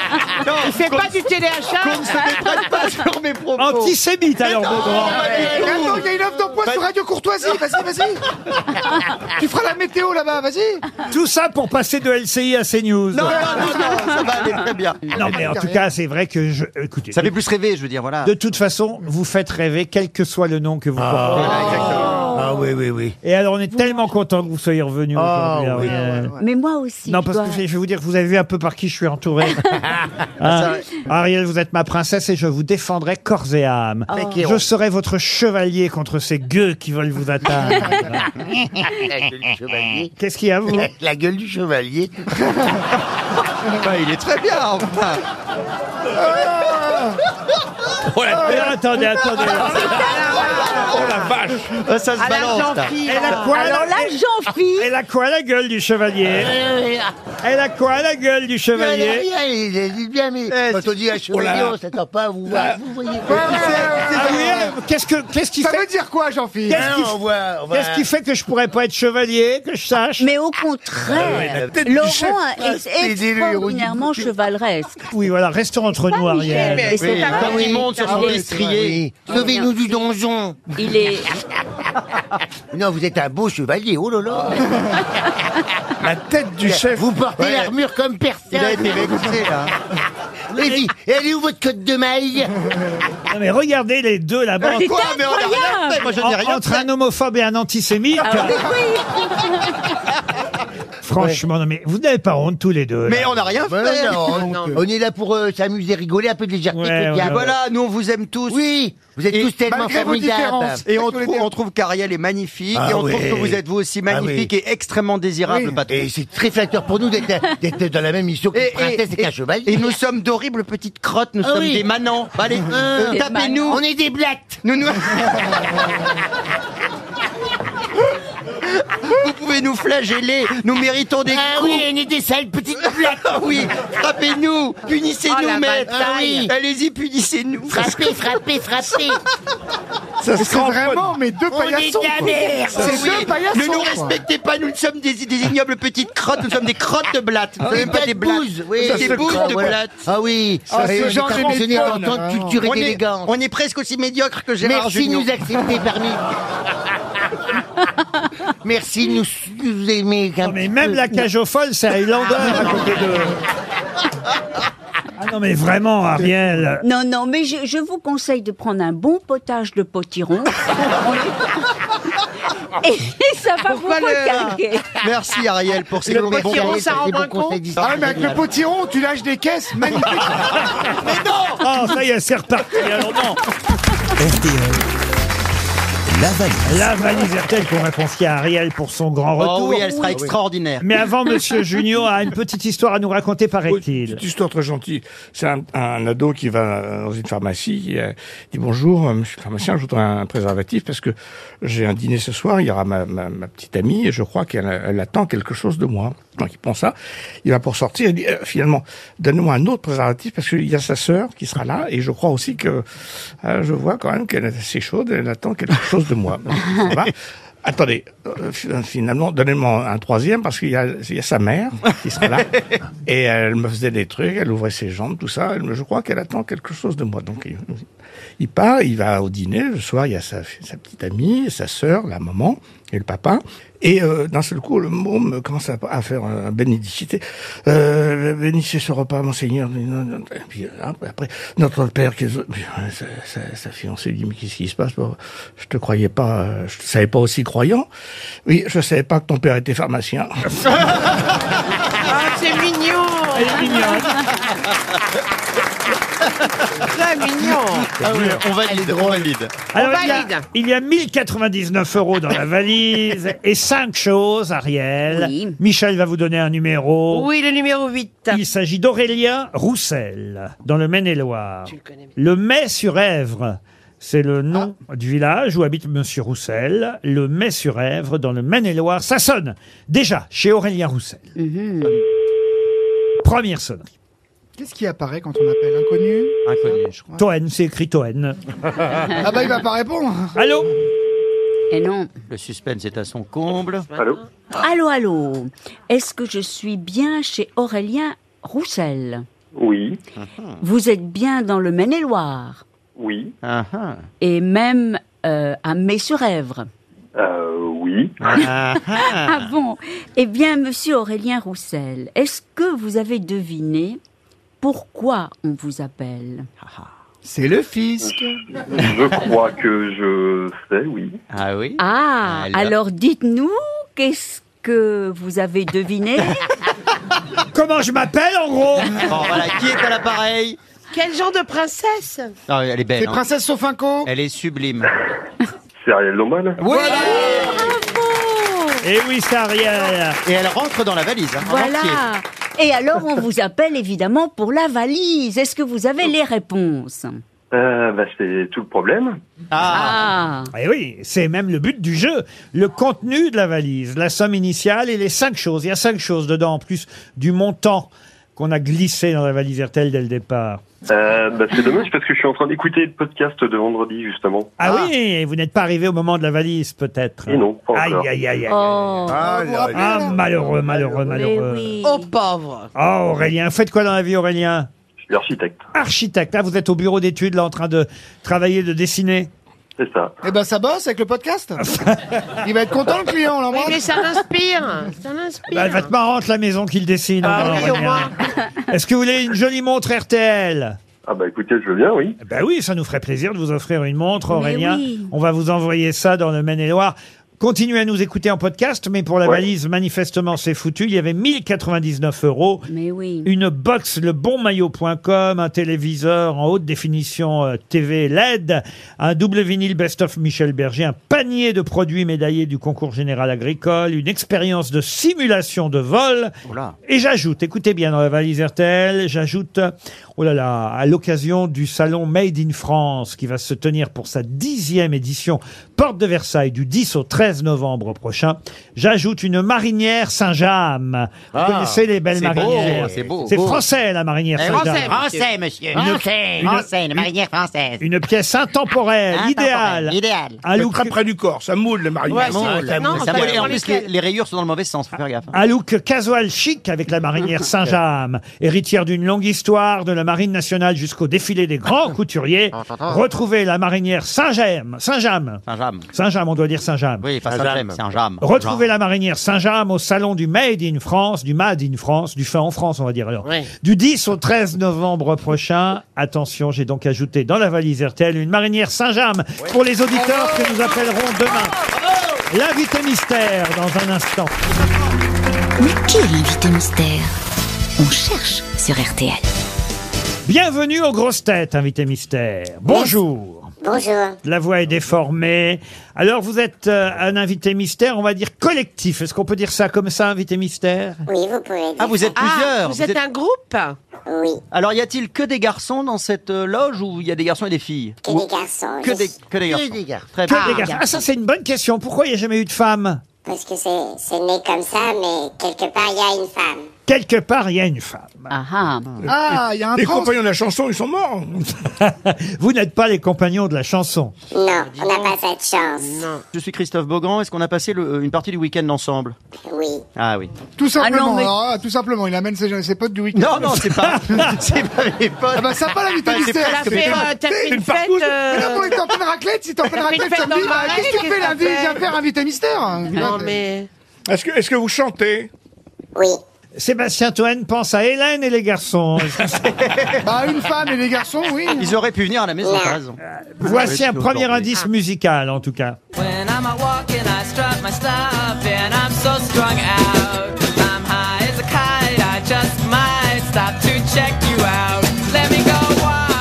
Non, tu fais pas du téléachat. Qu'on ne se méprenne pas sur mes propos. Antisémite alors, Beaugrand. Mais attends, il y a une offre d'emploi sur Radio Courtoisie. Vas-y, vas-y. Tu feras la météo là-bas, vas-y. Tout ça pour passer de L C I à CNews. Non, non, non, non, ça va aller très bien. Non, mais en tout cas, c'est vrai que je. Écoutez. Ça fait plus rêver, je veux dire, voilà. De toute façon, vous faites rêver, quel que soit le nom que vous Ah, portez. exactement. Ah oui, oui, oui. Et alors, on est tellement content que vous soyez revenu Ah, aujourd'hui. oui. Ariel. Mais moi aussi. Non, je parce dois- que je vais vous dire, vous avez vu un peu par qui je suis entouré. Hein Ariel, vous êtes ma princesse et je vous défendrai corps et âme. Oh. Je serai votre chevalier contre ces gueux qui veulent vous atteindre. La gueule du chevalier. Qu'est-ce qu'il y a, vous La, la gueule du chevalier. Bah, il est très bien, enfin. Oh la... Mais attendez, attendez. Oh la vache. Ah, ça se À la balance, là. Jean-Philippe. Elle a quoi, Alors la... là, Jean-Philippe. Elle a quoi la gueule du chevalier Elle a quoi la gueule du chevalier Il est bien, mais quand on dit un chevalier, on s'attend pas à vous voir. Vous voyez. Ah oui, euh, qu'est-ce que qu'est-ce qui Ça fait veut dire quoi, Jean-Philippe? Qu'est-ce qui, on voit, on voit. qu'est-ce qui fait que je pourrais pas être chevalier, que je sache Mais au contraire, Laurent est extraordinairement chevaleresque. Oui, voilà, restons entre nous, Ariel. Mais c'est Oui, pas quand vrai. il monte sur son Oui, destrier. oui. Sauvez-nous du donjon. Il est. Non, vous êtes un beau chevalier, oh là là. La tête du chef. Vous portez Ouais. l'armure comme personne. Il a été vexé, là. Et puis, elle est où votre cote de maille? Non, mais regardez les deux là-bas. C'est Quoi, mais on a rien fait. Moi, je n'ai En- rien entre fait. un homophobe et un antisémite. Ah oui, oui. Franchement, non, mais vous n'avez pas honte tous les deux. là. Mais on n'a rien Ouais, fait. non, on, on est là pour euh, s'amuser, rigoler, un peu de légèreté. Ouais, c'est ouais, bien. Et voilà, nous, on vous aime tous. Oui, vous êtes Et tous tellement malgré vos formidables. différences. Et on, C'est ce que je voulais trouve, dire. on trouve qu'Ariel est magnifique. Ah et on oui. trouve que vous êtes vous aussi magnifique Ah et extrêmement désirable, Oui. patron. Et c'est très flatteur pour nous d'être d'être dans la même mission qu'une Et, princesse et, qu'un chevalier. et nous sommes d'horribles petites crottes, nous Ah sommes oui. des manants. Allez, euh, Des tapez-nous. On est des blattes. Nous, nous... Vous pouvez nous flageller, nous méritons des Ah coups. oui, on est des sales petites blattes. Ah oui, frappez-nous, Oh, punissez-nous, la maître. bataille. Ah oui. Allez-y, punissez-nous. Frappez, frappez, frappez. Ça se C'est cramponne. vraiment mes deux On est paillassons. de la quoi. merde. C'est Oui. deux paillassons. Ne nous quoi. respectez pas, nous ne sommes des, des ignobles petites crottes, nous sommes des crottes de blattes. Nous ne On est sommes pas pas des de blattes. bouses, oui. Des se bouses croit, de voilà. blattes. Ah oui, Ah, ce Et genre on est de fonctionné méthode, en tant de culture et On est, d'élégance. on est presque aussi médiocre que Gérard Merci de Jugnot. nous accepter parmi. Merci de nous, nous aimer. un Non, mais petit même peu. la cage aux folles, c'est Highlander à côté de. Ah non, mais vraiment, Ariel. Non, non, mais je, je vous conseille de prendre un bon potage de potiron. Et ça va Pourquoi vous le- recalquer. Merci Ariel pour ces Le bons potiron, conseils. ça rend des bon bons conseil conseils. Ah ouais, mais avec le potiron, tu lâches des caisses magnifiques. Oh, ça y est, c'est reparti. Alors non. R T L, la valise. La valise R T L qu'on va confier à Ariel pour son grand retour. Oh oui, elle sera extraordinaire. Mais avant, Monsieur Junio a une petite histoire à nous raconter, Oui, paraît-il. petite histoire très gentille. C'est un, un ado qui va dans une pharmacie, qui euh, dit bonjour, euh, monsieur le pharmacien, je voudrais un préservatif parce que j'ai un dîner ce soir, il y aura ma, ma, ma petite amie et je crois qu'elle elle attend quelque chose de moi. Donc il pense ça, il va pour sortir, il dit euh, finalement, donne-moi un autre préservatif parce qu'il y a sa sœur qui sera là et je crois aussi que euh, je vois quand même qu'elle est assez chaude, elle attend quelque chose de moi. Ça va. Attendez, euh, finalement, donnez-moi un troisième parce qu'il y a, il y a sa mère qui sera là et elle me faisait des trucs, elle ouvrait ses jambes, tout ça. Elle me- je crois qu'elle attend quelque chose de moi. Donc il, il part, il va au dîner. Le soir, il y a sa, sa petite amie, sa sœur, la maman et le papa. Et euh, d'un seul coup, le môme commence à, à faire un bénédicité. Euh, bénissez ce repas, monseigneur. Et puis hop, après, notre père, qui est... sa, sa, sa fiancée dit, mais qu'est-ce qui se passe? Bon, je te croyais pas, euh, je te savais pas aussi croyant. Oui, je savais pas que ton père était pharmacien. Ah, c'est mignon. Elle est mignonne. Très mignon. Ah oui, on valide, on valide. Alors, On il y a- valide. il y a mille quatre-vingt-dix-neuf euros dans la valise et cinq choses, Ariel. Oui. Michel va vous donner un numéro. Oui, le numéro huit. Il s'agit d'Aurélien Roussel, dans le Maine-et-Loire. Le Mai-sur-Èvre, c'est le nom du village où habite Monsieur Roussel. Le Mai-sur-Èvre, dans le Maine-et-Loire. Ça sonne déjà chez Aurélien Roussel. Première sonnerie. Qu'est-ce qui apparaît quand on appelle inconnu? Inconnu, je crois. Toen, c'est écrit Toen. Ah bah il va pas répondre. Allô? Et non. Le suspense est à son comble. Allô? Allô, allô. Est-ce que je suis bien chez Aurélien Roussel? Oui. Vous êtes bien dans le Maine-et-Loire. Oui. Et même euh, à Mai-sur-Èvre. Euh, oui. Ah bon? Eh bien, monsieur Aurélien Roussel, est-ce que vous avez deviné pourquoi on vous appelle? C'est le fisc. Je crois que je sais, oui. Ah oui. Ah, Alors. alors dites-nous, qu'est-ce que vous avez deviné? Comment je m'appelle, en gros? Bon, voilà, qui est à l'appareil? Quel genre de princesse? Ah, elle est belle. C'est hein. Princesse Sofinco. Elle est sublime. C'est Ariel Dombal. Oui. Et oui, c'est Ariel. Et elle rentre dans la valise. Hein, en Voilà. entier. Et alors, on vous appelle évidemment pour la valise. Est-ce que vous avez les réponses? Euh, bah, c'est tout le problème. Ah. Et oui, c'est même le but du jeu. Le contenu de la valise, la somme initiale et les cinq choses. Il y a cinq choses dedans, en plus du montant qu'on a glissé dans la valise R T L dès le départ. Euh, bah, c'est dommage parce que je suis en train d'écouter le podcast de vendredi, justement. Ah, oui, et vous n'êtes pas arrivé au moment de la valise, peut-être. Et non, pas Aïe, encore. aïe, aïe, aïe. Oh. Ah, ah, malheureux, malheureux, malheureux. oui. Oh, pauvre. Oh, Aurélien, faites quoi dans la vie, Aurélien? Je suis architecte. Architecte. Là, vous êtes au bureau d'études, là, en train de travailler, de dessiner. C'est ça. Eh ben, ça bosse avec le podcast. Il va être content, le client, là. Oui, mais ça l'inspire. Ça l'inspire. Bah, elle va être marrante, la maison qu'il dessine. Ah hein, oui, au Aurélien. moins. Est-ce que vous voulez une jolie montre R T L? Ah bah écoutez, je veux bien, oui. Ben oui, ça nous ferait plaisir de vous offrir une montre, Aurélien. oui. On va vous envoyer ça dans le Maine-et-Loire. Continuez à nous écouter en podcast, mais pour la Ouais. valise, manifestement, c'est foutu. Il y avait mille quatre-vingt-dix-neuf euros. Mais oui. Une box lebonmaillot point com, un téléviseur en haute définition euh, T V L E D, un double vinyle best-of Michel Berger, un panier de produits médaillés du concours général agricole, une expérience de simulation de vol. Oh là. Et j'ajoute, écoutez bien dans la valise R T L, j'ajoute, oh là là, à l'occasion du salon Made in France qui va se tenir pour sa dixième édition, porte de Versailles, du dix au treize novembre prochain, j'ajoute une marinière Saint-James. Vous Ah, connaissez les belles c'est beau, marinières? c'est beau. C'est Beau. français, la marinière Eh, Saint-James. Français, monsieur. Une- Français, une- français, une- la marinière française. Une pièce intemporelle, idéale. Idéal. Un look, Très près du corps, ça moule le mariage. Ouais, Bon, c'est- ça non, moule, ça ça moule. Et dépend en plus, les, lesquels. les rayures sont dans le mauvais sens, faut faire gaffe. hein. un look casual chic avec la marinière Saint-James, héritière d'une longue histoire de la marine nationale jusqu'au défilé des grands couturiers. Retrouvez la marinière Saint-James, Saint-James. Saint-James. Saint-James, on doit dire Saint-James. Oui, pas Saint-James, c'est un jam. Retrouvez la marinière Saint-James au salon du Made in France, du Made in France, du fait en France, on va dire alors. Oui. Du dix au treize novembre prochain. Attention, j'ai donc ajouté dans la valise R T L une marinière Saint-James pour les auditeurs que nous appellerons demain. L'invité mystère dans un instant. Mais qui est l'invité mystère? On cherche sur R T L. Bienvenue aux grosses têtes, invité mystère. Bonjour. Bonjour. La voix est déformée. Alors, vous êtes euh, un invité mystère, on va dire collectif. Est-ce qu'on peut dire ça comme ça, invité mystère? Oui, vous pouvez dire Ah, vous êtes Ah, plusieurs. vous êtes un groupe? Oui, Alors, y a-t-il que des garçons dans cette euh, loge ou il y a des garçons et des filles? que Ou- des garçons. Que Je- des, que des garçons. des garçons. Très Que bien. des garçons. Ah, ça, c'est une bonne question. Pourquoi il n'y a jamais eu de femme? Parce que c'est c'est né comme ça, mais quelque part, il y a une femme. Quelque part, il y a une femme. Ah ah. Ah, il y a un Les trans. compagnons de la chanson, ils sont morts. Vous n'êtes pas les compagnons de la chanson. Non, on n'a pas cette chance. Non. Je suis Christophe Beaugrand. Est-ce qu'on a passé le- une partie du week-end ensemble? Oui. Ah oui. Tout simplement, Ah non, mais- alors, ah, tout simplement, il amène ses, ses potes du week-end. Non, non, c'est pas, c'est pas mes potes. Ah bah sympa l'invité Bah, c'est mystère. pas- T'as fait, euh, t'as fait une fête. euh, Mais non, pour être en pleine raclette, si t'es en pleine T'as fait une raclette fête samedi, dans le bah, Marais, qu'est-ce que tu qu'est-ce fais que lundi? t'as fait Viens faire invité mystère. Non, mais. Est-ce que, est-ce que vous chantez? Oui. Sébastien Toen pense à Hélène et les garçons. Bah, une femme et des garçons, oui. Ils auraient pu venir à la maison, t'as raison. Voici un Oui, premier aujourd'hui. indice musical, en tout cas. When I'm out walking, I strut my stuff, and I'm so strung out. I'm high as a kite, I just might stop to check you out. Let me go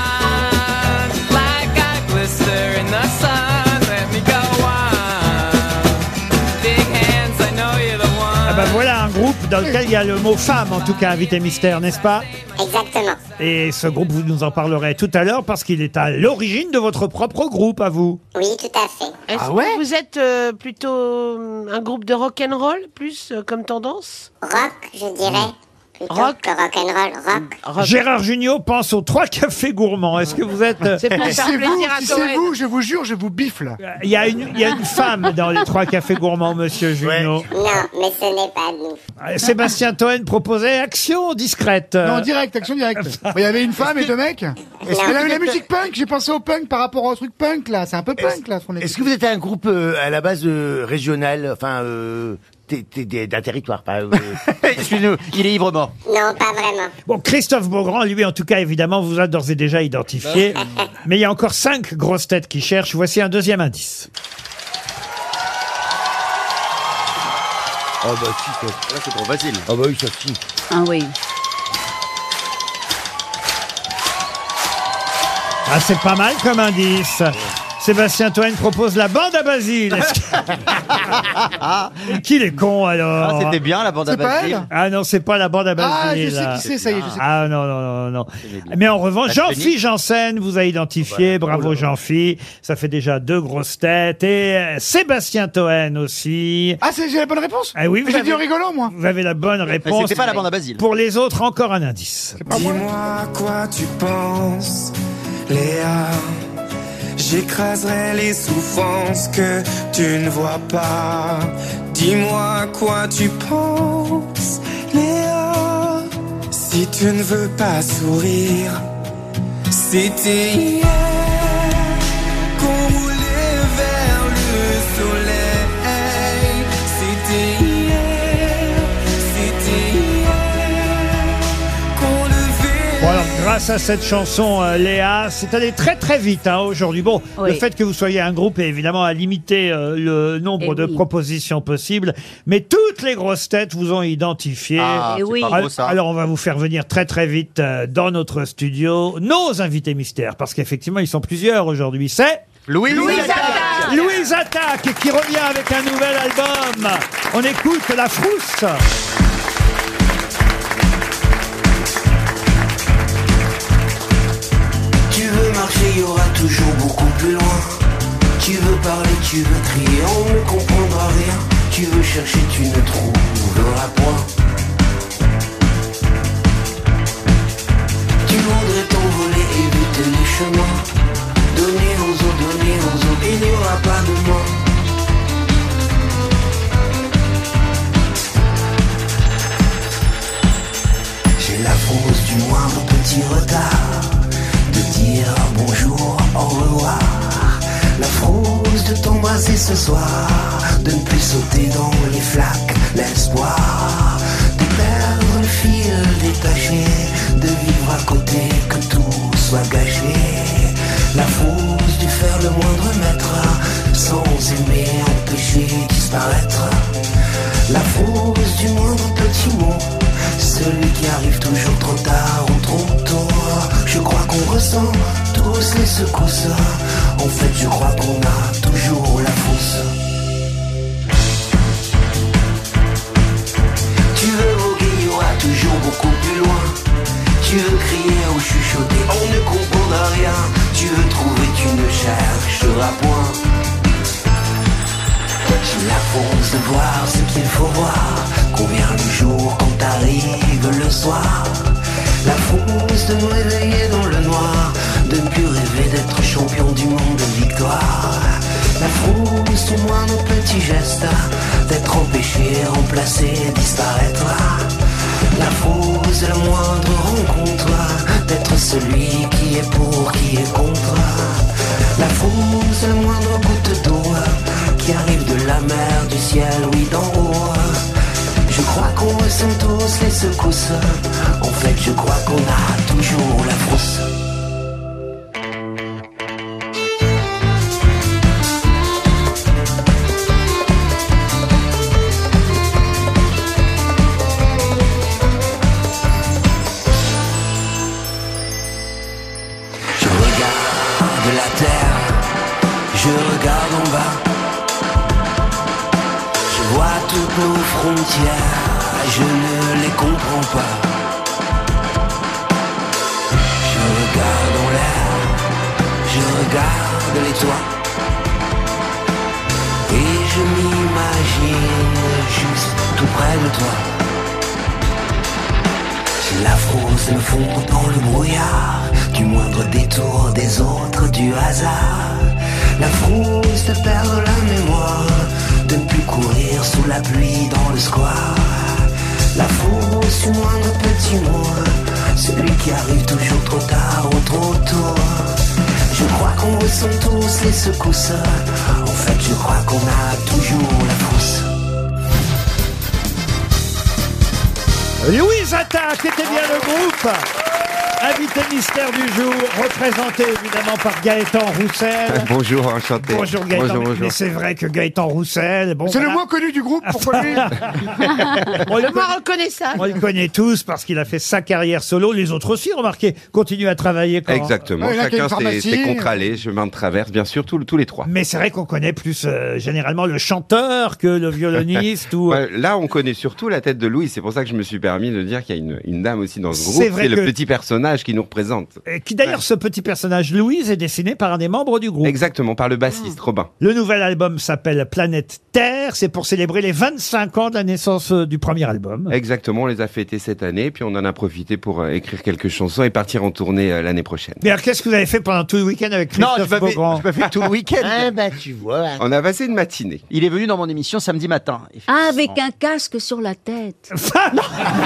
on, like I glister in the sun. Let me go on. Big hands, I know you're the one. Ah bah voilà un groupe dans lequel il y a le mot femme, en tout cas, invité mystère, n'est-ce pas? Exactement. Et ce groupe, vous nous en parlerez tout à l'heure parce qu'il est à l'origine de votre propre groupe, à vous. Oui, tout à fait. Est-ce Ah ouais que vous êtes euh, plutôt euh, un groupe de rock and roll, plus euh, comme tendance? Rock, je dirais. plutôt Rock. que rock'n'roll. Rock. Rock. Gérard Jugnot pense aux trois cafés gourmands. Est-ce que vous êtes... euh, C'est pour Si faire c'est vous, plaisir à si Toen. c'est vous, je vous jure, je vous biffe là. Il y, a une, il y a une femme dans les trois cafés gourmands, monsieur Jugnot. Non, mais ce n'est pas nous. Euh, Sébastien Toen proposait action discrète. Euh, Non, direct, action directe. Il y avait une femme et deux mecs. Et la, la musique punk, j'ai pensé au punk par rapport au truc punk là. C'est un peu punk là. ce qu'on Est-ce que vous êtes un groupe euh, à la base euh, régional, enfin euh, t- t- t- d'un territoire, pas euh, Excusez-nous, il est ivre mort. Non, pas vraiment. Bon, Christophe Beaugrand, lui, en tout cas, évidemment, vous a d'ores et déjà identifié. Mais il y a encore cinq grosses têtes qui cherchent. Voici un deuxième indice. Oh bah si, ça. Là, c'est trop facile. Oh bah oui, ça si. Ah oui. Ah, c'est pas mal comme indice. Sébastien Toen propose la bande à Basile. Est-ce que- Qu'il est con, alors. Ah, c'était bien la bande à C'est pas Basile. elle Ah non, c'est pas la bande à Basile. Ah, je sais qui c'est, ça y est, je sais. Ah non, non, non, non. Mais en revanche, La Jean-Philippe Janssen vous a identifié. Bravo Jean-Philippe. Ça fait déjà deux grosses têtes. Et euh, Sébastien Toen aussi. Ah, c'est- j'ai la bonne réponse. Ah oui, vous J'ai dit avez, en rigolant moi. vous avez la bonne Mais réponse. c'était pas la bande à Basile. Pour les autres, encore un indice. Dis-moi quoi tu penses, Léa. J'écraserai les souffrances que tu ne vois pas. Dis-moi quoi tu penses, Léa. Si tu ne veux pas sourire, c'était hier qu'on roulait vers le soleil. C'était hier, c'était hier qu'on levait. Bon alors, grâce à cette chanson, euh, Léa, c'est allé très très vite hein, aujourd'hui. Bon, Oui. le fait que vous soyez un groupe est évidemment à limiter euh, le nombre Eh de oui. propositions possibles, mais toutes les grosses têtes vous ont identifié. Ah, Eh c'est oui. pas Al- beau, ça. Alors on va vous faire venir très très vite euh, dans notre studio nos invités mystères, parce qu'effectivement ils sont plusieurs aujourd'hui. C'est Louis, Louise Attaque. Louise Attaque qui revient avec un nouvel album. On écoute La Frousse. Tu veux marcher, il y aura toujours beaucoup plus loin. Tu veux parler, tu veux crier, on ne comprendra rien. Tu veux chercher, tu ne trouveras point. Tu voudrais t'envoler, éviter les chemins. Donner aux autres, donner aux autres, il n'y aura pas de moi. J'ai la fausse du moindre petit retard, de dire bonjour, au revoir. La frousse de t'embrasser ce soir, de ne plus sauter dans les flaques, l'espoir de perdre le fil détaché, de vivre à côté, que tout soit gâché. La frousse du faire le moindre mètre, sans aimer, empêcher disparaître. La frousse du moindre petit mot, celui qui arrive toujours trop tard ou trop tôt. Je crois qu'on ressent tous les secousses. En fait, je crois qu'on a toujours la frousse. Tu veux voguer, il y aura toujours beaucoup plus loin. Tu veux crier ou chuchoter, on ne comprendra rien. Tu veux trouver, tu ne chercheras point. J'ai la force de voir ce qu'il faut voir, qu'on vient le jour quand arrive le soir. La frousse de me réveiller dans le noir, de ne plus rêver d'être champion du monde de victoire. La frousse du moindre petit geste, d'être empêché, remplacé, disparaître. La frousse de la moindre rencontre, d'être celui qui est pour, qui est contre. La frousse de la moindre goutte d'eau, qui arrive de la mer, du ciel, oui d'en haut. Je crois qu'on ressent tous les secousses. En fait, je crois qu'on a toujours la frousse. Je regarde la terre, je regarde en bas. Je vois toutes nos frontières, je ne les comprends pas. Je regarde en l'air, je regarde les toits. Et je m'imagine juste tout près de toi. La fausse me fond dans le brouillard, du moindre détour des autres, du hasard. La frousse de perdre la mémoire, de ne plus courir sous la pluie dans le square. La fausse du moindre petit mot, celui qui arrive toujours trop tard ou trop tôt. Je crois qu'on ressent tous les secousses, en fait je crois qu'on a toujours la frousse. Louise Attaque était bien le groupe. Invité mystère du jour, représenté évidemment par Gaëtan Roussel. Bonjour, enchanté. Bonjour Gaëtan. Bonjour, mais- bonjour. Mais c'est vrai que Gaëtan Roussel, bon, C'est le voilà. moins connu du groupe, pourquoi lui On le, Le moins reconnaissable. on le connaît tous parce qu'il a fait sa carrière solo. Les autres aussi, remarquez, continuent à travailler quand Exactement, Ouais, il y en a qui a chacun une ses, pharmacie. ses contre-allées, chemin de traverse, bien sûr, tous, tous les trois. Mais c'est vrai qu'on connaît plus euh, généralement le chanteur que le violoniste ou. Ouais, là, on connaît surtout la tête de Louis. C'est pour ça que je me suis permis de dire qu'il y a une, une dame aussi dans ce C'est groupe. vrai C'est que- le petit personnage qui nous représente. Et qui d'ailleurs, ce petit personnage Louise est dessiné par un des membres du groupe. Exactement, par le bassiste Robin. Le nouvel album s'appelle Planète Terre. C'est pour célébrer les vingt-cinq ans de la naissance euh, du premier album. Exactement, on les a fêtés cette année, puis on en a profité pour euh, écrire quelques chansons et partir en tournée euh, l'année prochaine. Mais alors, qu'est-ce que vous avez fait pendant tout le week-end avec Non, Christophe je m'avais Beaugrand je m'avais fait tout le week-end. Ah bah tu vois. On a passé une matinée. Il est venu dans mon émission samedi matin. Ah, avec un casque sur la tête. Non,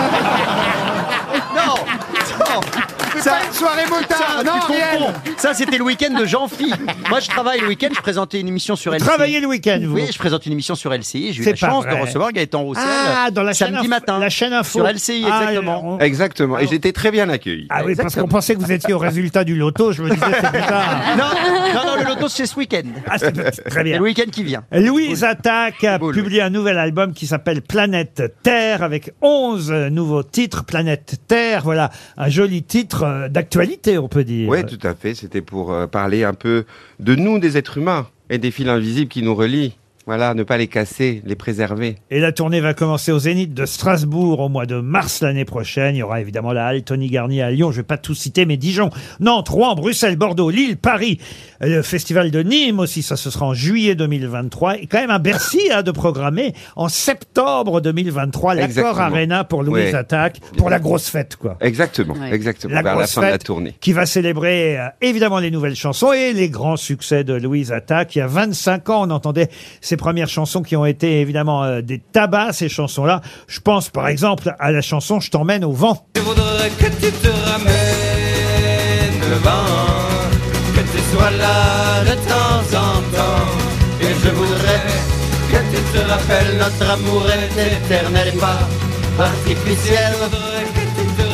non. C'est pas une soirée motard, Ça, non, tu Ariel. comprends. Ça, c'était le week-end de Jean-Phi. Moi, je travaille le week-end, je présentais une émission sur L C I. Travaillez le week-end, vous. Oui, je présente une émission sur L C I. J'ai eu C'est la pas chance vrai. de recevoir Gaëtan Roussel Ah, dans la chaîne samedi info- matin. la chaîne info. Sur L C I, Ah, exactement. on- Exactement, et j'étais très bien accueilli. Ah oui, parce Exactement. qu'on pensait que vous étiez au résultat du loto. Je me disais, c'est bizarre. Non, non, non, le loto, c'est ce week-end. Ah, c'est très C'est bien. le week-end qui vient. Louise Attaque a Cool. publié un nouvel album qui s'appelle Planète Terre avec onze nouveaux titres. Planète Terre, voilà, un joli titre euh, d'actualité, on peut dire. Oui, tout à fait. C'était pour euh, parler un peu de nous, des êtres humains, et des fils invisibles qui nous relient. Voilà, ne pas les casser, les préserver. Et la tournée va commencer au Zénith de Strasbourg au mois de mars l'année prochaine. Il y aura évidemment la halle Tony Garnier à Lyon. Je vais pas tout citer, mais Dijon, Nantes, Rouen, Bruxelles, Bordeaux, Lille, Paris. Le festival de Nîmes aussi, ça ce sera en juillet deux mille vingt-trois. Et quand même un Bercy hein, de programmer en septembre deux mille vingt-trois. L'Accor Exactement. Arena pour Louise Ouais. Attaque, pour la grosse fête, quoi. Exactement, Ouais. exactement, La vers la grosse fin de la fête tournée. qui va célébrer euh, évidemment les nouvelles chansons et les grands succès de Louise Attaque. Il y a vingt-cinq ans, on entendait ses premières chansons qui ont été évidemment euh, des tabacs, ces chansons-là. Je pense par exemple à la chanson Je t'emmène au vent. Je voudrais que tu te ramènes le vent, que tu sois là de temps en temps. Et je voudrais que tu te rappelles notre amour est éternel et pas artificiel. Je voudrais que tu te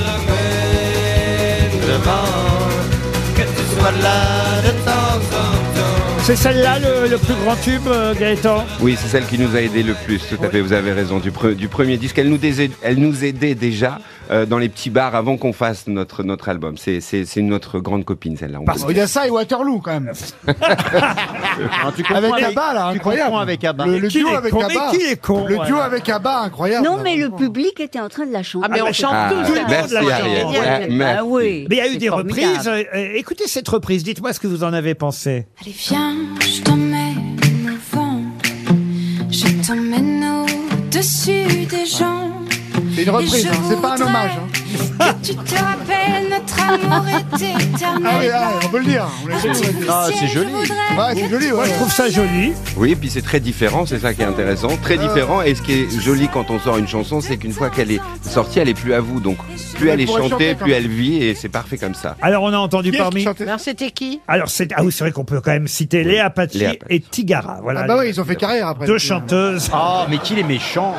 ramènes le vent, que tu sois là de temps en temps. C'est celle-là le, le plus grand tube, euh, Gaëtan? Oui, c'est celle qui nous a aidé le plus, tout à fait, vous avez raison, du, pre- du premier disque. Elle nous, dés- elle nous aidait déjà euh, dans les petits bars avant qu'on fasse notre, notre album. C'est, c'est, c'est notre grande copine, celle-là. on peut Oh, il y a ça et Waterloo quand même. Alors, tu comprends Avec Abba là, tu incroyable. comprends avec Abba. Le, le Qui duo est avec con, Abba. mais qui est con, Le duo voilà. avec Abba, incroyable. Non, mais le public était en train de la chanter. Ah, mais on chante Ah, tous. ouais. là. Merci, la chanson. Ariel. Ah, Ah, merci. oui. Mais il y a eu C'est des formidable. reprises. Euh, euh, écoutez cette reprise, dites-moi ce que vous en avez pensé. Allez viens, je t'emmène au vent, je t'emmène au-dessus des gens. C'est une reprise, Et je hein, c'est pas un voudrais hommage. hein. Que tu te rappelles, notre amour est éternel. Ah oui, ah, on peut le dire. On l'a dit, on l'a dit. Ah, c'est joli. Ouais, c'est joli, Moi, ouais. je trouve ça joli. Oui, et puis c'est très différent, c'est ça qui est intéressant. Très différent, et ce qui est joli quand on sort une chanson, c'est qu'une fois qu'elle est sortie, elle est plus à vous. Donc, plus elle est pourrait chanter, chantée, quand plus même. elle vit, et c'est parfait comme ça. Alors, on a entendu Qui est-ce qui parmi. chantait Alors, c'était qui Alors, c'est ah oui, c'est vrai qu'on peut quand même citer Léa Pachi Léa Pachi. et Tigara. Voilà. Ah bah oui, ils ont fait carrière après. Deux chanteuses. Oh, mais qu'il est méchant.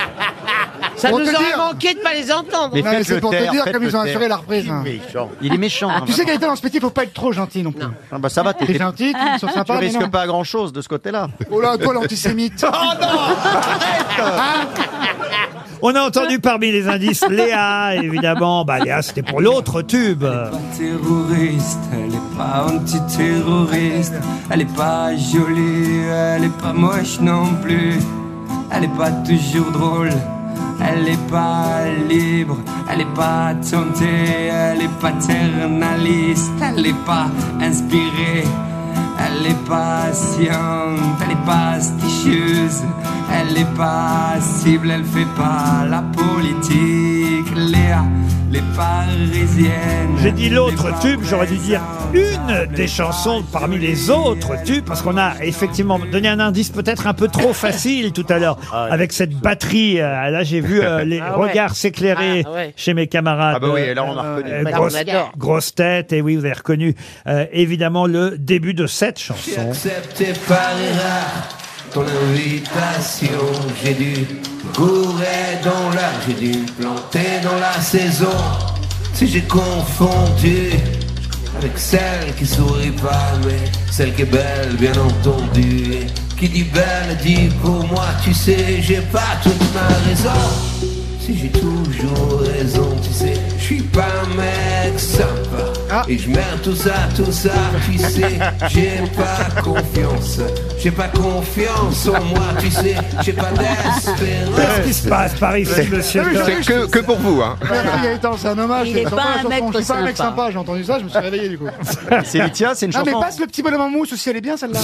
Ça Pour nous te aurait dire. manqué de pas les entendre. Mais Non, mais faites c'est le pour te taire, dire faites comme le ils ont assuré taire. la reprise. hein. Il est méchant. hein, Tu sais, vraiment. Gaëtan, dans ce métier, faut pas être trop gentil non plus. Ah bah ça va, t'es T'es gentil, ils sont tu sympas, mais risques non. pas grand chose de ce côté-là. Oh là, toi l'antisémite. Oh non, arrête. On a entendu parmi les indices Léa, évidemment. Bah, Léa, c'était pour l'autre tube. Terroriste, elle est pas antiterroriste, elle est pas jolie, elle est pas moche non plus, elle est pas toujours drôle, elle est pas libre, elle est pas tentée, elle est paternaliste, elle est pas inspirée, elle est patiente, elle est pas stichieuse, elle est pas cible, elle fait pas la politique. Léa, les Parisiennes. J'ai dit l'autre tube, j'aurais dû dire une des chansons parmi les autres tubes, parce qu'on a effectivement donné un indice peut-être un peu trop facile tout à l'heure, avec cette batterie. euh, Là, j'ai vu euh, les Ah ouais. regards s'éclairer Ah ouais. chez mes camarades. Ah bah oui, là, on a reconnu. Euh, Bah, grosse, on adore. grosse tête, et oui, vous avez reconnu euh, évidemment le début de cette J'ai chanson. accepté par erreur ton invitation. J'ai dû courir dans l'heure, j'ai dû planter dans la saison. Si j'ai confondu avec celle qui sourit pas, mais celle qui est belle, bien entendu. Et qui dit belle dit pour moi, tu sais, j'ai pas toute ma raison. Si j'ai toujours raison, tu sais, je suis pas un mec sympa. Et je merde tout ça, tout ça, tu sais, j'ai pas confiance. J'ai pas confiance en moi, tu sais, j'ai pas d'espérance. Qu'est-ce qui se passe par ici, monsieur Oui, Toen c'est Que, que pour vous, hein. Merci Gaëtan, c'est un hommage. Il c'est est sympa, pas la un chanson. mec Je suis pas un mec sympa. sympa, j'ai entendu ça, je me suis réveillé du coup. C'est les tiens, c'est une Non mais chanson. passe le petit bonhomme en mousse aussi, elle est bien celle-là.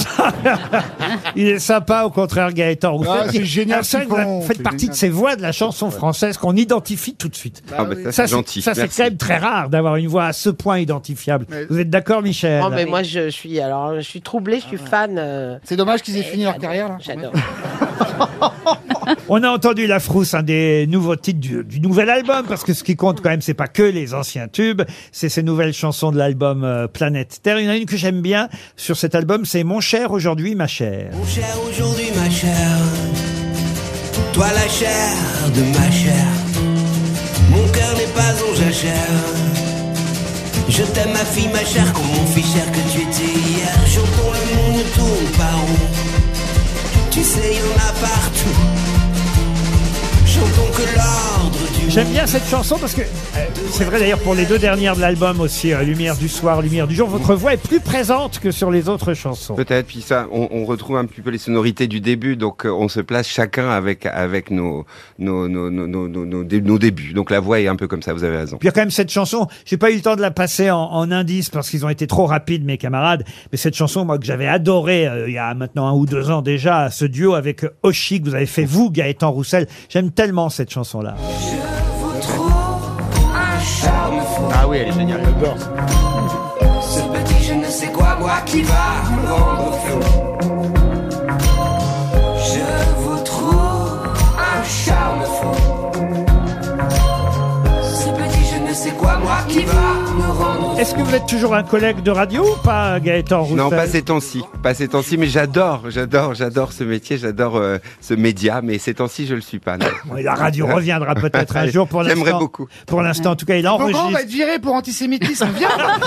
Il est sympa, au contraire, Gaëtan Roussel. Ah, c'est génial Ça, ce qu'ils vous font, faites c'est partie génial. de ces voix de la chanson française qu'on identifie tout de suite. Ah, bah, ça, Ça, c'est gentil. ça, c'est Merci. quand même très rare d'avoir une voix à ce point identifiable. Mais- Vous êtes d'accord, Michel? Oh, mais moi, je suis, alors, je suis troublée, je suis fan. euh, C'est dommage qu'ils aient fini leur carrière là. J'adore. On a entendu La Frousse, un des nouveaux titres du, du nouvel album, parce que ce qui compte quand même, c'est pas que les anciens tubes, c'est ces nouvelles chansons de l'album euh, Planète Terre. Il y en a une que j'aime bien sur cet album, c'est Mon cher aujourd'hui, ma chère. Mon cher aujourd'hui, ma chère, toi la chair de ma chair, mon cœur n'est pas en jachère. Je t'aime ma fille, ma chère, comme mon fils cher que tu étais hier. Chantons le monde tourne par rond, tu sais, y en a partout. Chantons que l'ordre du J'aime bien cette chanson parce que euh, c'est vrai d'ailleurs pour les deux dernières de l'album aussi, euh, Lumière du soir, Lumière du jour, votre voix est plus présente que sur les autres chansons. Peut-être, puis ça, on, on retrouve un petit peu les sonorités du début, donc euh, on se place chacun avec avec nos nos nos nos nos, nos, nos dé- nos débuts. Donc la voix est un peu comme ça. Vous avez raison. Puis il y a quand même cette chanson, j'ai pas eu le temps de la passer en, en indice parce qu'ils ont été trop rapides mes camarades, mais cette chanson moi que j'avais adorée euh, il y a maintenant un ou deux ans déjà, ce duo avec Oshi que vous avez fait vous, Gaëtan Roussel, j'aime tellement cette chanson-là. Je vous trouve un charme fou. Ah oui, elle est géniale. J'adore. Ce petit je ne sais quoi, moi qui va me rendre fou. Je vous trouve un charme fou. Ce petit je ne sais quoi, moi qui va me rendre fou. Est-ce que vous êtes toujours un collègue de radio ou pas, Gaëtan Roussel? Non, pas ces temps-ci, pas ces temps-ci, mais j'adore, j'adore, j'adore ce métier, j'adore euh, ce média, mais ces temps-ci, je le suis pas. non. Oui, la radio reviendra peut-être un jour pour l'instant. J'aimerais beaucoup. Pour l'instant, en tout cas, il Pourquoi on enregistre. va être viré pour antisémitisme? Viens.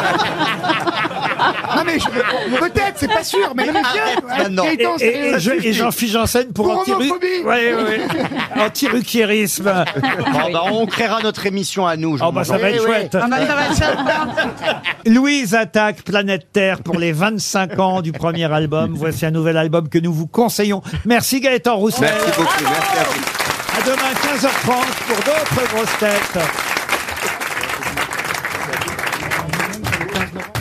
Non mais je- peut-être, c'est pas sûr, mais viens. maintenant. Et, Gaëtan, et- c'est- et je- et Jean-Philippe Janssen pour, Pour anti homophobie. ouais, ouais, ouais. Anti-ruquierisme. Bon, bah, on créera notre émission à nous. je Oh vous bah ça demande. va être Eh oui. chouette. Ah, bah, ça va être sympa. Louise attaque Planète Terre pour les vingt-cinq ans du premier album. Voici un nouvel album que nous vous conseillons. Merci Gaëtan Roussel. Merci beaucoup, merci à vous. À demain quinze heures trente pour d'autres grosses têtes.